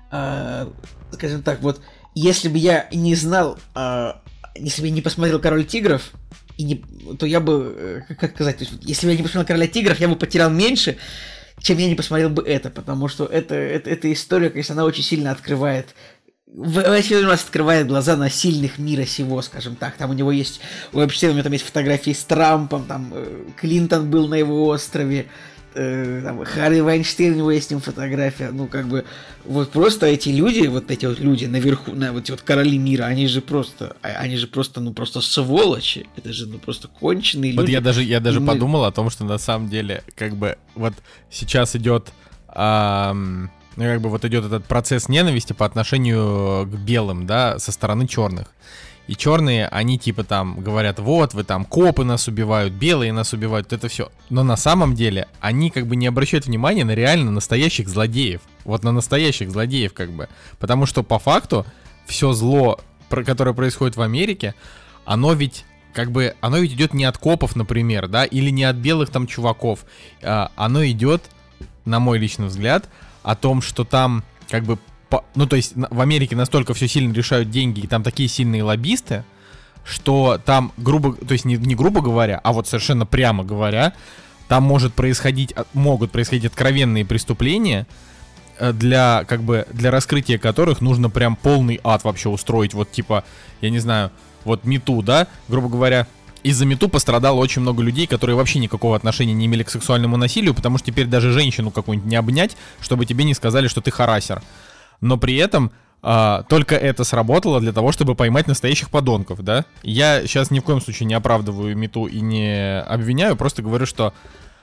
скажем так, вот, если бы я не знал, если бы я не посмотрел «Король тигров», то я бы, как сказать, то есть, если бы я не посмотрел «Короля тигров», я бы потерял меньше, чем я не посмотрел бы это, потому что эта история, конечно, она очень сильно открывает, вообще у нас открывает глаза на сильных мира сего, скажем так. Там у него есть, у Эпштейна у него там есть фотографии с Трампом, там Клинтон был на его острове, там, Харви Вайнштейн, у него есть с ним фотография, ну, как бы, вот просто эти люди наверху, вот эти вот короли мира, они же просто, ну, просто сволочи, это же, ну, просто конченые вот люди. Я даже подумал о том, что на самом деле, как бы, вот сейчас идет, ну, как бы, вот идет этот процесс ненависти по отношению к белым, да, со стороны черных. И черные, они типа там говорят: вот, вы там, копы нас убивают, белые нас убивают, это все. Но на самом деле они как бы не обращают внимания на реально настоящих злодеев. Вот на настоящих злодеев как бы. Потому что по факту все зло, которое происходит в Америке, оно ведь идет не от копов, например, да, или не от белых там чуваков. Оно идет, на мой личный взгляд, о том, что там как бы... Ну, то есть в Америке настолько все сильно решают деньги, и там такие сильные лоббисты, что там то есть не грубо говоря, а вот совершенно прямо говоря, там могут происходить откровенные преступления, для раскрытия которых нужно прям полный ад вообще устроить. Вот типа, я не знаю, вот МИТУ, да, грубо говоря, из-за МИТУ пострадало очень много людей, которые вообще никакого отношения не имели к сексуальному насилию, потому что теперь даже женщину какую-нибудь не обнять, чтобы тебе не сказали, что ты харассер. Но при этом только это сработало для того, чтобы поймать настоящих подонков, да? Я сейчас ни в коем случае не оправдываю МИТУ и не обвиняю, просто говорю, что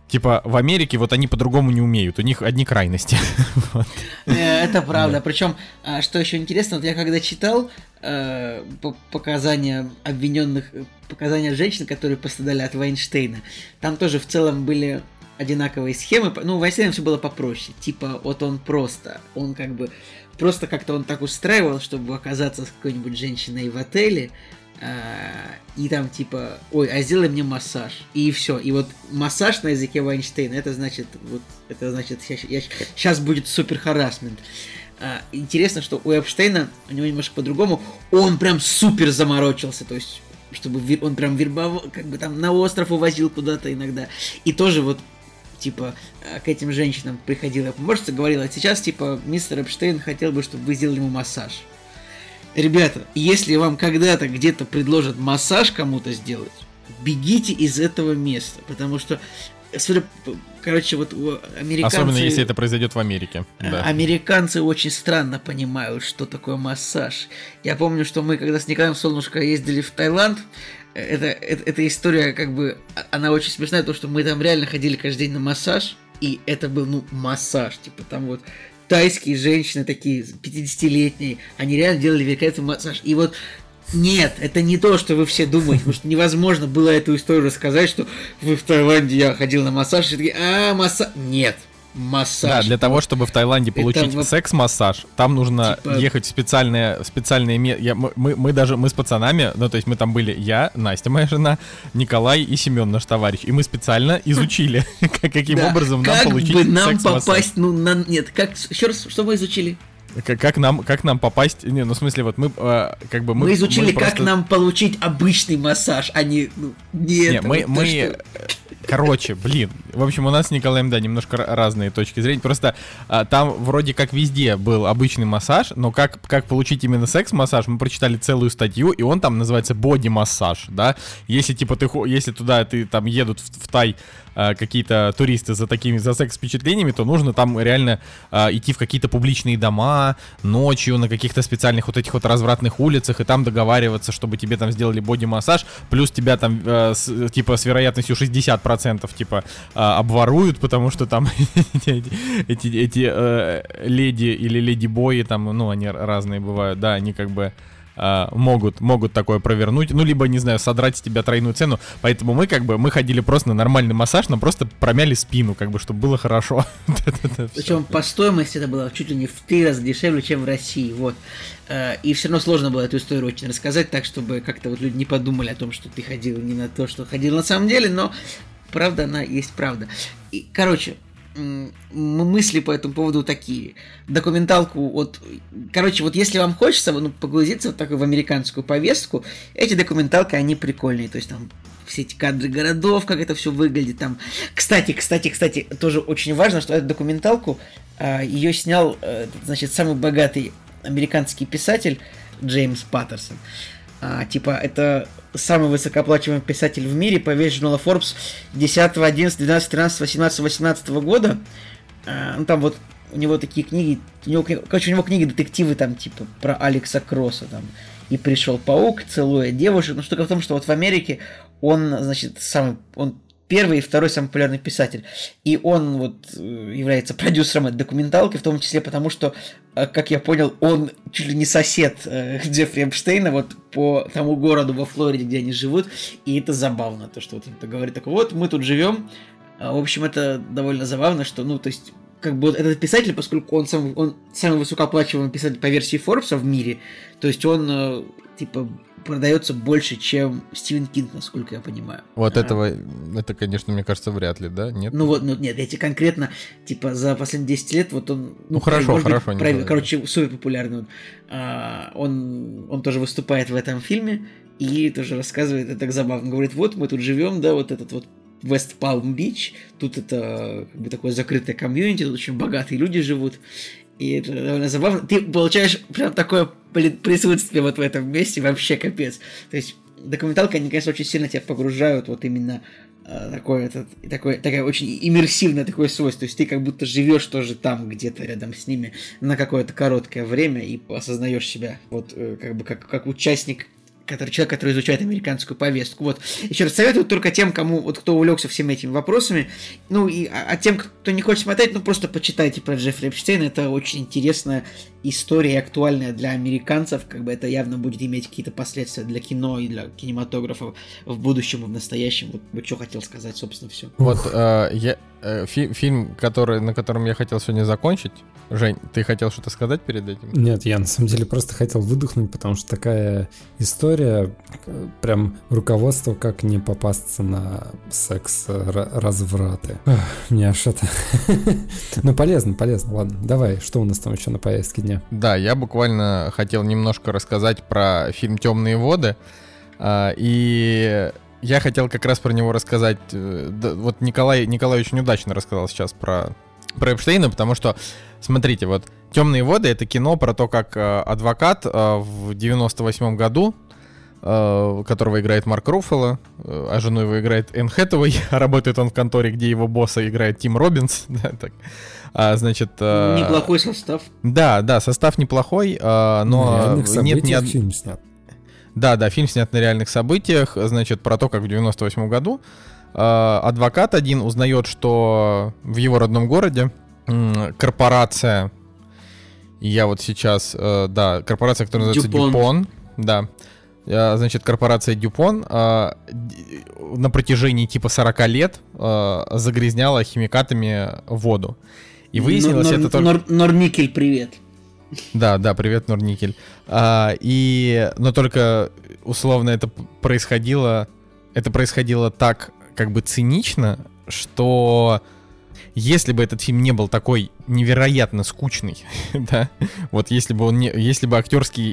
Типа в Америке вот они по-другому не умеют, у них одни крайности. Это правда. Причем, что еще интересно, вот я когда читал показания обвиненных, показания женщин, которые пострадали от Вайнштейна, там тоже в целом были одинаковые схемы. Ну, в Вайнштейне все было попроще. Типа, вот он как бы просто как-то он так устраивал, чтобы оказаться с какой-нибудь женщиной в отеле, и там типа, ой, а сделай мне массаж. И все. И вот массаж на языке Вайнштейна, это значит, сейчас будет супер харассмент. Интересно, что у Эпштейна, у него немножко по-другому, он прям супер заморочился, то есть, чтобы он прям вербовал, как бы там на остров увозил куда-то иногда. И тоже вот, типа, к этим женщинам приходила помощница, говорила, сейчас, типа, мистер Эпштейн хотел бы, чтобы вы сделали ему массаж. Ребята, если вам когда-то где-то предложат массаж кому-то сделать, бегите из этого места, потому что, короче, вот американцы... Особенно если это произойдет в Америке. Да. Американцы очень странно понимают, что такое массаж. Я помню, что мы, когда с Николаем Солнышко ездили в Таиланд, эта история, как бы, она очень смешная, потому что мы там реально ходили каждый день на массаж, и это был, ну, массаж, типа, там вот тайские женщины такие, 50-летние, они реально делали великолепный массаж. И вот нет, это не то, что вы все думаете, потому что невозможно было эту историю рассказать, что вы в Таиланде, я ходил на массаж, и все такие, массаж. Нет, массаж. Да, для того, чтобы в Таиланде получить секс-массаж, там нужно ехать в специальные мы с пацанами, ну то есть мы там были, я, Настя, моя жена, Николай и Семен, наш товарищ, и мы специально изучили, каким образом нам получить секс-массаж. Как бы нам попасть, нет, еще раз, что мы изучили? Как нам попасть? Не, ну в смысле, вот мы как бы мы изучили, как нам получить обычный массаж, а не Короче, блин. В общем, у нас с Николаем, да, немножко разные точки зрения. Просто там вроде как везде был обычный массаж, но как получить именно секс-массаж, мы прочитали целую статью, и он там называется боди-массаж, да. Если типа если туда там едут в Тай какие-то туристы за секс-впечатлениями, то нужно там реально идти в какие-то публичные дома ночью на каких-то специальных вот этих вот развратных улицах и там договариваться, чтобы тебе там сделали боди-массаж, плюс тебя там типа с вероятностью 60% типа обворуют, потому что там эти леди или леди-бои там, ну, они разные бывают, да, они как бы могут такое провернуть, ну, либо, не знаю, содрать с тебя тройную цену, поэтому мы ходили просто на нормальный массаж, но просто промяли спину, как бы, чтобы было хорошо. Причем по стоимости это было чуть ли не в 3 раза дешевле, чем в России, вот. И все равно сложно было эту историю очень рассказать так, чтобы как-то вот люди не подумали о том, что ты ходил не на то, что ходил на самом деле, но правда она есть правда. И, короче, мысли по этому поводу такие. Документалку вот если вам хочется погрузиться вот такой в американскую повестку, эти документалки, они прикольные. То есть там все эти кадры городов, как это все выглядит там. Кстати, тоже очень важно, что эту документалку ее снял, значит, самый богатый американский писатель Джеймс Паттерсон. Это самый высокооплачиваемый писатель в мире по версии журнала Forbes 10, 11, 12, 13, 18, 18 года. Там вот у него такие книги, у него книги детективы там типа про Алекса Кросса там. И пришел паук, целуя девушек. Но штука в том, что вот в Америке он, значит, он первый и второй самый популярный писатель. И он вот является продюсером этой документалки, в том числе потому, что, как я понял, он чуть ли не сосед Джеффри Эпштейна вот по тому городу во Флориде, где они живут. И это забавно, то, что вот он говорит, такой, вот мы тут живем. В общем, это довольно забавно, что, ну, то есть, как бы этот писатель, поскольку он самый высокооплачиваемый писатель по версии Форбса в мире, то есть он, типа, продается больше, чем Стивен Кинг, насколько я понимаю. Вот это, конечно, мне кажется, вряд ли, да? Нет? Нет, эти конкретно, типа, за последние 10 лет, вот он... хорошо. Короче, супер популярный. Он тоже выступает в этом фильме и тоже рассказывает, это так забавно. Говорит, вот мы тут живем, да, вот этот вот Вест Палм-Бич, тут это как бы такое закрытое комьюнити, тут очень богатые люди живут. И это довольно забавно. Ты получаешь прям такое, присутствие вот в этом месте, вообще капец. То есть документалка, они, конечно, очень сильно тебя погружают вот именно такое очень иммерсивное такое свойство. То есть ты как будто живешь тоже там, где-то рядом с ними на какое-то короткое время и осознаешь себя вот как бы как участник человек, который изучает американскую повестку. Вот. Еще раз советую только тем, кто увлекся всеми этими вопросами. Ну, и тем, кто не хочет смотреть, ну, просто почитайте про Джеффри Эпштейна. Это очень интересная история, актуальная для американцев. Как бы это явно будет иметь какие-то последствия для кино и для кинематографа в будущем и в настоящем. Вот что хотел сказать, собственно, все. Вот фильм, на котором я хотел сегодня закончить. Жень, ты хотел что-то сказать перед этим? Нет, я на самом деле просто хотел выдохнуть, потому что такая история, прям руководство, как не попасться на секс-развраты. Мне аж это... Ну, полезно. Ладно, давай, что у нас там еще на повестке дня? Да, я буквально хотел немножко рассказать про фильм «Темные воды». И я хотел как раз про него рассказать. Вот Николай очень удачно рассказал сейчас про Эпштейна, потому что, смотрите, вот «Темные воды» — это кино про то, как адвокат в 98-м году, которого играет Марк Руффало, а жену его играет Энн Хэтэуэй, а работает он в конторе, где его босса играет Тим Роббинс. Да, так. Значит, неплохой состав. Да, состав неплохой, но нет ни одного... Фильм снят. Да, фильм снят на реальных событиях, значит, про то, как в 98 году адвокат один узнает, что в его родном городе корпорация, я вот сейчас, корпорация, которая называется Дюпон, да, значит, корпорация Дюпон на протяжении типа 40 лет загрязняла химикатами воду. И выяснилось это только... Норникель, привет. Да, привет, Норникель. Но только условно это происходило так как бы цинично, что если бы этот фильм не был такой невероятно скучный, да, вот если бы актерские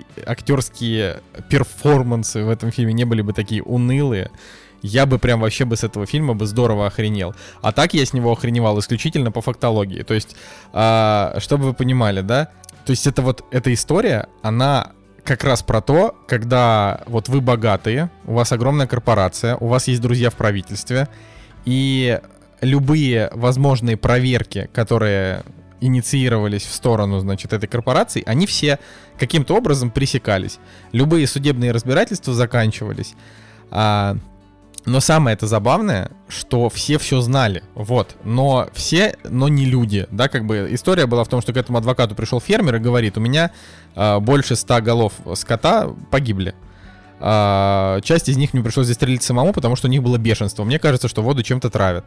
перформансы в этом фильме не были бы такие унылые, я бы прям вообще с этого фильма бы здорово охренел. А так я с него охреневал исключительно по фактологии. То есть, чтобы вы понимали, да, то есть эта история, она как раз про то, когда вот вы богатые, у вас огромная корпорация, у вас есть друзья в правительстве, и любые возможные проверки, которые инициировались в сторону, значит, этой корпорации, они все каким-то образом пресекались. Любые судебные разбирательства заканчивались. Но самое это забавное, что все знали, вот, но не люди, да, как бы история была в том, что к этому адвокату пришел фермер и говорит: у меня больше 100 голов скота погибли, часть из них мне пришлось застрелить самому, потому что у них было бешенство, мне кажется, что воду чем-то травят.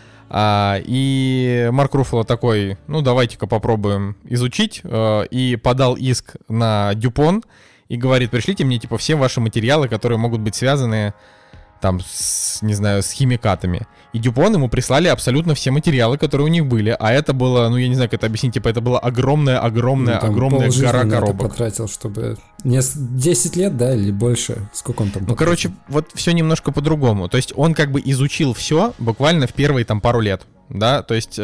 И Марк Руффало такой: ну давайте-ка попробуем изучить, и подал иск на Дюпон и говорит: пришлите мне типа все ваши материалы, которые могут быть связаны там, с химикатами. И Дюпон ему прислали абсолютно все материалы, которые у них были. А это было, я не знаю, как это объяснить, типа это была огромная гора коробок. Потратил, чтобы 10 лет, да, или больше? Сколько он там потратил? Короче, вот все немножко по-другому. То есть он как бы изучил все буквально в первые там пару лет, да, то есть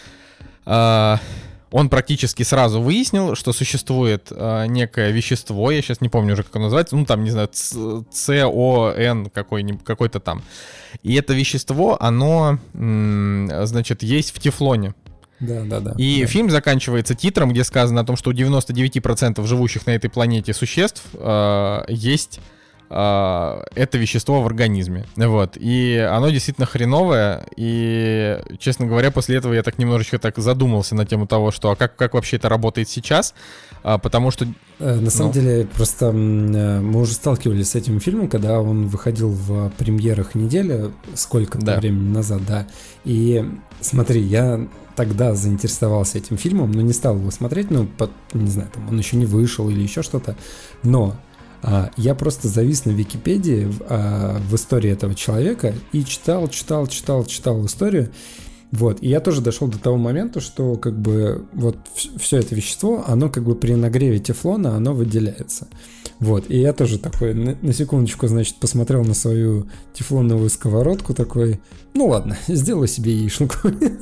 он практически сразу выяснил, что существует некое вещество, я сейчас не помню уже, как оно называется, там, не знаю, ЦОН какой-то там. И это вещество, оно, значит, есть в тефлоне. Да. И фильм заканчивается титром, где сказано о том, что у 99% живущих на этой планете существ есть это вещество в организме. Вот. И оно действительно хреновое. И, честно говоря, после этого я так немножечко так задумался на тему того, что как вообще это работает сейчас. Потому что... На самом деле, просто мы уже сталкивались с этим фильмом, когда он выходил в премьерах недели сколько-то времени назад, да. И смотри, я тогда заинтересовался этим фильмом, но не стал его смотреть, не знаю, там он еще не вышел или еще что-то. Но я просто завис на Википедии в истории этого человека и читал историю. Вот, и я тоже дошел до того момента, что как бы вот все это вещество, оно как бы при нагреве тефлона, оно выделяется. Вот, и я тоже такой, на секундочку, значит, посмотрел на свою тефлоновую сковородку, такой, ну ладно, сделаю себе яичнику.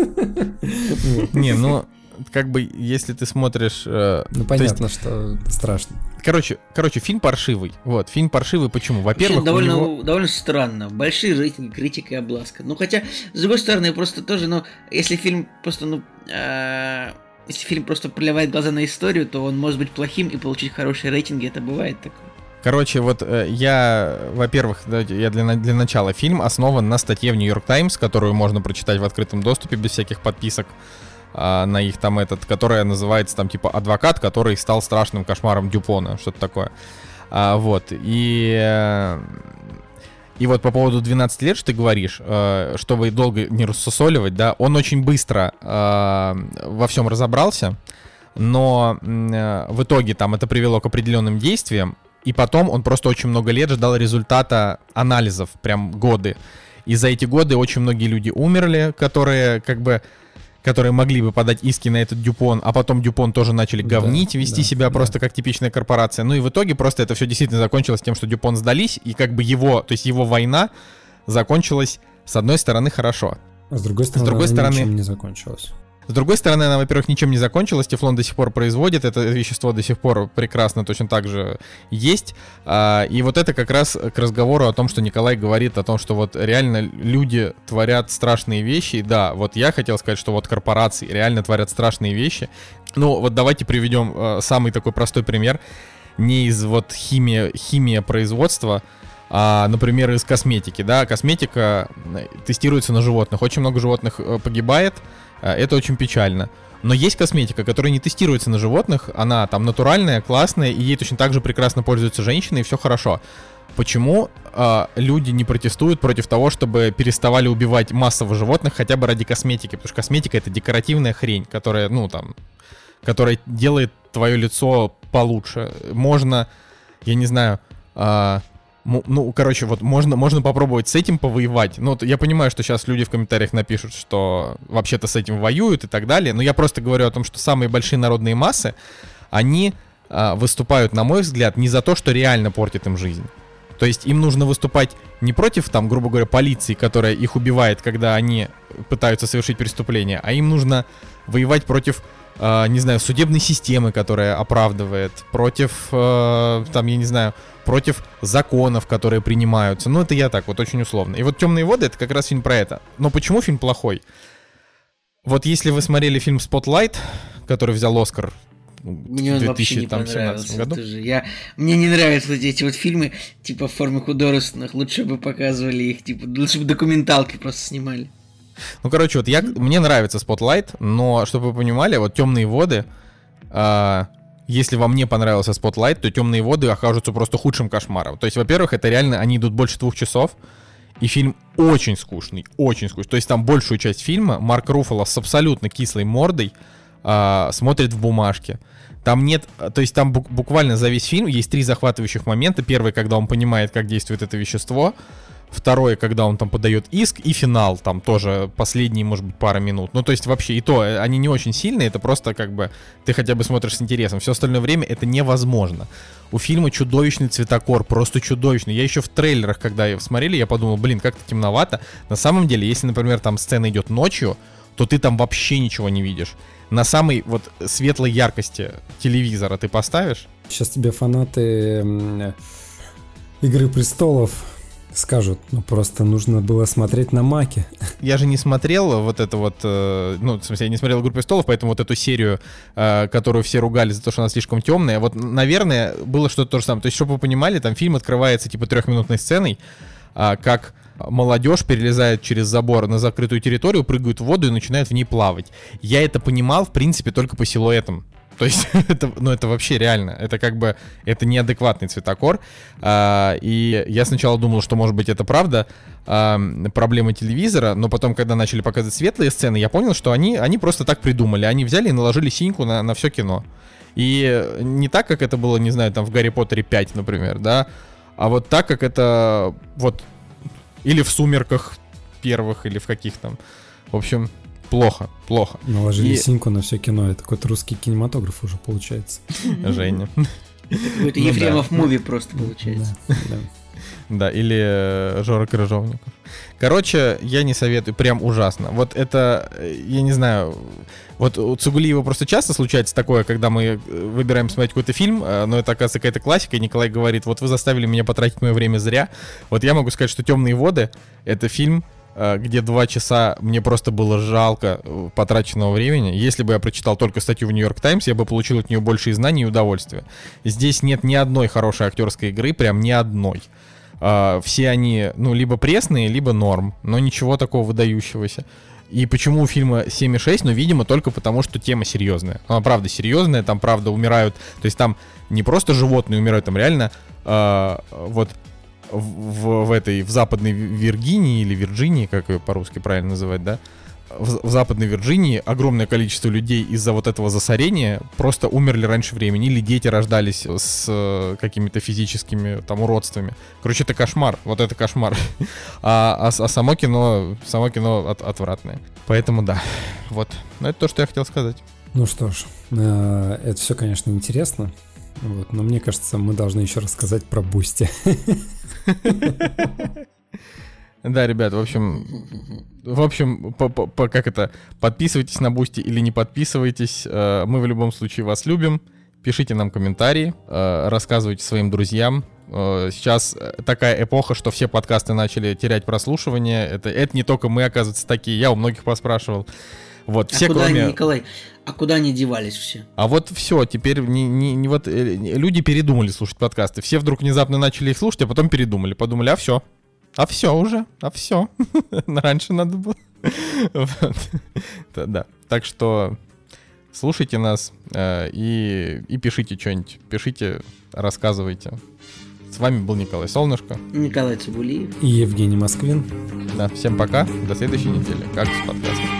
Не, как бы, если ты смотришь... понятно, что страшно. Короче, фильм паршивый. Вот, фильм паршивый почему? Во-первых, довольно странно. Большие рейтинги, критика и обласка. Хотя, с другой стороны, просто тоже, если фильм просто, если фильм просто проливает глаза на историю, то он может быть плохим и получить хорошие рейтинги. Это бывает такое. Короче, вот я, во-первых, я для начала, фильм основан на статье в New York Times, которую можно прочитать в открытом доступе без всяких подписок на их там которая называется там типа «Адвокат, который стал страшным кошмаром Дюпона», что-то такое. Вот, и вот по поводу 12 лет, что ты говоришь, чтобы долго не рассусоливать, да, он очень быстро во всем разобрался, но в итоге там это привело к определенным действиям, и потом он просто очень много лет ждал результата анализов, прям годы. И за эти годы очень многие люди умерли, которые могли бы подать иски на этот Дюпон, а потом Дюпон тоже начали говнить, вести себя просто как типичная корпорация. Ну и в итоге просто это все действительно закончилось тем, что Дюпон сдались, и как бы его война закончилась, с одной стороны, хорошо. А с другой стороны, ничем не закончилась. С другой стороны, она, во-первых, ничем не закончилась, тефлон до сих пор производит, это вещество до сих пор прекрасно точно так же есть. И вот это как раз к разговору о том, что Николай говорит о том, что вот реально люди творят страшные вещи. И да, вот я хотел сказать, что вот корпорации реально творят страшные вещи. Ну вот давайте приведем самый такой простой пример. Не из вот химия производства, а, например, из косметики. Да, косметика тестируется на животных. Очень много животных погибает. Это очень печально. Но есть косметика, которая не тестируется на животных, она там натуральная, классная, и ей точно так же прекрасно пользуются женщины, и все хорошо. Почему люди не протестуют против того, чтобы переставали убивать массово животных хотя бы ради косметики? Потому что косметика — это декоративная хрень, которая делает твое лицо получше. Можно, я не знаю... вот можно попробовать с этим повоевать. Ну, я понимаю, что сейчас люди в комментариях напишут, что вообще-то с этим воюют и так далее, но я просто говорю о том, что самые большие народные массы, они выступают, на мой взгляд, не за то, что реально портит им жизнь. То есть им нужно выступать не против, там, грубо говоря, полиции, которая их убивает, когда они пытаются совершить преступление, а им нужно воевать против, не знаю, судебной системы, которая оправдывает, против, против законов, которые принимаются. Ну, это я так, вот очень условно. И вот «Темные воды» — это как раз фильм про это. Но почему фильм плохой? Вот если вы смотрели фильм «Spotlight», который взял «Оскар» мне он в вообще не 2017 году. Мне не нравятся вот эти вот фильмы, типа, в форме художественных. Лучше бы показывали их, типа, лучше бы документалки просто снимали. Ну, короче, вот мне нравится Spotlight, но, чтобы вы понимали, вот «Темные воды», если вам не понравился Spotlight, то «Темные воды» окажутся просто худшим кошмаром. То есть, во-первых, это реально, они идут больше 2 часов, и фильм очень скучный, очень скучный. То есть там большую часть фильма Марк Руффало с абсолютно кислой мордой смотрит в бумажке. Там нет, то есть там буквально за весь фильм есть 3 захватывающих момента. Первый, когда он понимает, как действует это вещество. Второе, когда он там подает иск, и финал, там тоже последние, может быть, пара минут. Ну, то есть вообще и то, они не очень сильные, это просто как бы ты хотя бы смотришь с интересом. Все остальное время это невозможно. У фильма чудовищный цветокор, просто чудовищный. Я еще в трейлерах, когда смотрели, я подумал, как-то темновато. На самом деле, если, например, там сцена идет ночью, то ты там вообще ничего не видишь. На самой вот светлой яркости телевизора ты поставишь? Сейчас тебе фанаты «Игры престолов» скажут, просто нужно было смотреть на Маке. Я же не смотрел вот это вот, в смысле, я не смотрел «Игру престолов», поэтому вот эту серию, которую все ругали за то, что она слишком темная, вот, наверное, было что-то то же самое. То есть, чтобы вы понимали, там фильм открывается типа 3-минутной сценой, как молодежь перелезает через забор на закрытую территорию, прыгают в воду и начинают в ней плавать. Я это понимал, в принципе, только по силуэтам. То есть, это вообще реально. Это как бы, это неадекватный цветокор. И я сначала думал, что, может быть, это правда проблема телевизора, но потом, когда начали показывать светлые сцены, я понял, что они просто так придумали. Они взяли и наложили синьку на все кино. И не так, как это было, не знаю, там в «Гарри Поттере 5», например, да, а вот так, как это вот или в «Сумерках» первых, или в каких там. В общем, плохо. Наложили синьку на все кино. Это какой-то русский кинематограф уже получается. Женя. Это какой-то Ефремов муви просто получается. Да, или Жора Крыжовников. Короче, я не советую, прям ужасно. Вот это, я не знаю, вот у Цугулиева просто часто случается такое, когда мы выбираем смотреть какой-то фильм, но это, оказывается, какая-то классика, и Николай говорит, вот вы заставили меня потратить мое время зря. Вот я могу сказать, что «Темные воды» — это фильм, где 2 часа мне просто было жалко потраченного времени. Если бы я прочитал только статью в Нью-Йорк Таймс, я бы получил от нее больше и знаний, и удовольствия. Здесь нет ни одной хорошей актерской игры, прям ни одной. Все они, ну, либо пресные, либо норм, но ничего такого выдающегося. И почему у фильма 7,6? Ну, видимо, только потому, что тема серьезная. Она правда серьезная, там правда умирают. То есть там не просто животные умирают, там реально вот в Западной Виргинии или Вирджинии, как ее по-русски правильно называть, да? В Западной Вирджинии огромное количество людей из-за вот этого засорения просто умерли раньше времени, или дети рождались с какими-то физическими там уродствами. Короче, это кошмар, вот это кошмар. А само кино отвратное. Поэтому да, вот. Это то, что я хотел сказать. Ну что ж, это все, конечно, интересно. Вот, но мне кажется, мы должны еще рассказать про Бусти. Да, ребят, в общем, как это, подписывайтесь на Бусти или не подписывайтесь, мы в любом случае вас любим, пишите нам комментарии, рассказывайте своим друзьям. Сейчас такая эпоха, что все подкасты начали терять прослушивание, это не только мы, оказывается, такие, я у многих поспрашивал. Вот, все, куда кроме... они, Николай, куда они девались все? А вот все, теперь вот люди передумали слушать подкасты, все вдруг внезапно начали их слушать, а потом передумали, подумали, а все уже. Раньше надо было. Да. Так что слушайте нас и пишите что-нибудь. Пишите, рассказывайте. С вами был Николай Солнышко. Николай Цибулиев. И Евгений Москвин. Да, всем пока. До следующей недели. Кактус подкаст.